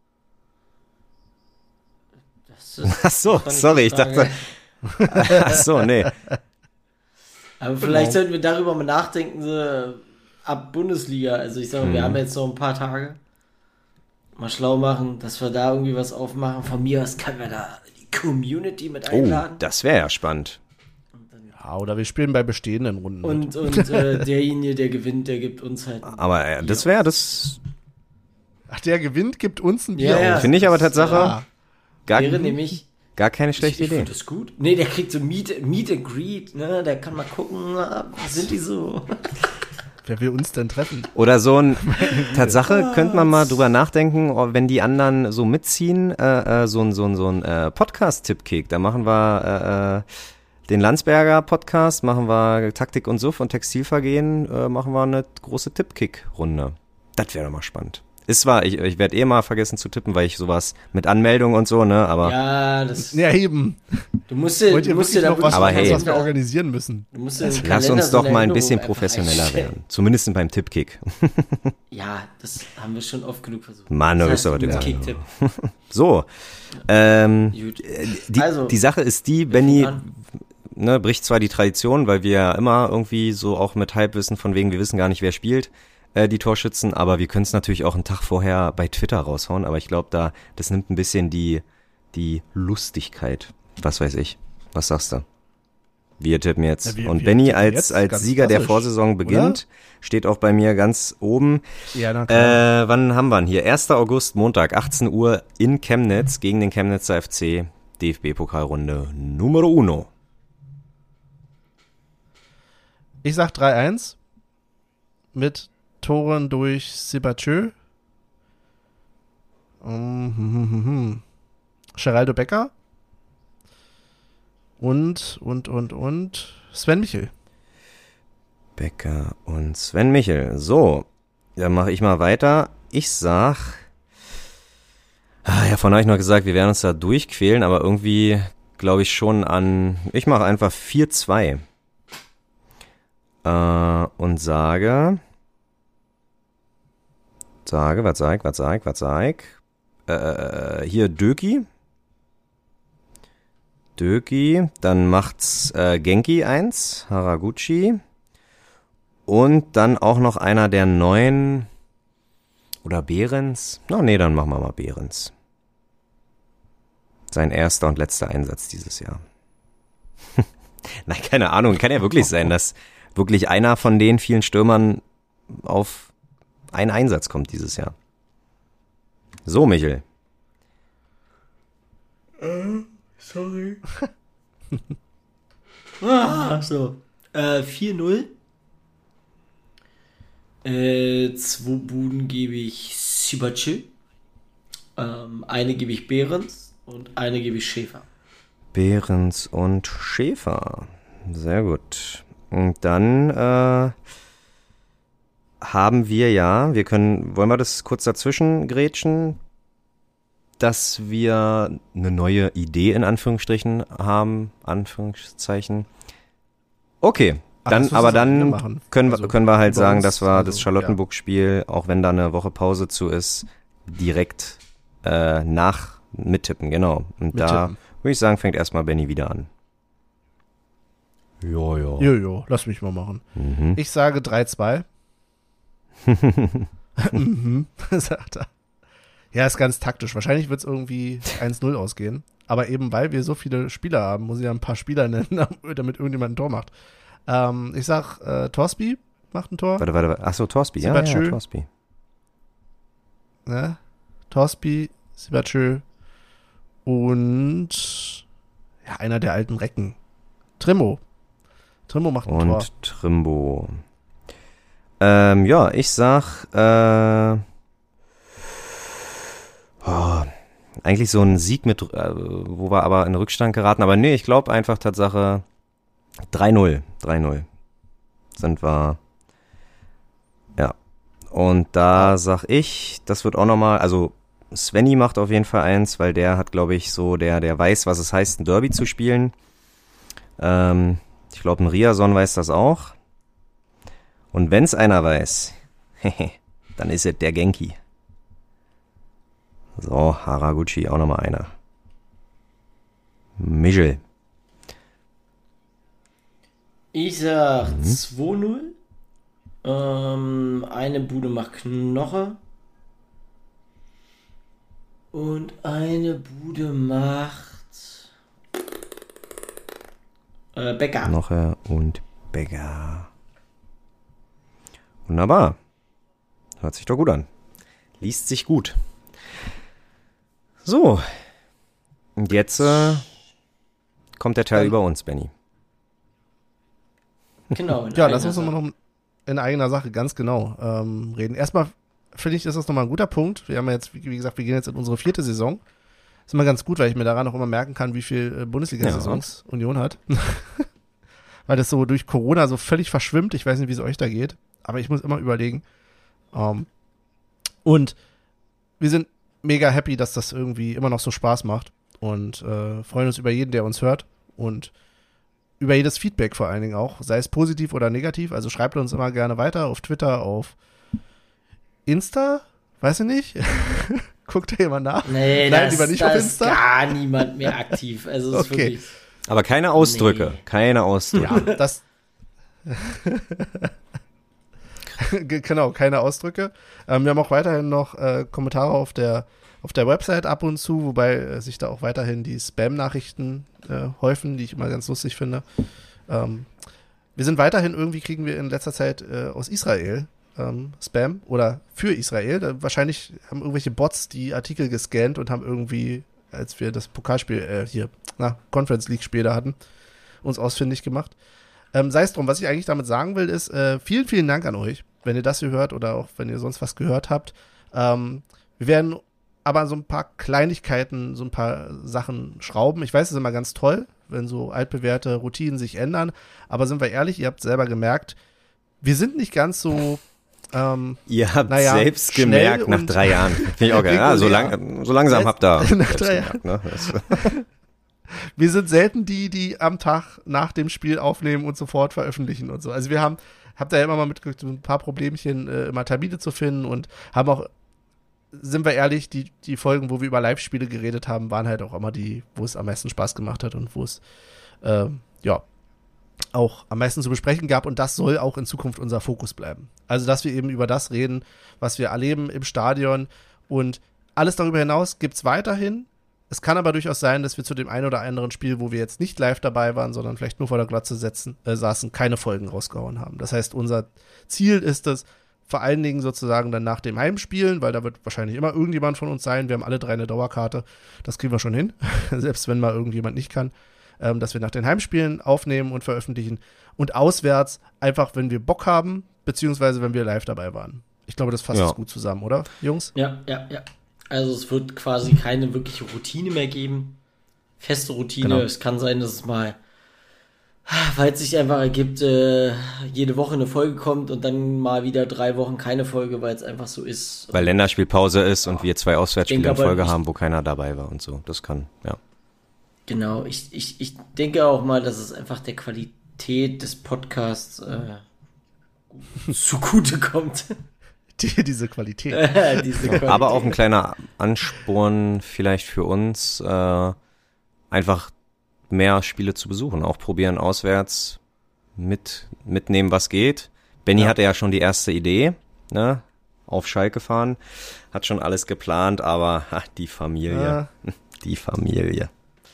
Das ist, Ach so, sorry, ich dachte. Ach so, nee. Aber vielleicht sollten wir darüber mal nachdenken, so ab Bundesliga. Also ich sage, hm. wir haben jetzt noch ein paar Tage. Mal schlau machen, dass wir da irgendwie was aufmachen. Von mir aus können wir da die Community mit einladen. Oh, das wäre ja spannend. Ja, oder wir spielen bei bestehenden Runden. Und, und äh, derjenige, der gewinnt, der gibt uns halt. Aber äh, das wäre das. Ach, der gewinnt, gibt uns ein Bier Ja, ja. aus. Finde ich aber Tatsache Ja. gar, wäre nämlich. gar keine schlechte ich, ich Idee. finde das gut. Nee, der kriegt so Meet, Meet and Greet, ne? Der kann mal gucken, wie sind die so. Wer will uns denn treffen? Oder so ein Tatsache, könnte man mal drüber nachdenken, wenn die anderen so mitziehen, äh, äh, so ein so ein so ein äh, Podcast-Tipp-Kick. Da machen wir äh, den Landsberger Podcast, machen wir Taktik und Suff und Textilvergehen, äh, machen wir eine große Tipp-Kick-Runde. Das wäre doch mal spannend. Ist zwar, ich, ich werde eh mal vergessen zu tippen, weil ich sowas mit Anmeldung und so, ne, aber. Ja, das. Ja, eben. Du musst dir, Wollt du ihr musst wirklich dir da noch was, Aber was, hey. was wir organisieren müssen? Du musst dir den Lass Kalender uns so doch in mal ein Erinnerung bisschen einfach professioneller einstellen. werden. Zumindest beim Tippkick. Ja, das haben wir schon oft genug versucht. Mann, das da heißt, ist aber mit der Kicktipp. So. Ähm, Gut. die, Also, die Sache ist die, wir Benny, fangen ne, bricht zwar die Tradition, weil wir ja immer irgendwie so auch mit Halbwissen von wegen, wir wissen gar nicht, wer spielt, äh, die Torschützen, aber wir können es natürlich auch einen Tag vorher bei Twitter raushauen, aber ich glaube, da, das nimmt ein bisschen die, die Lustigkeit. Was weiß ich. Was sagst du? Wir tippen jetzt. Ja, wir- Und wir Benny tippen als, jetzt als ganz Sieger der klassisch, Vorsaison beginnt, steht auch bei mir ganz oben. Ja, na klar. Äh, wann haben wir ihn hier? erster August, Montag, achtzehn Uhr in Chemnitz gegen den Chemnitzer F C. D F B-Pokalrunde Numero Uno. Ich sag drei eins mit Toren durch Sébastien. Um, hm, hm, hm, hm. Geraldo Becker. Und, und, und, und Sven Michel. Becker und Sven Michel. So, Dann mache ich mal weiter. Ich sag, ah, ja, vorhin habe ich noch gesagt, wir werden uns da durchquälen, aber irgendwie glaube ich schon an, ich mache einfach vier zwei äh, und sage, sage, was sag ich, was sag ich, was sag ich, äh, hier Döki, Döki, dann macht's äh, Genki eins, Haraguchi und dann auch noch einer der neuen, oder Behrens, no, nee, dann machen wir mal Behrens. Sein erster und letzter Einsatz dieses Jahr. Nein, keine Ahnung, kann ja wirklich sein, dass wirklich einer von den vielen Stürmern auf einen Einsatz kommt dieses Jahr. So, Michel. Äh, sorry. ah, so. Äh, vier null. Äh, zwei Buden gebe ich Sibace. Ähm, eine gebe ich Behrens. Und eine gebe ich Schäfer. Behrens und Schäfer. Sehr gut. Und dann äh, haben wir ja, wir können, wollen wir das kurz dazwischen grätschen, dass wir eine neue Idee in Anführungsstrichen haben, Anführungszeichen. Okay, Ach, dann, das aber müssen wir dann machen. können wir, Also, können wir halt bei sagen, uns, dass wir also, das Charlottenburg-Spiel, auch wenn da eine Woche Pause zu ist, direkt äh, nach mittippen, genau. Und Mittippen. da würde ich sagen, fängt erstmal Benny wieder an. Jo, jo. Jojo, lass mich mal machen. Mhm. Ich sage drei zwei. mhm, sagt er. Ja, ist ganz taktisch. Wahrscheinlich wird es irgendwie eins null ausgehen. Aber eben weil wir so viele Spieler haben, muss ich ja ein paar Spieler nennen, damit irgendjemand ein Tor macht. Ähm, ich sag, äh, Torsby macht ein Tor. Warte, warte, warte. Achso, Torsby. Ja, ja, ja, Torsby. Ne? Torsby, Sibachö und ja, einer der alten Recken. Trimmo. Trimmo macht ein und Tor. Und Trimbo. Ähm, ja, ich sag, äh, oh, eigentlich so ein Sieg mit, äh, wo wir aber in Rückstand geraten. Aber nee, ich glaube einfach Tatsache drei null. drei null sind wir. Ja. Und da sag ich, das wird auch nochmal, also Svenny macht auf jeden Fall eins, weil der hat, glaube ich, so, der, der weiß, was es heißt, ein Derby zu spielen. Ähm, ich glaube, ein Riason weiß das auch. Und wenn's einer weiß, dann ist es der Genki. So, Haraguchi, auch nochmal einer. Michel. Ich sag mhm. zwei null. Ähm, eine Bude macht Knoche. Und eine Bude macht äh, Becker. Knoche und Becker. Wunderbar. Hört sich doch gut an. Liest sich gut. So. Und jetzt äh, kommt der Teil ähm, über uns, Benny. Genau. Ja, lass uns nochmal noch in eigener Sache ganz genau ähm, reden. Erstmal finde ich, ist das nochmal ein guter Punkt. Wir haben ja jetzt, wie gesagt, wir gehen jetzt in unsere vierte Saison. Ist immer ganz gut, weil ich mir daran auch immer merken kann, wie viel Bundesliga-Saisons ja. Union hat. Weil das so durch Corona so völlig verschwimmt. Ich weiß nicht, wie es euch da geht. Aber ich muss immer überlegen. Um, und wir sind mega happy, dass das irgendwie immer noch so Spaß macht. Und äh, freuen uns über jeden, der uns hört. Und über jedes Feedback vor allen Dingen auch. Sei es positiv oder negativ. Also schreibt uns immer gerne weiter auf Twitter, auf Insta. Weiß ich nicht. Guckt da jemand nach? Nee, Nein, das, lieber nicht da auf ist Insta. gar niemand mehr aktiv. Also es ist okay. wirklich... Aber keine Ausdrücke. Nee. Keine Ausdrücke. Ja, das... Genau, keine Ausdrücke. Ähm, wir haben auch weiterhin noch äh, Kommentare auf der auf der Website ab und zu, wobei äh, sich da auch weiterhin die Spam-Nachrichten äh, häufen, die ich immer ganz lustig finde. Ähm, wir sind weiterhin, irgendwie kriegen wir in letzter Zeit äh, aus Israel ähm, Spam oder für Israel. Da wahrscheinlich haben irgendwelche Bots die Artikel gescannt und haben irgendwie, als wir das Pokalspiel äh, hier, na, Conference League-Spiel da hatten, uns ausfindig gemacht. Ähm, sei es drum, was ich eigentlich damit sagen will, ist, äh, vielen, vielen Dank an euch, wenn ihr das hier hört oder auch wenn ihr sonst was gehört habt. Ähm, wir werden aber so ein paar Kleinigkeiten, so ein paar Sachen schrauben. Ich weiß, es ist immer ganz toll, wenn so altbewährte Routinen sich ändern, aber sind wir ehrlich, ihr habt selber gemerkt, wir sind nicht ganz so Ähm, Ihr habt naja, selbst gemerkt, nach drei Jahren. Finde ich auch geil. Ja, so, lang, so langsam habt ihr nach drei Jahren. Gemerkt, ne? Das Wir sind selten die, die am Tag nach dem Spiel aufnehmen und sofort veröffentlichen und so. Also wir haben, habt da ja immer mal mitgekriegt, ein paar Problemchen, äh, immer Termine zu finden und haben auch, sind wir ehrlich, die, die Folgen, wo wir über Live-Spiele geredet haben, waren halt auch immer die, wo es am meisten Spaß gemacht hat und wo es, äh, ja, auch am meisten zu besprechen gab und das soll auch in Zukunft unser Fokus bleiben. Also, dass wir eben über das reden, was wir erleben im Stadion und alles darüber hinaus gibt's weiterhin. Es kann aber durchaus sein, dass wir zu dem einen oder anderen Spiel, wo wir jetzt nicht live dabei waren, sondern vielleicht nur vor der Glotze setzen, äh, saßen, keine Folgen rausgehauen haben. Das heißt, unser Ziel ist es, vor allen Dingen sozusagen dann nach dem Heimspielen, weil da wird wahrscheinlich immer irgendjemand von uns sein, wir haben alle drei eine Dauerkarte, das kriegen wir schon hin, selbst wenn mal irgendjemand nicht kann, ähm, dass wir nach den Heimspielen aufnehmen und veröffentlichen und auswärts einfach, wenn wir Bock haben, beziehungsweise wenn wir live dabei waren. Ich glaube, das fasst Ja. es gut zusammen, oder, Jungs? Ja, ja, ja. Also es wird quasi keine wirkliche Routine mehr geben. Feste Routine. Genau. Es kann sein, dass es mal, weil es sich einfach ergibt, äh, jede Woche eine Folge kommt und dann mal wieder drei Wochen keine Folge, weil es einfach so ist. Weil Länderspielpause ist und Ja. wir zwei Auswärtsspiele Denke in Folge aber, ich- haben, wo keiner dabei war und so. Das kann, ja. Genau, ich, ich, ich denke auch mal, dass es einfach der Qualität des Podcasts äh, zugute kommt. Die, diese Qualität. Diese Qualität. Aber auch ein kleiner Ansporn vielleicht für uns, äh, einfach mehr Spiele zu besuchen. Auch probieren auswärts mit mitnehmen, was geht. Benny Ja. hatte ja schon die erste Idee, ne? Auf Schalke fahren. Hat schon alles geplant, aber ach, die Familie. Ja. Die Familie.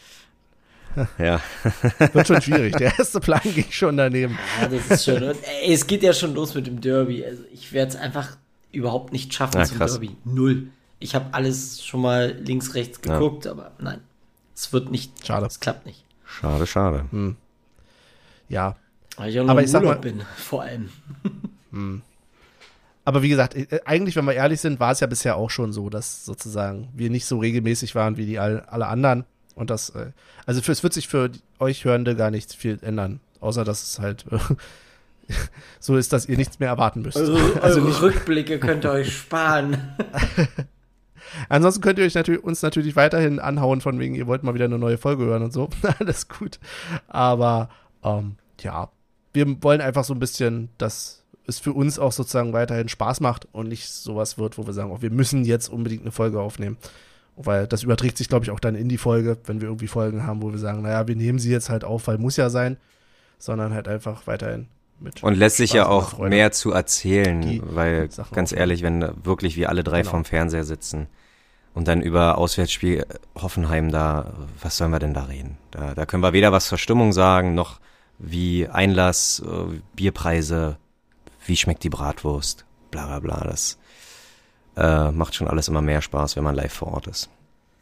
Ja. Wird schon schwierig. Der erste Plan ging schon daneben. Ja, das ist schon. Und, ey, es geht ja schon los mit dem Derby. Also ich werde es einfach überhaupt nicht schaffen Ja, zum krass. Derby. Null. Ich habe alles schon mal links, rechts Ja. geguckt, aber nein. Es wird nicht. Schade. Es klappt nicht. Schade, schade. Ja. Weil ich auch noch Aber im ich sag Urlaub mal- bin, vor allem. Aber wie gesagt, äh, eigentlich, wenn wir ehrlich sind, war es ja bisher auch schon so, dass sozusagen wir nicht so regelmäßig waren wie die all, alle anderen. Und das, äh, also für, es wird sich für die- euch Hörende gar nicht viel ändern. Außer, dass es halt äh, so ist, dass ihr nichts mehr erwarten müsst. Eure, Also eure nicht, Rückblicke könnt ihr euch sparen. ansonsten könnt ihr euch natürlich, uns natürlich weiterhin anhauen, von wegen, ihr wollt mal wieder eine neue Folge hören und so. Alles gut. Aber ähm, ja, wir wollen einfach so ein bisschen, dass es für uns auch sozusagen weiterhin Spaß macht und nicht sowas wird, wo wir sagen, oh, wir müssen jetzt unbedingt eine Folge aufnehmen. Weil das überträgt sich, glaube ich, auch dann in die Folge, wenn wir irgendwie Folgen haben, wo wir sagen, naja, wir nehmen sie jetzt halt auf, weil muss ja sein, sondern halt einfach weiterhin mit. Und lässt sich Spaß ja und auch Freude. mehr zu erzählen, Die weil Sachen ganz aufnehmen. ehrlich, wenn wirklich wir alle drei Genau. vorm Fernseher sitzen und dann über Auswärtsspiel Hoffenheim da, was sollen wir denn da reden? Da, da können wir weder was zur Stimmung sagen, noch wie Einlass, äh, Bierpreise, wie schmeckt die Bratwurst, bla bla bla. Das äh, macht schon alles immer mehr Spaß, wenn man live vor Ort ist.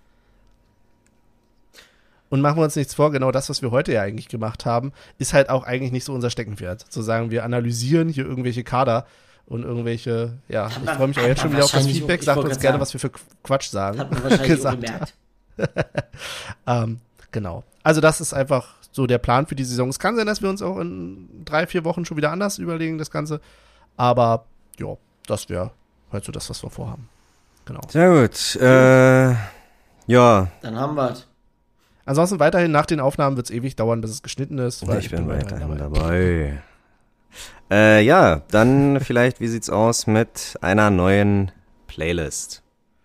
Und machen wir uns nichts vor, genau das, was wir heute ja eigentlich gemacht haben, ist halt auch eigentlich nicht so unser Steckenpferd. Zu sagen, wir analysieren hier irgendwelche Kader und irgendwelche, ja, ich freue mich auch jetzt schon wieder auf das Wahrscheinlich Feedback. auch- ich Sagt wollte uns grad gerne, sagen. was wir für Quatsch sagen. Hat man wahrscheinlich auch Gesagt gemerkt. Ähm, genau. Also das ist einfach so der Plan für die Saison. Es kann sein, dass wir uns auch in drei, vier Wochen schon wieder anders überlegen, das Ganze. Aber ja, das wäre halt so das, was wir vorhaben. Genau. Sehr gut. Äh, ja, Dann haben wir es. Ansonsten weiterhin nach den Aufnahmen wird es ewig dauern, bis es geschnitten ist. Weil ich bin weiterhin dabei. Äh, ja, dann vielleicht, wie sieht's aus mit einer neuen Playlist?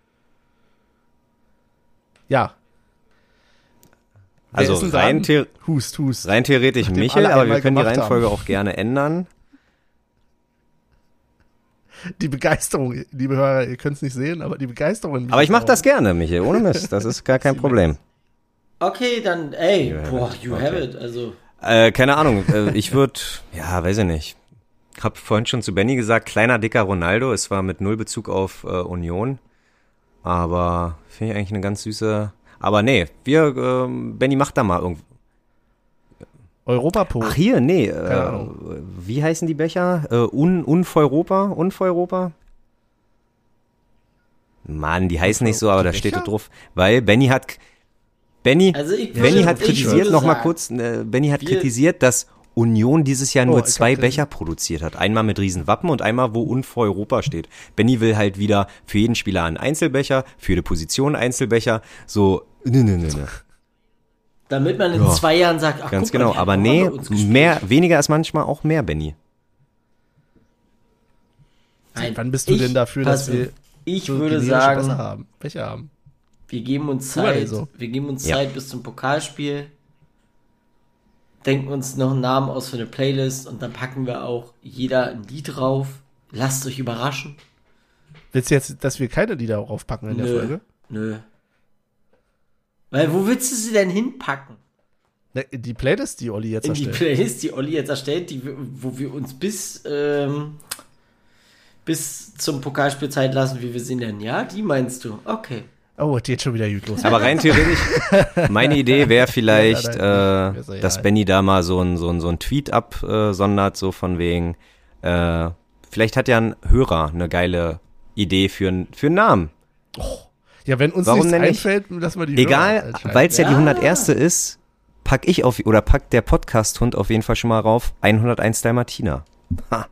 Ja. Wer Also ist denn dran? rein, the Hust, hust. rein theoretisch Nachdem Michel, alle aber einmal wir können die gemacht Reihenfolge haben. auch gerne ändern. Die Begeisterung, liebe Hörer, ihr könnt es nicht sehen, aber die Begeisterung. Aber ich mache das gerne, Michel, ohne Mist. Das ist gar kein Sie Problem. Okay, dann, ey, You have boah, it. you Okay. have it. Also, Äh, keine Ahnung, äh, ich würde, ja, weiß ich nicht. Hab vorhin schon zu Benny gesagt, kleiner, dicker Ronaldo. Es war mit null Bezug auf äh, Union. Aber finde ich eigentlich eine ganz süße. Aber nee, wir, ähm, Benny macht da mal irgendwo. Europapol. Ach hier, nee, Keine äh, Ahnung. wie heißen die Becher? Äh, Un, Unfeuropa? Unfeuropa? Mann, die heißen nicht so, aber da Die steht da Becher? drauf. Weil Benny hat, Benny, also ich Benny würde- hat ich kritisiert, würde noch mal sagen, kurz, äh, Benny hat wir- kritisiert, dass Union dieses Jahr nur Oh, ich zwei hab Becher produziert hat. Einmal mit Riesenwappen und einmal, wo U N Europa steht. Benny will halt wieder für jeden Spieler einen Einzelbecher, für jede Position einen Einzelbecher. So, ne, ne, ne, ne. Damit man in Ja. zwei Jahren sagt, ach, Ganz guck mal, genau. die hat Aber auch nee, mal bei uns gespielt. mehr, weniger ist manchmal auch mehr, Benny. Nein, Wann bist du ich- denn dafür, dass pass wir auf, Ich so würde generische sagen, Becher haben? Becher haben? wir geben uns Tu mal Zeit, so. wir geben uns Ja. Zeit bis zum Pokalspiel, denken uns noch einen Namen aus für eine Playlist und dann packen wir auch jeder ein Lied drauf. Lasst euch überraschen. Willst du jetzt, dass wir keine Lieder draufpacken in der Nö, Folge? nö. Weil wo willst du sie denn hinpacken? Ne, die Playlist, die Olli jetzt In die erstellt. Playlist, die Olli jetzt erstellt, die, wir- wo wir uns bis, ähm, bis zum Pokalspielzeit lassen, wie wir sie nennen. Ja, die meinst du? Okay. Oh, die geht schon wieder gut los. Aber rein theoretisch, meine Idee wäre vielleicht, Ja, nein, nicht. äh, Ist ja dass egal. Benny da mal so ein, so ein, so ein Tweet absondert, so von wegen, äh, vielleicht hat ja ein Hörer eine geile Idee für, n- für einen Namen. Ja, wenn uns Warum nichts denn nicht? einfällt, lassen wir die Egal, Hörer entscheiden. weil es ja. Ja. die hunderterste ist, pack ich auf, oder packt der Podcast-Hund auf jeden Fall schon mal rauf, hunderteins Dalmatiner. Ha.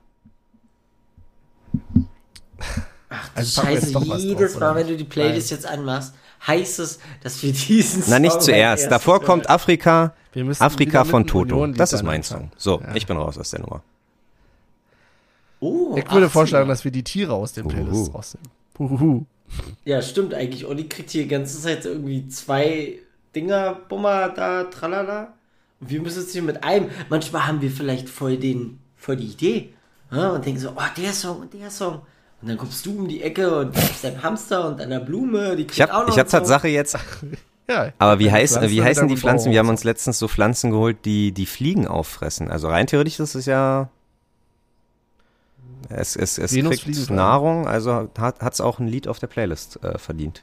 Also packen wir Scheiße, jetzt doch was jedes drauf, Mal, oder? wenn du die Playlist jetzt anmachst, heißt es, dass wir diesen Na, nicht Song zuerst. als Davor erstes kommt hören. Afrika, Wir müssen Afrika wieder von mit einem Toto. Union-Lied Das ist dann mein anfangen. Song. So, Ja. ich bin raus aus der Nummer. Oh, Ich würde achtzehn. vorschlagen, dass wir die Tiere aus dem Playlist Uhu. rausnehmen. Huhuhu. Ja, stimmt eigentlich. Olli kriegt hier die ganze Zeit irgendwie zwei Dinger, Bummer, da, tralala. Und wir müssen jetzt hier mit einem. Manchmal haben wir vielleicht voll den, voll die Idee. Ja, und denken so, oh, der Song und der Song. Und dann kommst du um die Ecke und gibst deinem Hamster und deiner Blume, die kriegt Ich habe auch noch ich hab einen Song. Tatsache jetzt, Ja, aber wie, wenn heißt, Pflanzen wie dann heißen die mit Pflanzen? Bauern Wir haben und uns letztens so Pflanzen geholt, die die Fliegen auffressen. Also rein theoretisch ist es ja, es, es, es Venus kriegt Fliegenfallen. Nahrung, also hat es auch ein Lied auf der Playlist äh, verdient.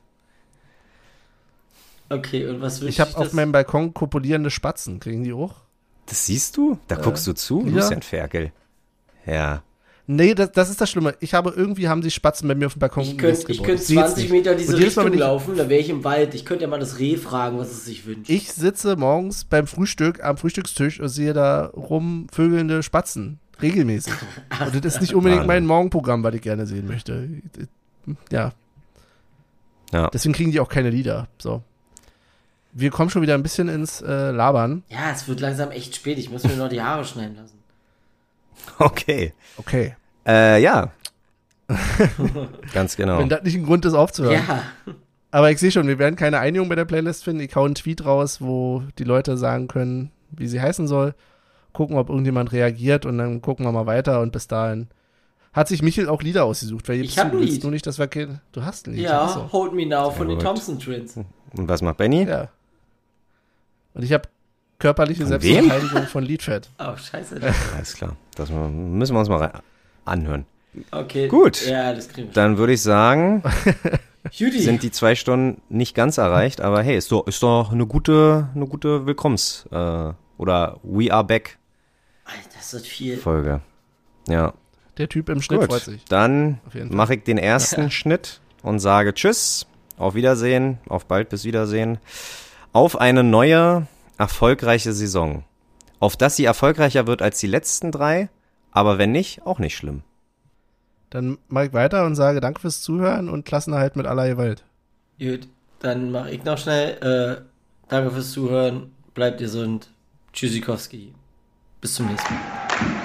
Okay, und was so. wünschst Ich habe du auf das? meinem Balkon kopulierende Spatzen. Kriegen die auch? Das siehst du? Da guckst du zu, ja. Lucian Ferkel. Ja. Nee, das, das ist das Schlimme. Ich habe irgendwie, haben sie Spatzen bei mir auf dem Balkon Ich ein könnte Nest ich gebaut. könnt seh's zwanzig nicht. Meter diese Und jedes Mal, Richtung wenn ich- laufen, da wäre ich im Wald. Ich könnte ja mal das Reh fragen, was es sich wünscht. Ich sitze morgens beim Frühstück am Frühstückstisch und sehe da rum vögelnde Spatzen. Regelmäßig. Und das ist nicht unbedingt mein Morgenprogramm, was ich gerne sehen möchte. Ja. Ja. Deswegen kriegen die auch keine Lieder. So. Wir kommen schon wieder ein bisschen ins äh, Labern. Ja, es wird langsam echt spät. Ich muss mir noch die Haare schneiden lassen. Okay. Okay. Äh, ja. Ganz genau. Wenn das nicht ein Grund ist, aufzuhören. Ja. Aber ich sehe schon, wir werden keine Einigung bei der Playlist finden. Ich hau einen Tweet raus, wo die Leute sagen können, wie sie heißen soll. Gucken, ob irgendjemand reagiert und dann gucken wir mal weiter. Und bis dahin hat sich Michel auch Lieder ausgesucht. Weil Ich hab ein Lied. Nur nicht, dass wir kein, du hast ein Lied. Ja, Achso. Hold Me Now von Sehr den gut. Thompson Twins. Und was macht Benny? Ja. Und ich habe körperliche Von Selbstverteidigung von Liedfett. Oh, scheiße. Alles klar. Das müssen wir uns mal rein- anhören. Okay. Gut. Ja, das kriegen wir. Dann würde ich sagen, Judy. sind die zwei Stunden nicht ganz erreicht, aber hey, ist doch, ist doch eine gute, eine gute Willkommens- äh, oder We Are Back Alter, das wird viel. Folge. Ja, Der Typ im Schnitt freut gut. sich. Dann Auf jeden Fall. mache ich den ersten Schnitt und sage Tschüss, auf Wiedersehen, auf bald, bis Wiedersehen, auf eine neue, erfolgreiche Saison. Auf dass sie erfolgreicher wird als die letzten drei, aber wenn nicht, auch nicht schlimm. Dann mache ich weiter und sage danke fürs Zuhören und Klassenerhalt mit aller Gewalt. Gut, dann mache ich noch schnell. Äh, danke fürs Zuhören. Bleibt gesund. Tschüssikowski. Bis zum nächsten Mal.